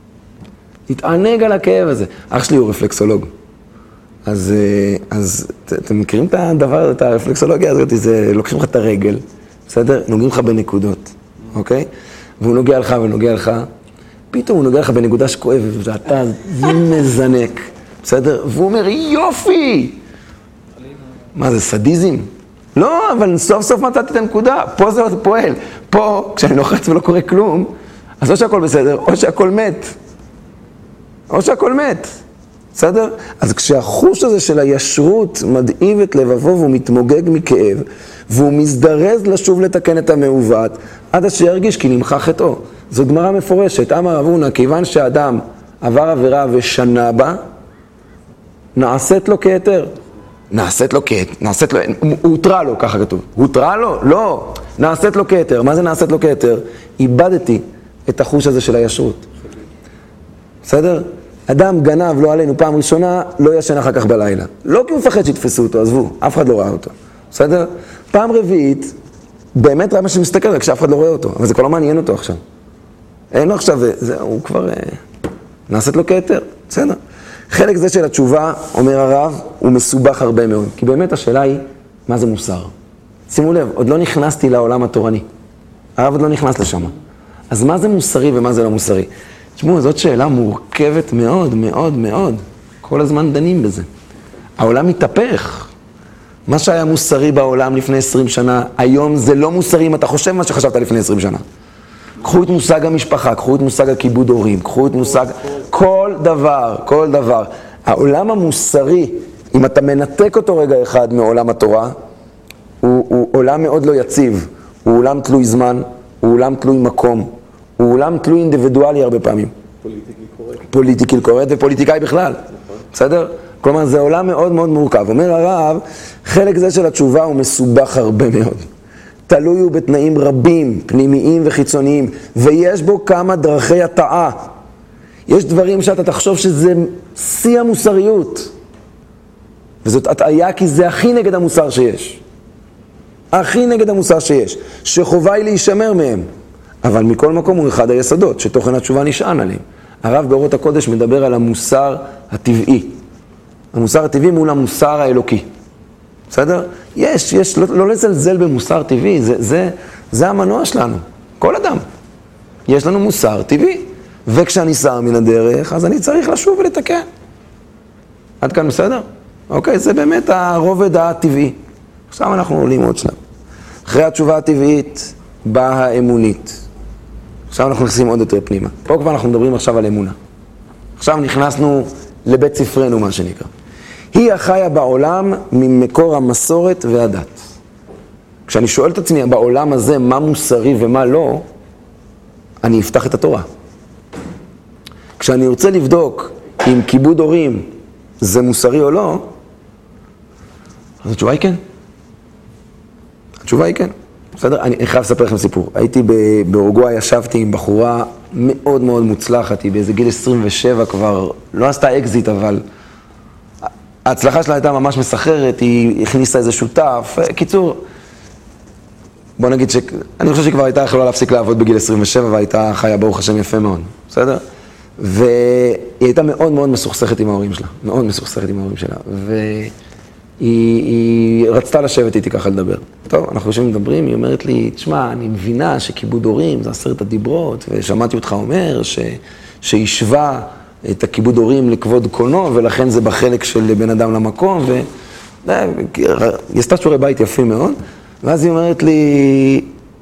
להתענג על הכאב הזה. אח שלי הוא רפלקסולוג. אז, אז אתם מכירים את הדבר, את הרפלקסולוגיה הזאת? זה לוקחים לך את הרגל, בסדר? נוגעים לך בנקודות, אוקיי? והוא נוגע לך ונוגע לך, פתאום הוא נוגע לך בנקודה שכואבת, ואתה מזנק, בסדר? והוא אומר, יופי! מה זה, סדיזם? לא, אבל סוף סוף מצאתי את הנקודה, פה זה פועל. פה, כשאני לוחץ ולא קורה כלום, אז או שהכל בסדר, או שהכל מת. או שהכל מת. בסדר? אז כשהחוש הזה של הישרות מדאיב את לבבו והוא מתמוגג מכאב, והוא מזדרז לשוב לתקן את המעוות, עד אשר ירגיש כי נמחה חטאו. זו גמרא מפורשת, אמר רב הונא, כיוון שאדם עבר עבירה ושנה בה, נעשית לו כהיתר. נעשית לו כהיתר, נעשית לו, הותרה לו, ככה כתוב. הותרה לו? לא. נעשית לו כהיתר. מה זה נעשית לו כהיתר? איבדתי את החוש הזה של הישרות. בסדר? אדם גנב, לא עלינו, פעם ראשונה, לא ישן אחר כך בלילה. לא כי הוא מפחד שיתפסו אותו, עזבו, אף אחד לא ראה אותו. בסדר? פעם רביעית, באמת ראה מה שמסתכל, רק שאף אחד לא רואה אותו, אבל זה כבר לא מעניין אותו עכשיו. אין לו עכשיו, זה, הוא כבר, אה, נעשית לו כהיתר, בסדר? חלק זה של התשובה, אומר הרב, הוא מסובך הרבה מאוד, כי באמת השאלה היא, מה זה מוסר? שימו לב, עוד לא נכנסתי לעולם התורני. הרב עוד לא נכנס לשם. אז מה זה מוסרי ומה זה לא מוסרי? תשמעו, זאת שאלה מורכבת מאוד, מאוד, מאוד. כל הזמן דנים בזה. העולם מתהפך. מה שהיה מוסרי בעולם לפני עשרים שנה, היום זה לא מוסרי אם אתה חושב מה שחשבת לפני עשרים שנה. קחו את מושג המשפחה, קחו את מושג הכיבוד הורים, קחו את מושג... כל דבר, כל דבר. העולם המוסרי, אם אתה מנתק אותו רגע אחד מעולם התורה, הוא, הוא עולם מאוד לא יציב. הוא עולם תלוי זמן, הוא עולם תלוי מקום. הוא עולם תלוי אינדיבידואלי הרבה פעמים. פוליטיקלי קורקט. פוליטיקלי קורקט ופוליטיקאי בכלל. בסדר? כלומר, זה עולם מאוד מאוד מורכב. אומר הרב, חלק זה של התשובה הוא מסובך הרבה מאוד. תלוי הוא בתנאים רבים, פנימיים וחיצוניים, ויש בו כמה דרכי הטעה. יש דברים שאתה תחשוב שזה שיא המוסריות. וזאת הטעיה כי זה הכי נגד המוסר שיש. הכי נגד המוסר שיש. שחובה היא להישמר מהם. אבל מכל מקום הוא אחד היסודות, שתוכן התשובה נשען עליהם. הרב באורות הקודש מדבר על המוסר הטבעי. המוסר הטבעי מול המוסר האלוקי. בסדר? יש, יש, לא, לא לזלזל במוסר טבעי, זה, זה, זה המנוע שלנו. כל אדם. יש לנו מוסר טבעי. וכשאני שר מן הדרך, אז אני צריך לשוב ולתקן. עד כאן בסדר? אוקיי, זה באמת הרובד הטבעי. עכשיו אנחנו עולים עוד שלב. אחרי התשובה הטבעית, באה האמונית. עכשיו אנחנו נכנסים עוד יותר פנימה. פה כבר אנחנו מדברים עכשיו על אמונה. עכשיו נכנסנו לבית ספרנו, מה שנקרא. היא החיה בעולם ממקור המסורת והדת. כשאני שואל את עצמי בעולם הזה מה מוסרי ומה לא, אני אפתח את התורה. כשאני רוצה לבדוק אם כיבוד הורים זה מוסרי או לא, אז התשובה היא כן. התשובה היא כן. בסדר? אני חייב לספר לכם סיפור. הייתי באורוגוואי, ישבתי עם בחורה מאוד מאוד מוצלחת, היא באיזה גיל עשרים ושבע כבר, לא עשתה אקזיט, אבל ההצלחה שלה הייתה ממש מסחררת, היא הכניסה איזה שותף. קיצור, בוא נגיד ש... אני חושב שכבר הייתה יכולה להפסיק לעבוד בגיל עשרים ושבע, והייתה חיה ברוך השם יפה מאוד. בסדר? והיא הייתה מאוד מאוד מסוכסכת עם ההורים שלה. מאוד מסוכסכת עם ההורים שלה. והיא היא רצתה לשבת איתי ככה לדבר. טוב, אנחנו יושבים מדברים, היא אומרת לי, תשמע, אני מבינה שכיבוד הורים זה עשרת הדיברות, ושמעתי אותך אומר ש... שישווה את הכיבוד הורים לכבוד קונו, ולכן זה בחלק של בן אדם למקום, ו... היא עשתה שיעורי בית יפים מאוד, ואז היא אומרת לי,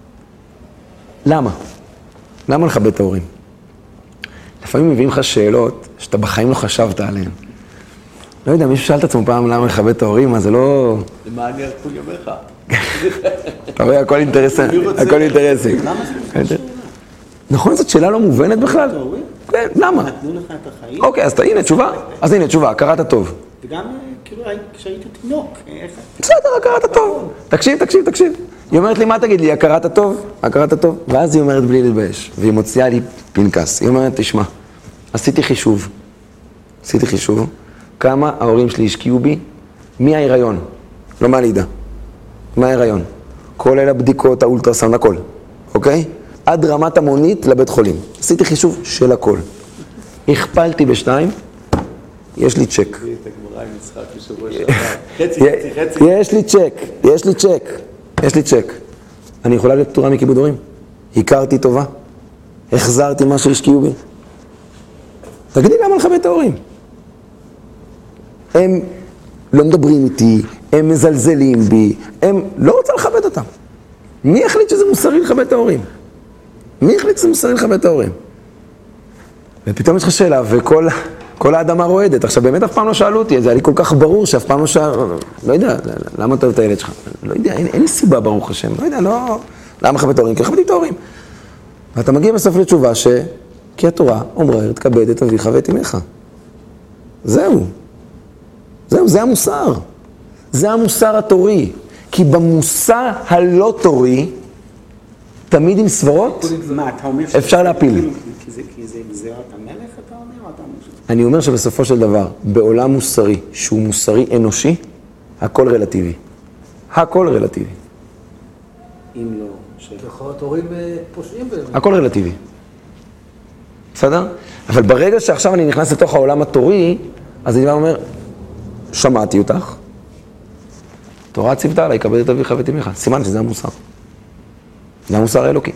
למה? למה לכבד את ההורים? לפעמים מביאים לך שאלות שאתה בחיים לא חשבת עליהן. לא יודע, מישהו שאל את עצמו פעם למה לכבד את ההורים, מה זה לא... למה אני ארקו ימיך? אתה רואה, הכל אינטרסי, הכל אינטרסי. למה זה קשור? נכון, זאת שאלה לא מובנת בכלל? כן, למה? נתנו לך את החיים. אוקיי, אז הנה תשובה. אז הנה תשובה, הכרת הטוב. וגם כאילו כשהיית תינוק, איך... בסדר, הכרת הטוב. תקשיב, תקשיב, תקשיב. היא אומרת לי, מה תגיד לי, הכרת הטוב? הכרת הטוב? ואז היא אומרת בלי להתבייש, והיא מוציאה לי פנקס. היא אומרת, תשמע, עשיתי חישוב. עשיתי חישוב. כמה ההורים שלי השקיעו בי מההיריון, לא מהלידה, מההיריון. כל אלה בדיקות, האולטרסאונד, הכל, אוקיי? עד רמת המונית לבית חולים. עשיתי חישוב של הכל. הכפלתי בשתיים, יש לי צ'ק. יש לי צ'ק, יש לי צ'ק, יש לי צ'ק. אני יכולה להיות פטורה מכיבוד הורים. הכרתי טובה, החזרתי מה שהשקיעו בי, תגידי למה לכבד את ההורים? הם לא מדברים איתי, הם מזלזלים בי, הם לא רוצה לכבד אותם. מי החליט שזה מוסרי לכבד את ההורים? מי החליט שזה מוסרי לכבד את ההורים? ופתאום יש לך שאלה, וכל כל האדמה רועדת. עכשיו, באמת אף פעם לא שאלו אותי, זה היה לי כל כך ברור שאף פעם לא שאל... לא יודע, למה אתה אוהב את הילד שלך? לא יודע, אין, אין לי סיבה ברוך השם. לא יודע, לא... למה לכבד את ההורים? כי לכבד את ההורים. ואתה מגיע בסוף לתשובה ש... כי התורה אומרת, תכבד את אביך ואת אמך. זהו. זהו, זה המוסר. זה המוסר התורי. כי במוסר הלא תורי, תמיד עם סברות, מה, אתה אומר אפשר להפיל. כי זה גזירת המלך, אתה אומר, או אתה אומר? אני אומר שבסופו של דבר, בעולם מוסרי, שהוא מוסרי אנושי, הכל רלטיבי. הכל רלטיבי. אם לא... יכול להיות הורים פושעים באמת. הכל רלטיבי. בסדר? אבל ברגע שעכשיו אני נכנס לתוך העולם התורי, אז אני אומר, שמעתי אותך, תורה ציוותה עליי, כבד את אביך ואת אמך. סימן שזה המוסר. זה המוסר האלוקי.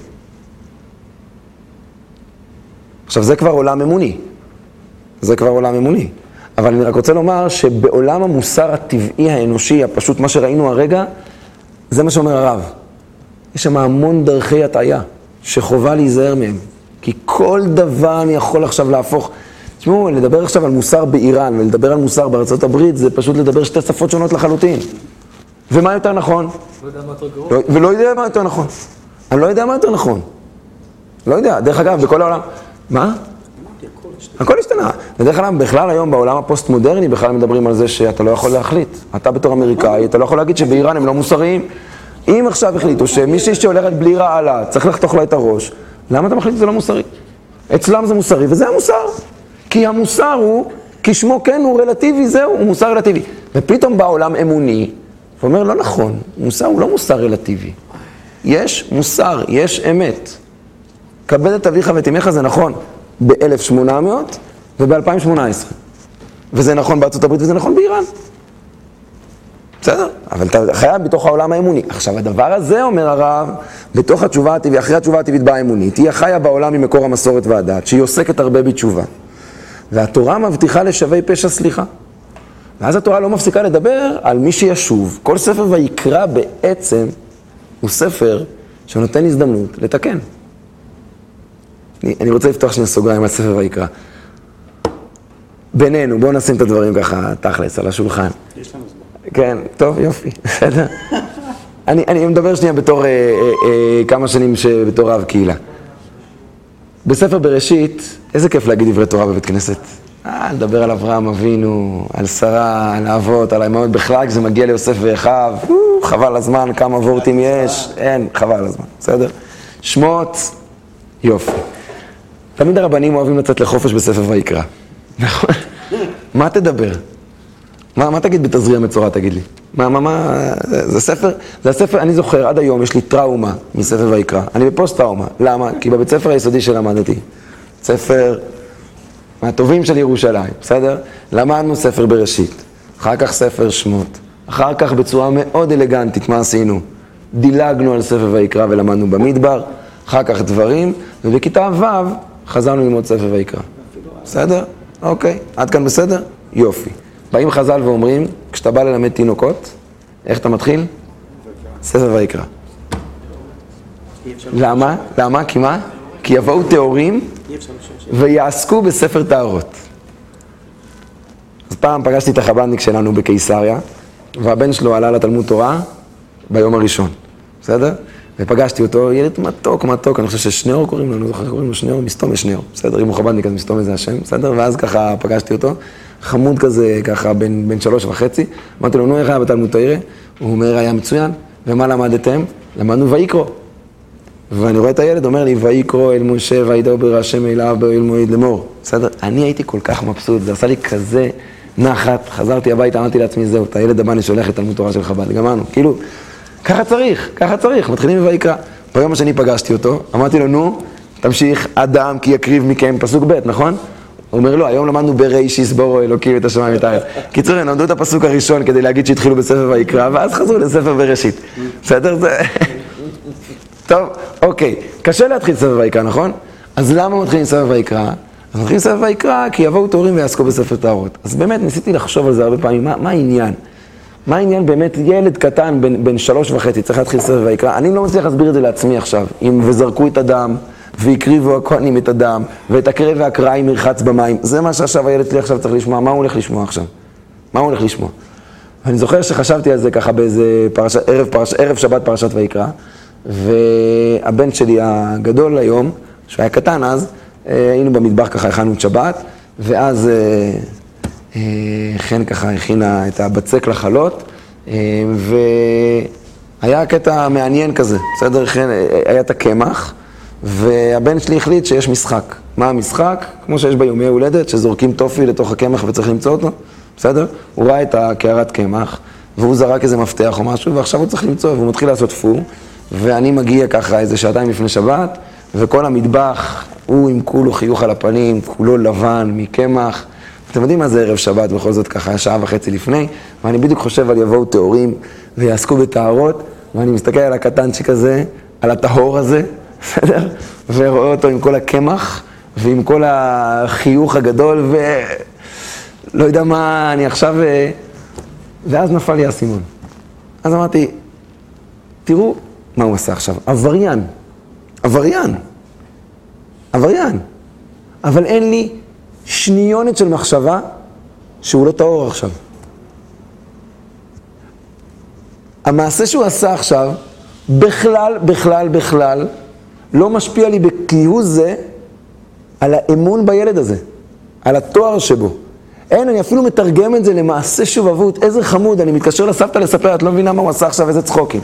עכשיו, זה כבר עולם אמוני. זה כבר עולם אמוני. אבל אני רק רוצה לומר שבעולם המוסר הטבעי האנושי, הפשוט מה שראינו הרגע, זה מה שאומר הרב. יש שם המון דרכי הטעיה שחובה להיזהר מהם. כי כל דבר אני יכול עכשיו להפוך. תשמעו, לדבר עכשיו על מוסר באיראן ולדבר על מוסר בארצות הברית, זה פשוט לדבר שתי שפות שונות לחלוטין. ומה יותר נכון? לא יודע מה יותר גרוע. לא, ולא יודע מה יותר נכון. אני לא יודע מה יותר נכון. לא יודע. דרך אגב, בכל העולם... מה? הכל השתנה. בדרך כלל, בכלל היום בעולם הפוסט-מודרני, בכלל מדברים על זה שאתה לא יכול להחליט. אתה בתור אמריקאי, אתה לא יכול להגיד שבאיראן הם לא מוסריים. אם עכשיו החליטו שמישהי שהולכת בלי רעלה, צריך לחתוך לה את הראש, למה אתה מחליט שזה לא מוסרי? אצלם זה מוסרי, וזה המוסר. כי המוסר הוא, כשמו כן הוא רלטיבי, זהו, הוא מוסר רלטיבי. ופתאום בעולם אמוני, ואומר, לא נכון, מוסר הוא לא מוסר רלטיבי. יש מוסר, יש אמת. כבד את אביך ואת אמך זה נכון ב-אלף שמונה מאות וב-אלפיים שמונה עשרה. וזה נכון בארצות הברית וזה נכון באיראן. בסדר? אבל אתה חייב בתוך העולם האמוני. עכשיו, הדבר הזה, אומר הרב, בתוך התשובה הטבעית, אחרי התשובה הטבעית באה האמונית, היא חיה בעולם ממקור המסורת והדת, שהיא עוסקת הרבה בתשובה. והתורה מבטיחה לשווה פשע סליחה. ואז התורה לא מפסיקה לדבר על מי שישוב. כל ספר ויקרא בעצם הוא ספר שנותן הזדמנות לתקן. אני, אני רוצה לפתוח שני סוגריים על ספר ויקרא. בינינו, בואו נשים את הדברים ככה תכלס על השולחן. יש לנו זמן. כן, טוב, יופי, בסדר. אני, אני מדבר שנייה בתור אה, אה, אה, כמה שנים שבתור רב קהילה. בספר בראשית, איזה כיף להגיד דברי תורה בבית כנסת. אה, לדבר על אברהם אבינו, על שרה, על האבות, על האמהות בכלל, כשזה מגיע ליוסף ואחיו, חבל הזמן, כמה וורטים יש, אין, חבל הזמן, בסדר? שמות, יופי. תמיד הרבנים אוהבים לצאת לחופש בספר ויקרא. נכון? מה תדבר? מה, מה תגיד בתזריע מצורע, תגיד לי? מה, מה, מה, זה ספר, זה הספר, אני זוכר, עד היום יש לי טראומה מספר ויקרא. אני בפוסט טראומה. למה? כי בבית ספר היסודי שלמדתי, ספר מהטובים של ירושלים, בסדר? למדנו ספר בראשית, אחר כך ספר שמות, אחר כך בצורה מאוד אלגנטית, מה עשינו? דילגנו על ספר ויקרא ולמדנו במדבר, אחר כך דברים, ובכיתה ו' חזרנו ללמוד ספר ויקרא. בסדר? אוקיי. עד כאן בסדר? יופי. באים חז"ל ואומרים, כשאתה בא ללמד תינוקות, איך אתה מתחיל? ספר ויקרא. למה? למה? כי מה? כי יבואו תיאורים ויעסקו בספר טהרות. אז פעם פגשתי את החב"דניק שלנו בקיסריה, והבן שלו עלה לתלמוד תורה ביום הראשון. בסדר? ופגשתי אותו, ילד מתוק, מתוק, אני חושב ששניאור קוראים לו, אני לא זוכר קוראים לו שניאור, מסתום יש-שניאור. בסדר? אם הוא חב"דניק אז מסתום איזה השם, בסדר? ואז ככה פגשתי אותו. חמוד כזה, ככה, בין, בין שלוש וחצי. אמרתי לו, נו, איך היה בתלמוד תורה? הוא אומר, היה מצוין. ומה למדתם? למדנו ויקרא. ואני רואה את הילד, אומר לי, ויקרא אל משה, וידבר השם אליו באוהל מועד לאמור. בסדר? אני הייתי כל כך מבסוט, זה עשה לי כזה נחת. חזרתי הביתה, אמרתי לעצמי, זהו, את הילד הבא אני שולח את תלמוד תורה של חב"ד. גמרנו. כאילו, ככה צריך, ככה צריך. מתחילים בויקרא. ביום השני פגשתי אותו, אמרתי לו, נו, תמשיך, אדם כי יקריב מכם, פסוק ב', נכון? הוא אומר לו, היום למדנו בראשיס בורו אלוקים את השמיים ואת הארץ. קיצור, הם למדו את הפסוק הראשון כדי להגיד שהתחילו בספר ויקרא, ואז חזרו לספר בראשית. בסדר? זה... טוב, אוקיי. קשה להתחיל ספר ויקרא, נכון? אז למה מתחילים ספר ויקרא? אז מתחילים ספר ויקרא, כי יבואו טהורים ויעסקו בספר טהרות. אז באמת ניסיתי לחשוב על זה הרבה פעמים, מה, מה העניין? מה העניין באמת, ילד קטן בין, בין שלוש וחצי, צריך להתחיל ספר ויקרא, אני לא מצליח להסביר את זה לעצמי עכשיו, אם וזרקו את הדם, והקריבו הכהנים את הדם, ואת הקרב והקריים מרחץ במים, זה מה שעכשיו הילד שלי עכשיו צריך לשמוע, מה הוא הולך לשמוע עכשיו? מה הוא הולך לשמוע? ואני זוכר שחשבתי על זה ככה באיזה פרשה, ערב, פרש, ערב שבת פרשת ויקרא, והבן שלי הגדול היום, שהוא היה קטן אז, היינו במטבח ככה, הכנו את שבת, ואז חן ככה הכינה את הבצק לחלות, והיה קטע מעניין כזה, בסדר? חן, היה את הקמח, והבן שלי החליט שיש משחק. מה המשחק? כמו שיש ביומי הולדת, שזורקים טופי לתוך הקמח וצריך למצוא אותו, בסדר? הוא ראה את הקערת קמח, והוא זרק איזה מפתח או משהו, ועכשיו הוא צריך למצוא, והוא מתחיל לעשות פור, ואני מגיע ככה איזה שעתיים לפני שבת, וכל המטבח, הוא עם כולו חיוך על הפנים, כולו לבן, מקמח. אתם יודעים מה זה ערב שבת, בכל זאת ככה, שעה וחצי לפני, ואני בדיוק חושב על יבואו טהורים ויעסקו בטהרות, ואני מסתכל על הקטנצ'יק הזה, על הטהור הזה, בסדר? ורואה אותו עם כל הקמח, ועם כל החיוך הגדול, ולא יודע מה, אני עכשיו... ואז נפל לי הסימון. אז אמרתי, תראו מה הוא עשה עכשיו, עבריין, עבריין, עבריין, אבל אין לי שניונת של מחשבה שהוא לא טהור עכשיו. המעשה שהוא עשה עכשיו, בכלל, בכלל, בכלל, לא משפיע לי בכיהוא זה על האמון בילד הזה, על התואר שבו. אין, אני אפילו מתרגם את זה למעשה שובבות, איזה חמוד, אני מתקשר לסבתא לספר, את לא מבינה מה הוא עשה עכשיו, איזה צחוקים.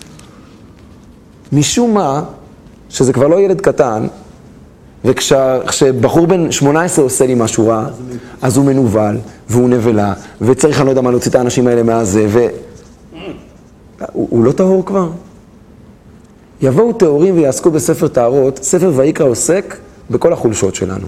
משום מה, שזה כבר לא ילד קטן, וכשבחור בן שמונה עשרה עושה לי משהו רע, אז הוא מנובל, והוא נבלה, וצריך אני לא יודע מה להוציא את האנשים האלה מהזה, ו... הוא, הוא לא טהור כבר. יבואו טהורים ויעסקו בספר טהרות, ספר ויקרא עוסק בכל החולשות שלנו.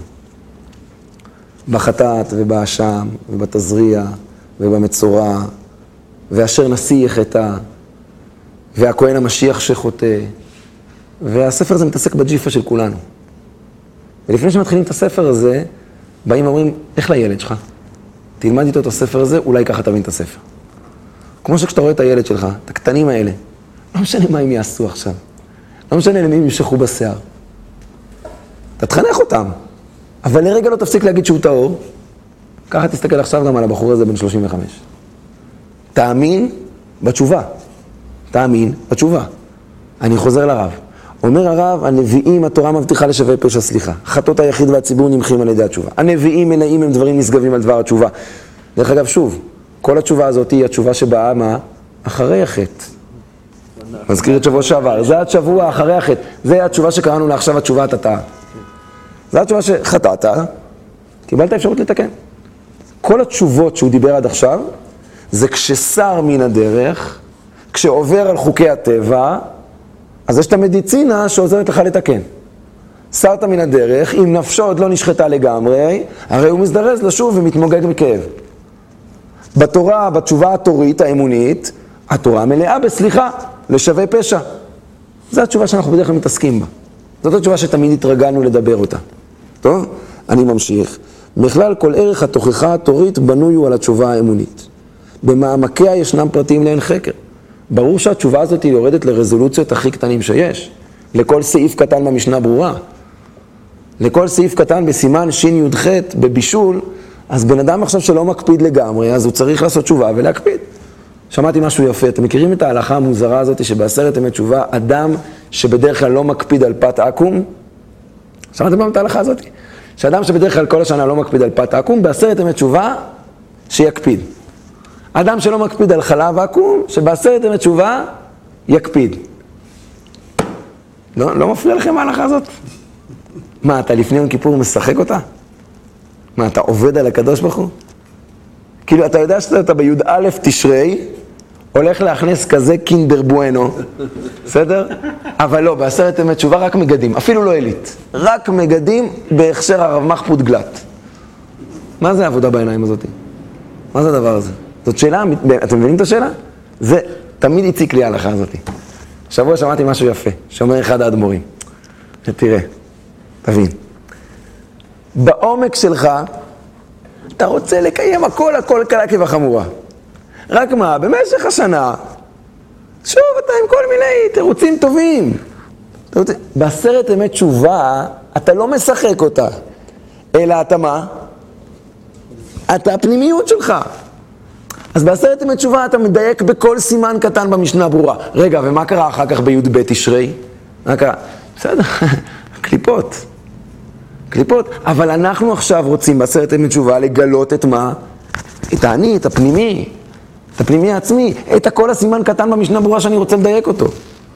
בחטאת ובאשם ובתזריע ובמצורע, ואשר נשיא יחטא, והכהן המשיח שחוטא, והספר הזה מתעסק בג'יפה של כולנו. ולפני שמתחילים את הספר הזה, באים ואומרים, איך לילד שלך? תלמד איתו את הספר הזה, אולי ככה תבין את הספר. כמו שכשאתה רואה את הילד שלך, את הקטנים האלה, לא משנה מה הם יעשו עכשיו. לא משנה למי הם ימשכו בשיער. אתה תחנך אותם, אבל לרגע לא תפסיק להגיד שהוא טהור. ככה תסתכל עכשיו גם על הבחור הזה בן שלושים וחמש. תאמין בתשובה. תאמין בתשובה. אני חוזר לרב. אומר הרב, הנביאים, התורה מבטיחה לשווה פשע סליחה. חטאות היחיד והציבור נמחים על ידי התשובה. הנביאים מלאים הם דברים נשגבים על דבר התשובה. דרך אגב, שוב, כל התשובה הזאת היא התשובה שבאה מה? אחרי החטא. מזכיר את שבוע שעבר. זה התשבוע אחרי החטא. זה התשובה שקראנו לה עכשיו התשובה התתאה. זה התשובה שחטאת, קיבלת אפשרות לתקן. כל התשובות שהוא דיבר עד עכשיו, זה כששר מן הדרך, כשעובר על חוקי הטבע, אז יש את המדיצינה שעוזרת לך לתקן. שרת מן הדרך, אם נפשו עוד לא נשחטה לגמרי, הרי הוא מזדרז לשוב ומתמוגג מכאב. בתורה, בתשובה התורית, האמונית, התורה מלאה בסליחה, לשווה פשע. זו התשובה שאנחנו בדרך כלל מתעסקים בה. זאת התשובה שתמיד התרגלנו לדבר אותה. טוב? אני ממשיך. בכלל, כל ערך התוכחה התורית בנוי הוא על התשובה האמונית. במעמקיה ישנם פרטים לאין חקר. ברור שהתשובה הזאת היא יורדת לרזולוציות הכי קטנים שיש. לכל סעיף קטן במשנה ברורה. לכל סעיף קטן בסימן שין י"ח בבישול, אז בן אדם עכשיו שלא מקפיד לגמרי, אז הוא צריך לעשות תשובה ולהקפיד. שמעתי משהו יפה, אתם מכירים את ההלכה המוזרה הזאת שבעשרת ימי תשובה, אדם שבדרך כלל לא מקפיד על פת עקום? שמעתם פעם את ההלכה הזאת? שאדם שבדרך כלל כל השנה לא מקפיד על פת עקום, בעשרת ימי תשובה שיקפיד. אדם שלא מקפיד על חלב עקום, שבעשרת ימי תשובה יקפיד. לא, לא מפריע לכם ההלכה הזאת? מה, אתה לפני יום כיפור משחק אותה? מה, אתה עובד על הקדוש ברוך הוא? כאילו, אתה יודע שאתה בי"א תשרי, הולך להכניס כזה קינדר בואנו, בסדר? אבל לא, בעשרת ימי תשובה רק מגדים, אפילו לא אלית. רק מגדים בהכשר הרב מחפוד גלט. מה זה העבודה בעיניים הזאת? מה זה הדבר הזה? זאת שאלה, אתם מבינים את השאלה? זה תמיד הציק לי ההלכה הזאת. שבוע שמעתי משהו יפה, שאומר אחד האדמו"רים. תראה, תבין. בעומק שלך, אתה רוצה לקיים הכל, הכל קלה כבחמורה. רק מה, במשך השנה, שוב אתה עם כל מיני תירוצים טובים. בעשרת ימי תשובה, אתה לא משחק אותה, אלא אתה מה? אתה הפנימיות שלך. אז בעשרת ימי תשובה אתה מדייק בכל סימן קטן במשנה ברורה. רגע, ומה קרה אחר כך בי' ב' תשרי? מה קרה? בסדר, קליפות. קליפות. אבל אנחנו עכשיו רוצים בעשרת ימי תשובה לגלות את מה? את האני, את הפנימי, את הפנימי העצמי, את הכל הסימן קטן במשנה ברורה שאני רוצה לדייק אותו.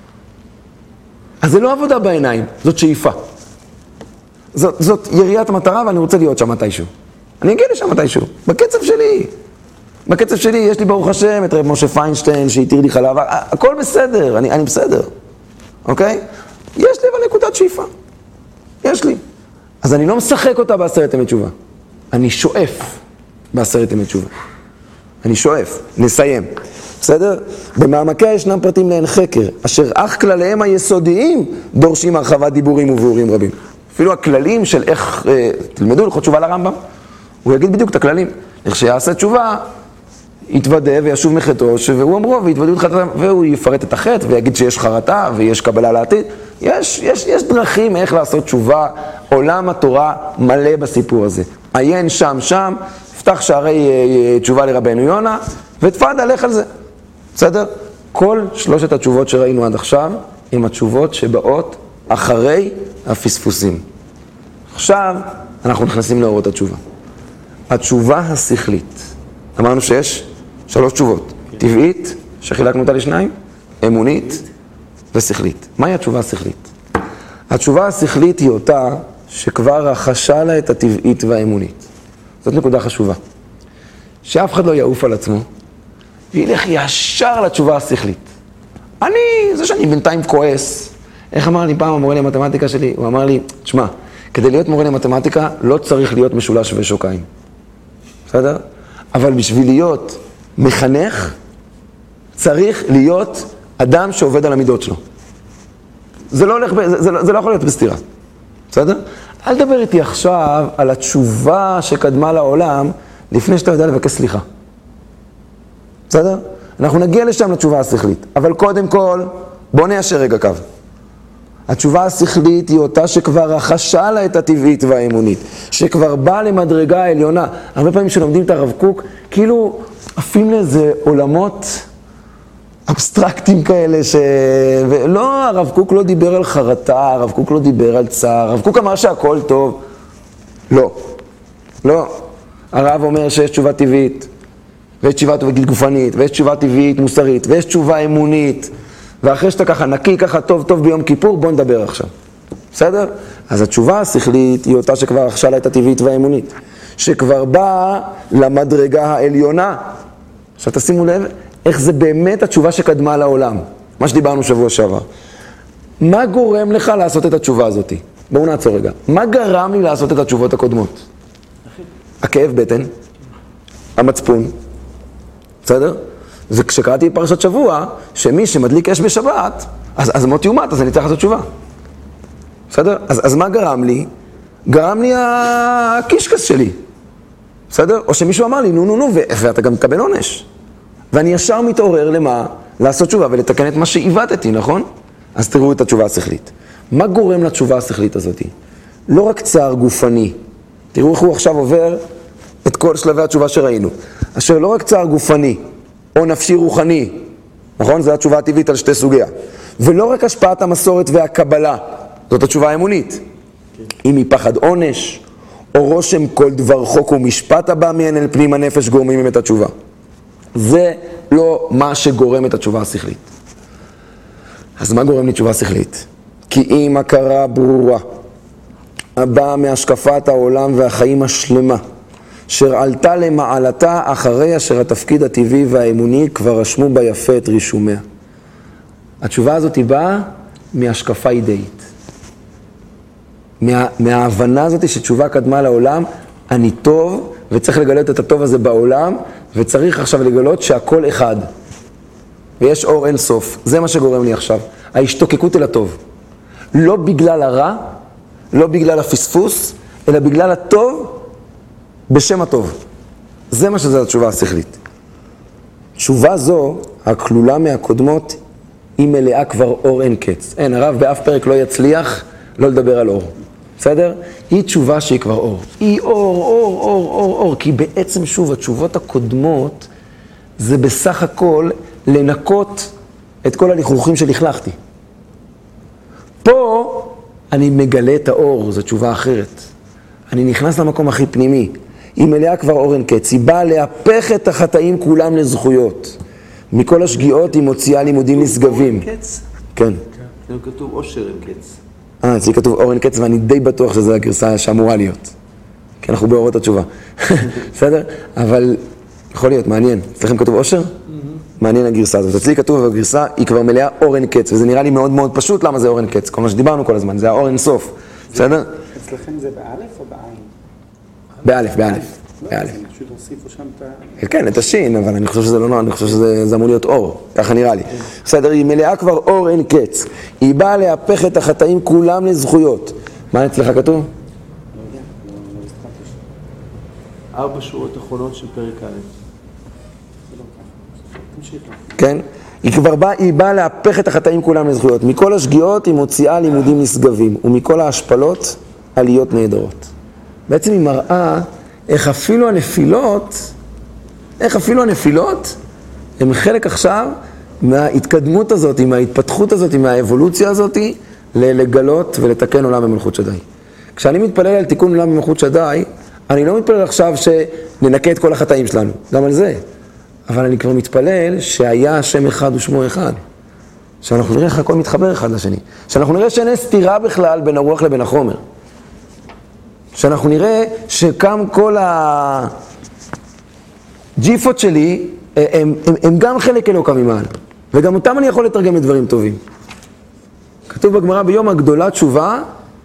אז זה לא עבודה בעיניים, זאת שאיפה. זאת, זאת יריית המטרה ואני רוצה להיות שם מתישהו. אני אגיע לשם מתישהו, בקצב שלי. בקצב שלי יש לי ברוך השם את רב משה פיינשטיין שהתיר לי חלב, הכל בסדר, אני, אני בסדר, אוקיי? יש לי אבל נקודת שאיפה, יש לי. אז אני לא משחק אותה בעשרת ימי תשובה, אני שואף בעשרת ימי תשובה. אני שואף, נסיים, בסדר? במעמקיה ישנם פרטים לעין חקר, אשר אך כלליהם היסודיים דורשים הרחבת דיבורים וביאורים רבים. אפילו הכללים של איך, אה, תלמדו ללכות תשובה לרמב"ם, הוא יגיד בדיוק את הכללים. איך שיעשה תשובה, יתוודה וישוב מחטאו, והוא אמרו, ויתוודו את חטאתם, והוא יפרט את החטא, ויגיד שיש חרטה, ויש קבלה לעתיד. יש, יש, יש דרכים איך לעשות תשובה, עולם התורה מלא בסיפור הזה. עיין שם, שם, פתח שערי תשובה לרבנו יונה, ותפד עליך על זה. בסדר? כל שלושת התשובות שראינו עד עכשיו, הם התשובות שבאות אחרי הפספוסים. עכשיו, אנחנו נכנסים לאורות התשובה. התשובה השכלית. אמרנו שיש שלוש תשובות. טבעית, שחילקנו אותה לשניים, אמונית ושכלית. מהי התשובה השכלית? התשובה השכלית היא אותה שכבר רכשה לה את הטבעית והאמונית. זאת נקודה חשובה. שאף אחד לא יעוף על עצמו, וילך ישר לתשובה השכלית. אני, זה שאני בינתיים כועס. איך אמר לי פעם המורה למתמטיקה שלי? הוא אמר לי, תשמע, כדי להיות מורה למתמטיקה לא צריך להיות משולש ושוקיים. בסדר? אבל בשביל להיות מחנך, צריך להיות אדם שעובד על המידות שלו. זה לא הולך, זה, זה, זה לא יכול להיות בסתירה. בסדר? אל תדבר איתי עכשיו על התשובה שקדמה לעולם, לפני שאתה יודע לבקש סליחה. בסדר? אנחנו נגיע לשם לתשובה השכלית. אבל קודם כל, בוא ניישר רגע קו. התשובה השכלית היא אותה שכבר רכשה לה את הטבעית והאמונית, שכבר באה למדרגה העליונה. הרבה פעמים שלומדים את הרב קוק, כאילו עפים לאיזה עולמות אבסטרקטיים כאלה, ש... ולא, הרב קוק לא דיבר על חרטה, הרב קוק לא דיבר על צער, הרב קוק אמר שהכל טוב. לא, לא. הרב אומר שיש תשובה טבעית, ויש תשובה גופנית, ויש תשובה טבעית מוסרית, ויש תשובה אמונית, ואחרי שאתה ככה נקי, ככה טוב טוב ביום כיפור, בוא נדבר עכשיו. בסדר? אז התשובה השכלית היא אותה שכבר רכשה לה את הטבעית והאמונית, שכבר באה למדרגה העליונה. עכשיו תשימו לב, איך זה באמת התשובה שקדמה לעולם. מה שדיברנו שבוע שעבר. מה גורם לך לעשות את התשובה הזאת? בואו נעצור רגע. מה גרם לי לעשות את התשובות הקודמות? הכאב בטן, המצפון. בסדר? וכשקראתי את פרשת שבוע, שמי שמדליק אש בשבת, אז, אז מות יומת, אז אני צריך לעשות תשובה. בסדר? אז, אז מה גרם לי? גרם לי הקישקס שלי. בסדר? או שמישהו אמר לי, נו נו נו, ו- ואתה גם תקבל עונש. ואני ישר מתעורר למה? לעשות תשובה ולתקן את מה שעיוותתי, נכון? אז תראו את התשובה השכלית. מה גורם לתשובה השכלית הזאת? לא רק צער גופני. תראו איך הוא עכשיו עובר את כל שלבי התשובה שראינו. אשר לא רק צער גופני, או נפשי רוחני, נכון? זו התשובה הטבעית על שתי סוגיה. ולא רק השפעת המסורת והקבלה, זאת התשובה האמונית. אם מפחד עונש, או רושם כל דבר חוק ומשפט הבא מהן אל פנים הנפש גורמים את התשובה. זה לא מה שגורם את התשובה השכלית. אז מה גורם לי תשובה שכלית? כי אם הכרה ברורה, הבאה מהשקפת העולם והחיים השלמה, אשר עלתה למעלתה אחרי אשר התפקיד הטבעי והאמוני כבר רשמו בה יפה את רישומיה. התשובה הזאת היא באה מהשקפה אידאית. מה, מההבנה הזאת שתשובה קדמה לעולם, אני טוב וצריך לגלות את הטוב הזה בעולם, וצריך עכשיו לגלות שהכל אחד. ויש אור אין סוף. זה מה שגורם לי עכשיו. ההשתוקקות אל הטוב. לא בגלל הרע, לא בגלל הפספוס, אלא בגלל הטוב בשם הטוב. זה מה שזה התשובה השכלית. תשובה זו, הכלולה מהקודמות, היא מלאה כבר אור אין קץ. אין, הרב באף פרק לא יצליח לא לדבר על אור. בסדר? היא תשובה שהיא כבר אור. היא אור, אור, אור, אור, אור. כי בעצם שוב, התשובות הקודמות, זה בסך הכל לנקות את כל הלכלוכים שלכלכתי. פה אני מגלה את האור, זו תשובה אחרת. אני נכנס למקום הכי פנימי. היא מלאה כבר אור אין קץ. היא באה להפך את החטאים כולם לזכויות. מכל השגיאות היא מוציאה לימודים נשגבים. אור אין קץ? כן. כן, כתוב אושר אין קץ. אה, אצלי כתוב אור אין קץ, ואני די בטוח שזו הגרסה שאמורה להיות. כי אנחנו באורות התשובה. בסדר? אבל יכול להיות, מעניין. אצלכם כתוב אושר? מעניין הגרסה הזאת. אצלי כתוב בגרסה, היא כבר מלאה אור אין קץ, וזה נראה לי מאוד מאוד פשוט למה זה אור אין קץ. כל מה שדיברנו כל הזמן, זה האור אין סוף. בסדר? אצלכם זה באלף או בעין? באלף, באלף. באלף. פשוט הוסיפו שם את ה... כן, את השין, אבל אני חושב שזה לא נורא, אני חושב שזה אמור להיות אור, ככה נראה לי. בסדר, היא מלאה כבר אור אין קץ. היא באה להפך את החטאים כולם לזכויות. מה אצלך כתוב? ארבע שורות אחרונות של פרק א'. כן? היא כבר באה, היא באה להפך את החטאים כולם לזכויות. מכל השגיאות היא מוציאה לימודים נשגבים, ומכל ההשפלות עליות נהדרות. בעצם היא מראה איך אפילו הנפילות, איך אפילו הנפילות, הם חלק עכשיו מההתקדמות הזאת, מההתפתחות הזאת, מהאבולוציה הזאת, לגלות ולתקן עולם במלכות שדי. כשאני מתפלל על תיקון עולם במלכות שדי, אני לא מתפלל עכשיו שננקה את כל החטאים שלנו, גם על זה. אבל אני כבר מתפלל שהיה השם אחד ושמו אחד. שאנחנו נראה איך הכל מתחבר אחד לשני. שאנחנו נראה שאין סתירה בכלל בין הרוח לבין החומר. שאנחנו נראה שקם כל הג'יפות שלי, הם, הם, הם גם חלק אלוקה ממעל. וגם אותם אני יכול לתרגם לדברים טובים. כתוב בגמרא ביום הגדולה תשובה,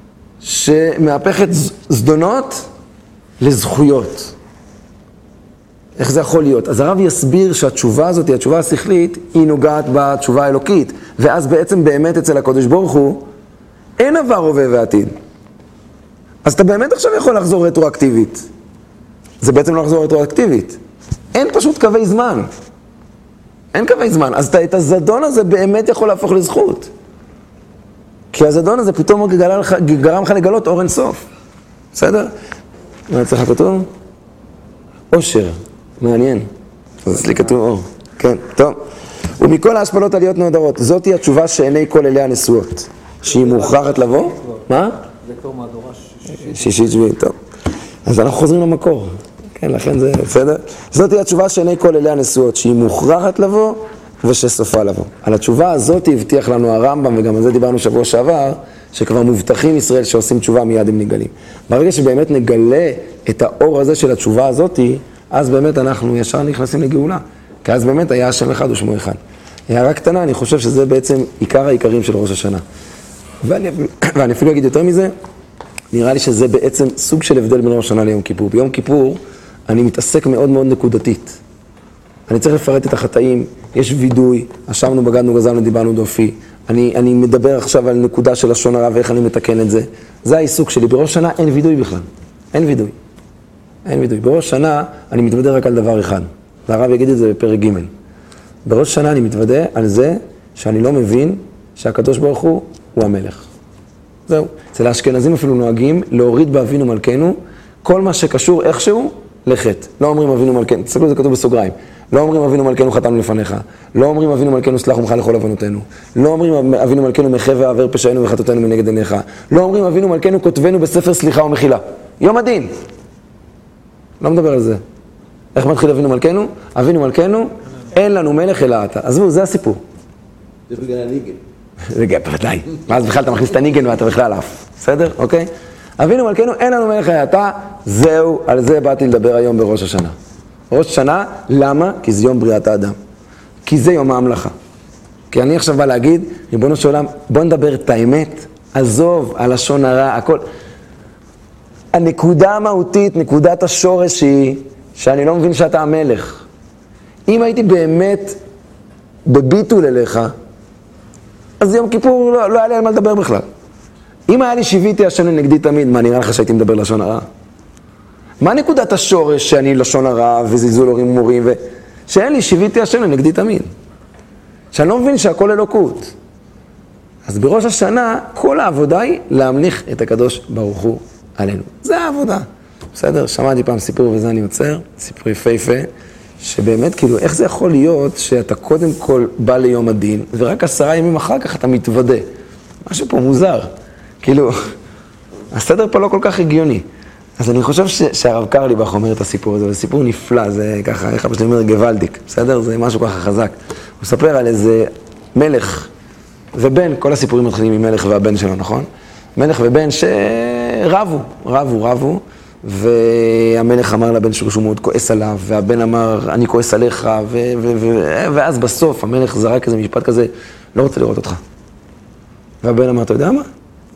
שמהפכת זדונות לזכויות. איך זה יכול להיות? אז הרב יסביר שהתשובה הזאת, התשובה השכלית, היא נוגעת בתשובה האלוקית. ואז בעצם באמת אצל הקדוש ברוך הוא, אין עבר, הווה ועתיד. אז אתה באמת עכשיו יכול לחזור רטרואקטיבית. זה בעצם לא לחזור רטרואקטיבית. אין פשוט קווי זמן. אין קווי זמן. אז אתה, את הזדון הזה באמת יכול להפוך לזכות. כי הזדון הזה פתאום גרם לך לגלות אור אין סוף. בסדר? מה אצלך כתוב? אושר. מעניין. אז אצלי כתוב אור. כן, טוב. ומכל ההשפלות עליות נהדרות, זאת היא התשובה שעיני כל אליה נשואות. שהיא מוכרחת לבוא? מה? זה כבר מהדורה שישית. שישית שביעית, טוב. אז אנחנו חוזרים למקור. כן, לכן זה בסדר. זאת היא התשובה שעיני כל אליה נשואות, שהיא מוכרחת לבוא ושסופה לבוא. על התשובה הזאת הבטיח לנו הרמב"ם, וגם על זה דיברנו שבוע שעבר, שכבר מובטחים ישראל שעושים תשובה מיד הם נגלים. ברגע שבאמת נגלה את האור הזה של התשובה הזאת, אז באמת אנחנו ישר נכנסים לגאולה. כי אז באמת היה השם אחד ושמו אחד. הערה קטנה, אני חושב שזה בעצם עיקר העיקרים של ראש השנה. ואני, ואני אפילו אגיד יותר מזה, נראה לי שזה בעצם סוג של הבדל בין ראש השנה ליום כיפור. ביום כיפור אני מתעסק מאוד מאוד נקודתית. אני צריך לפרט את החטאים, יש וידוי, אשמנו, בגדנו, גזלנו, דיברנו דופי. אני, אני מדבר עכשיו על נקודה של לשון הרע ואיך אני מתקן את זה. זה העיסוק שלי. בראש שנה אין וידוי בכלל. אין וידוי. אין וידוי. בראש שנה אני מתוודה רק על דבר אחד. והרב יגיד את זה בפרק ג'. בראש שנה אני מתוודה על זה שאני לא מבין שהקדוש ברוך הוא הוא המלך. זהו. אצל האשכנזים אפילו נוהגים להוריד באבינו מלכנו כל מה שקשור איכשהו לחטא. לא אומרים אבינו מלכנו, תסתכלו, זה כתוב בסוגריים. לא אומרים אבינו מלכנו חטאנו לפניך. לא אומרים אבינו מלכנו סלח ומחה לכל עוונותינו. לא אומרים אבינו מלכנו מחה ועבר פשענו וחטאותינו מנגד עיניך. לא אומרים אבינו מלכנו כותבנו בספר סליחה ומחילה. יום הדין. לא מדבר על זה. איך מתחיל אבינו מלכנו? אבינו מלכנו, אין לנו מלך אלא אתה. עזבו, זה הסיפור. זה בגלל הניגן. זה גם בוודאי. ואז בכלל אתה מכניס את הניגן ואתה בכלל אף. בסדר? אוקיי? אבינו מלכנו, אין לנו מלך אלא אתה. זהו, על זה באתי לדבר היום בראש השנה. ראש השנה, למה? כי זה יום בריאת האדם. כי זה יום ההמלכה. כי אני עכשיו בא להגיד, ריבונו של עולם, בוא נדבר את האמת, עזוב, הלשון הרע, הכל. הנקודה המהותית, נקודת השורש היא, שאני לא מבין שאתה המלך. אם הייתי באמת בביטול אליך, אז יום כיפור לא, לא היה לי על מה לדבר בכלל. אם היה לי שיוויתי השם לנגדי תמיד, מה נראה לך שהייתי מדבר לשון הרע? מה נקודת השורש שאני לשון הרע וזלזול הורים ומורים ו... שאין לי שיוויתי השם לנגדי תמיד. שאני לא מבין שהכל אלוקות. אז בראש השנה כל העבודה היא להמליך את הקדוש ברוך הוא עלינו. זה העבודה. בסדר? שמעתי פעם סיפור וזה אני עוצר, סיפור יפהפה, שבאמת כאילו איך זה יכול להיות שאתה קודם כל בא ליום הדין ורק עשרה ימים אחר כך אתה מתוודה. משהו פה מוזר. כאילו, הסדר פה לא כל כך הגיוני. אז אני חושב ש- שהרב קרליבך אומר את הסיפור הזה, זה סיפור נפלא, זה ככה, איך אבא שלי אומר גוואלדיק, בסדר? זה משהו ככה חזק. הוא מספר על איזה מלך ובן, כל הסיפורים מתחילים עם מלך והבן שלו, נכון? מלך ובן שרבו, רבו, רבו, והמלך אמר לבן שלו שהוא מאוד כועס עליו, והבן אמר, אני כועס עליך, ו- ו- ו- ואז בסוף המלך זרק איזה משפט כזה, לא רוצה לראות אותך. והבן אמר, אתה יודע מה?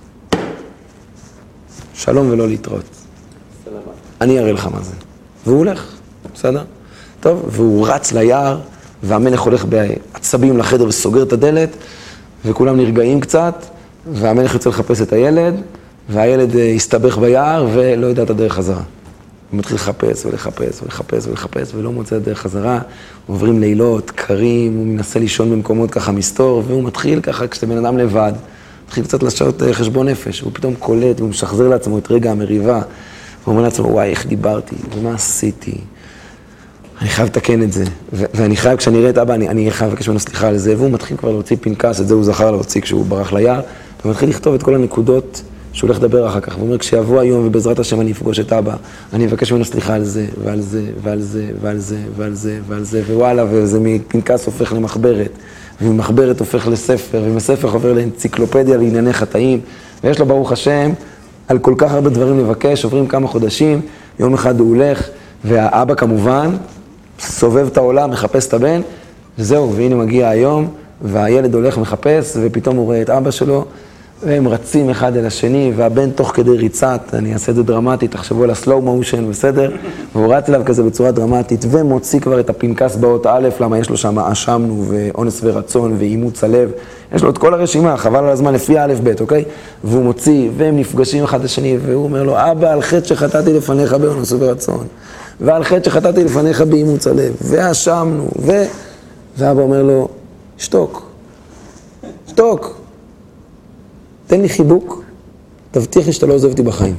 שלום ולא להתראות. אני אראה לך מה זה. והוא הולך, בסדר? טוב, והוא רץ ליער, והמלך הולך בעצבים לחדר וסוגר את הדלת, וכולם נרגעים קצת, והמלך יוצא לחפש את הילד, והילד הסתבך ביער ולא יודע את הדרך חזרה. הוא מתחיל לחפש ולחפש ולחפש ולחפש ולא מוצא את הדרך חזרה, עוברים לילות, קרים, הוא מנסה לישון במקומות ככה מסתור, והוא מתחיל ככה כשאתה בן אדם לבד, מתחיל קצת לשעות חשבון נפש, הוא פתאום קולט והוא משחזר לעצמו את רגע המריבה, הוא אומר לעצמו, וואי, איך דיברתי, ומה עשיתי? אני חייב לתקן את זה, ו- ואני חייב, כשאני אראה את אבא, אני, אני חייב לבקש ממנו סליחה על זה, והוא מתחיל כבר להוציא פנקס, את זה הוא זכר להוציא כשהוא ברח ליער, ומתחיל לכתוב את כל הנקודות שהוא הולך לדבר אחר כך, והוא אומר, כשיבוא היום ובעזרת השם אני אפגוש את אבא, אני אבקש ממנו סליחה על זה, ועל זה, ועל זה, ועל זה, ועל זה, ועל זה, ווואלה, וזה מפנקס הופך למחברת, וממחברת הופך לספר, ומספר עובר לאנציקלופדיה לענייני חטאים, ויש לו ברוך השם על כל כך הרבה דברים לבקש, עוברים כמה חודשים, יום אחד הוא הולך, והאבא כמובן סובב את העולם, מחפש את הבן, וזהו, והנה מגיע היום, והילד הולך מחפש, ופתאום הוא רואה את אבא שלו, והם רצים אחד אל השני, והבן תוך כדי ריצת, אני אעשה את זה דרמטית, תחשבו על הסלואו מושן, בסדר? והוא רץ אליו כזה בצורה דרמטית, ומוציא כבר את הפנקס באות א', למה יש לו שם אשמנו, ואונס ורצון, ואימוץ הלב, יש לו את כל הרשימה, חבל על הזמן לפי א' ב', אוקיי? והוא מוציא, והם נפגשים אחד לשני, והוא אומר לו, אבא, על חטא שחטאתי לפניך באונס ורצון, ועל חטא שחטאתי לפניך באימוץ הלב, ואשמנו, ו... ואבא אומר לו, שתוק, שתוק. תן לי חיבוק, תבטיח לי שאתה לא עוזב אותי בחיים.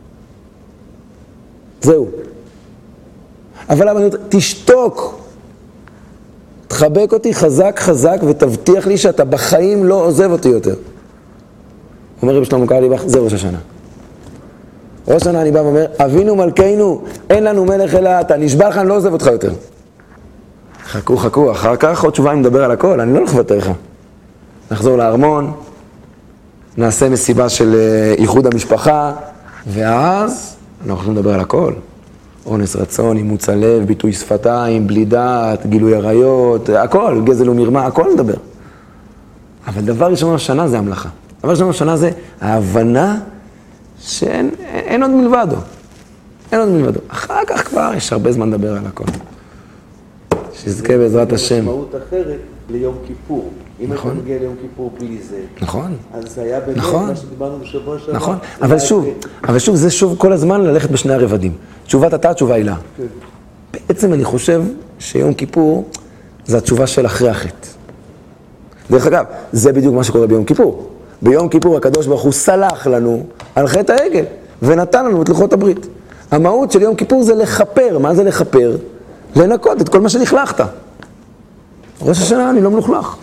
זהו. אבל אבא, תשתוק. תחבק אותי חזק חזק ותבטיח לי שאתה בחיים לא עוזב אותי יותר. אומר רבי שלמה קרליבך, זה ראש השנה. ראש השנה אני בא ואומר, אבינו מלכנו, אין לנו מלך אלא אתה, נשבע לך, אני לא עוזב אותך יותר. חכו, חכו, אחר כך עוד תשובה אני מדבר על הכל, אני לא הולך לוותר לך. נחזור לארמון, נעשה מסיבה של איחוד המשפחה, ואז אנחנו הולכים לדבר על הכל. אונס רצון, אימוץ הלב, ביטוי שפתיים, בלי דעת, גילוי עריות, הכל, גזל ומרמה, הכל נדבר. אבל דבר ראשון בשנה זה המלאכה. דבר ראשון בשנה זה ההבנה שאין אין עוד מלבדו. אין עוד מלבדו. אחר כך כבר יש הרבה זמן לדבר על הכל. שיזכה בעזרת השם. זה משמעות אחרת ליום כיפור. אם אתה מגיע ליום כיפור בלי זה, נכון. אז זה היה באמת נכון. מה שדיברנו בשבוע שעבר. נכון, אבל שוב, אבל שוב, זה שוב כל הזמן ללכת בשני הרבדים. תשובת אתה, תשובה הילה. בעצם אני חושב שיום כיפור זה התשובה של אחרי החטא. דרך אגב, זה בדיוק מה שקורה ביום כיפור. ביום כיפור הקדוש ברוך הוא סלח לנו על חטא העגל, ונתן לנו את לוחות הברית. המהות של יום כיפור זה לחפר. מה זה לחפר? לנקות את כל מה שנכלכת. ראש השנה אני לא מלוכלך.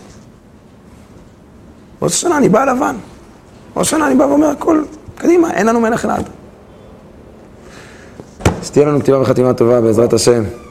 ראש השנה אני בא לבן. ראש השנה אני בא ואומר הכל, קדימה, אין לנו מלך אחד. שתהיה לנו כתיבה וחתימה טובה בעזרת השם.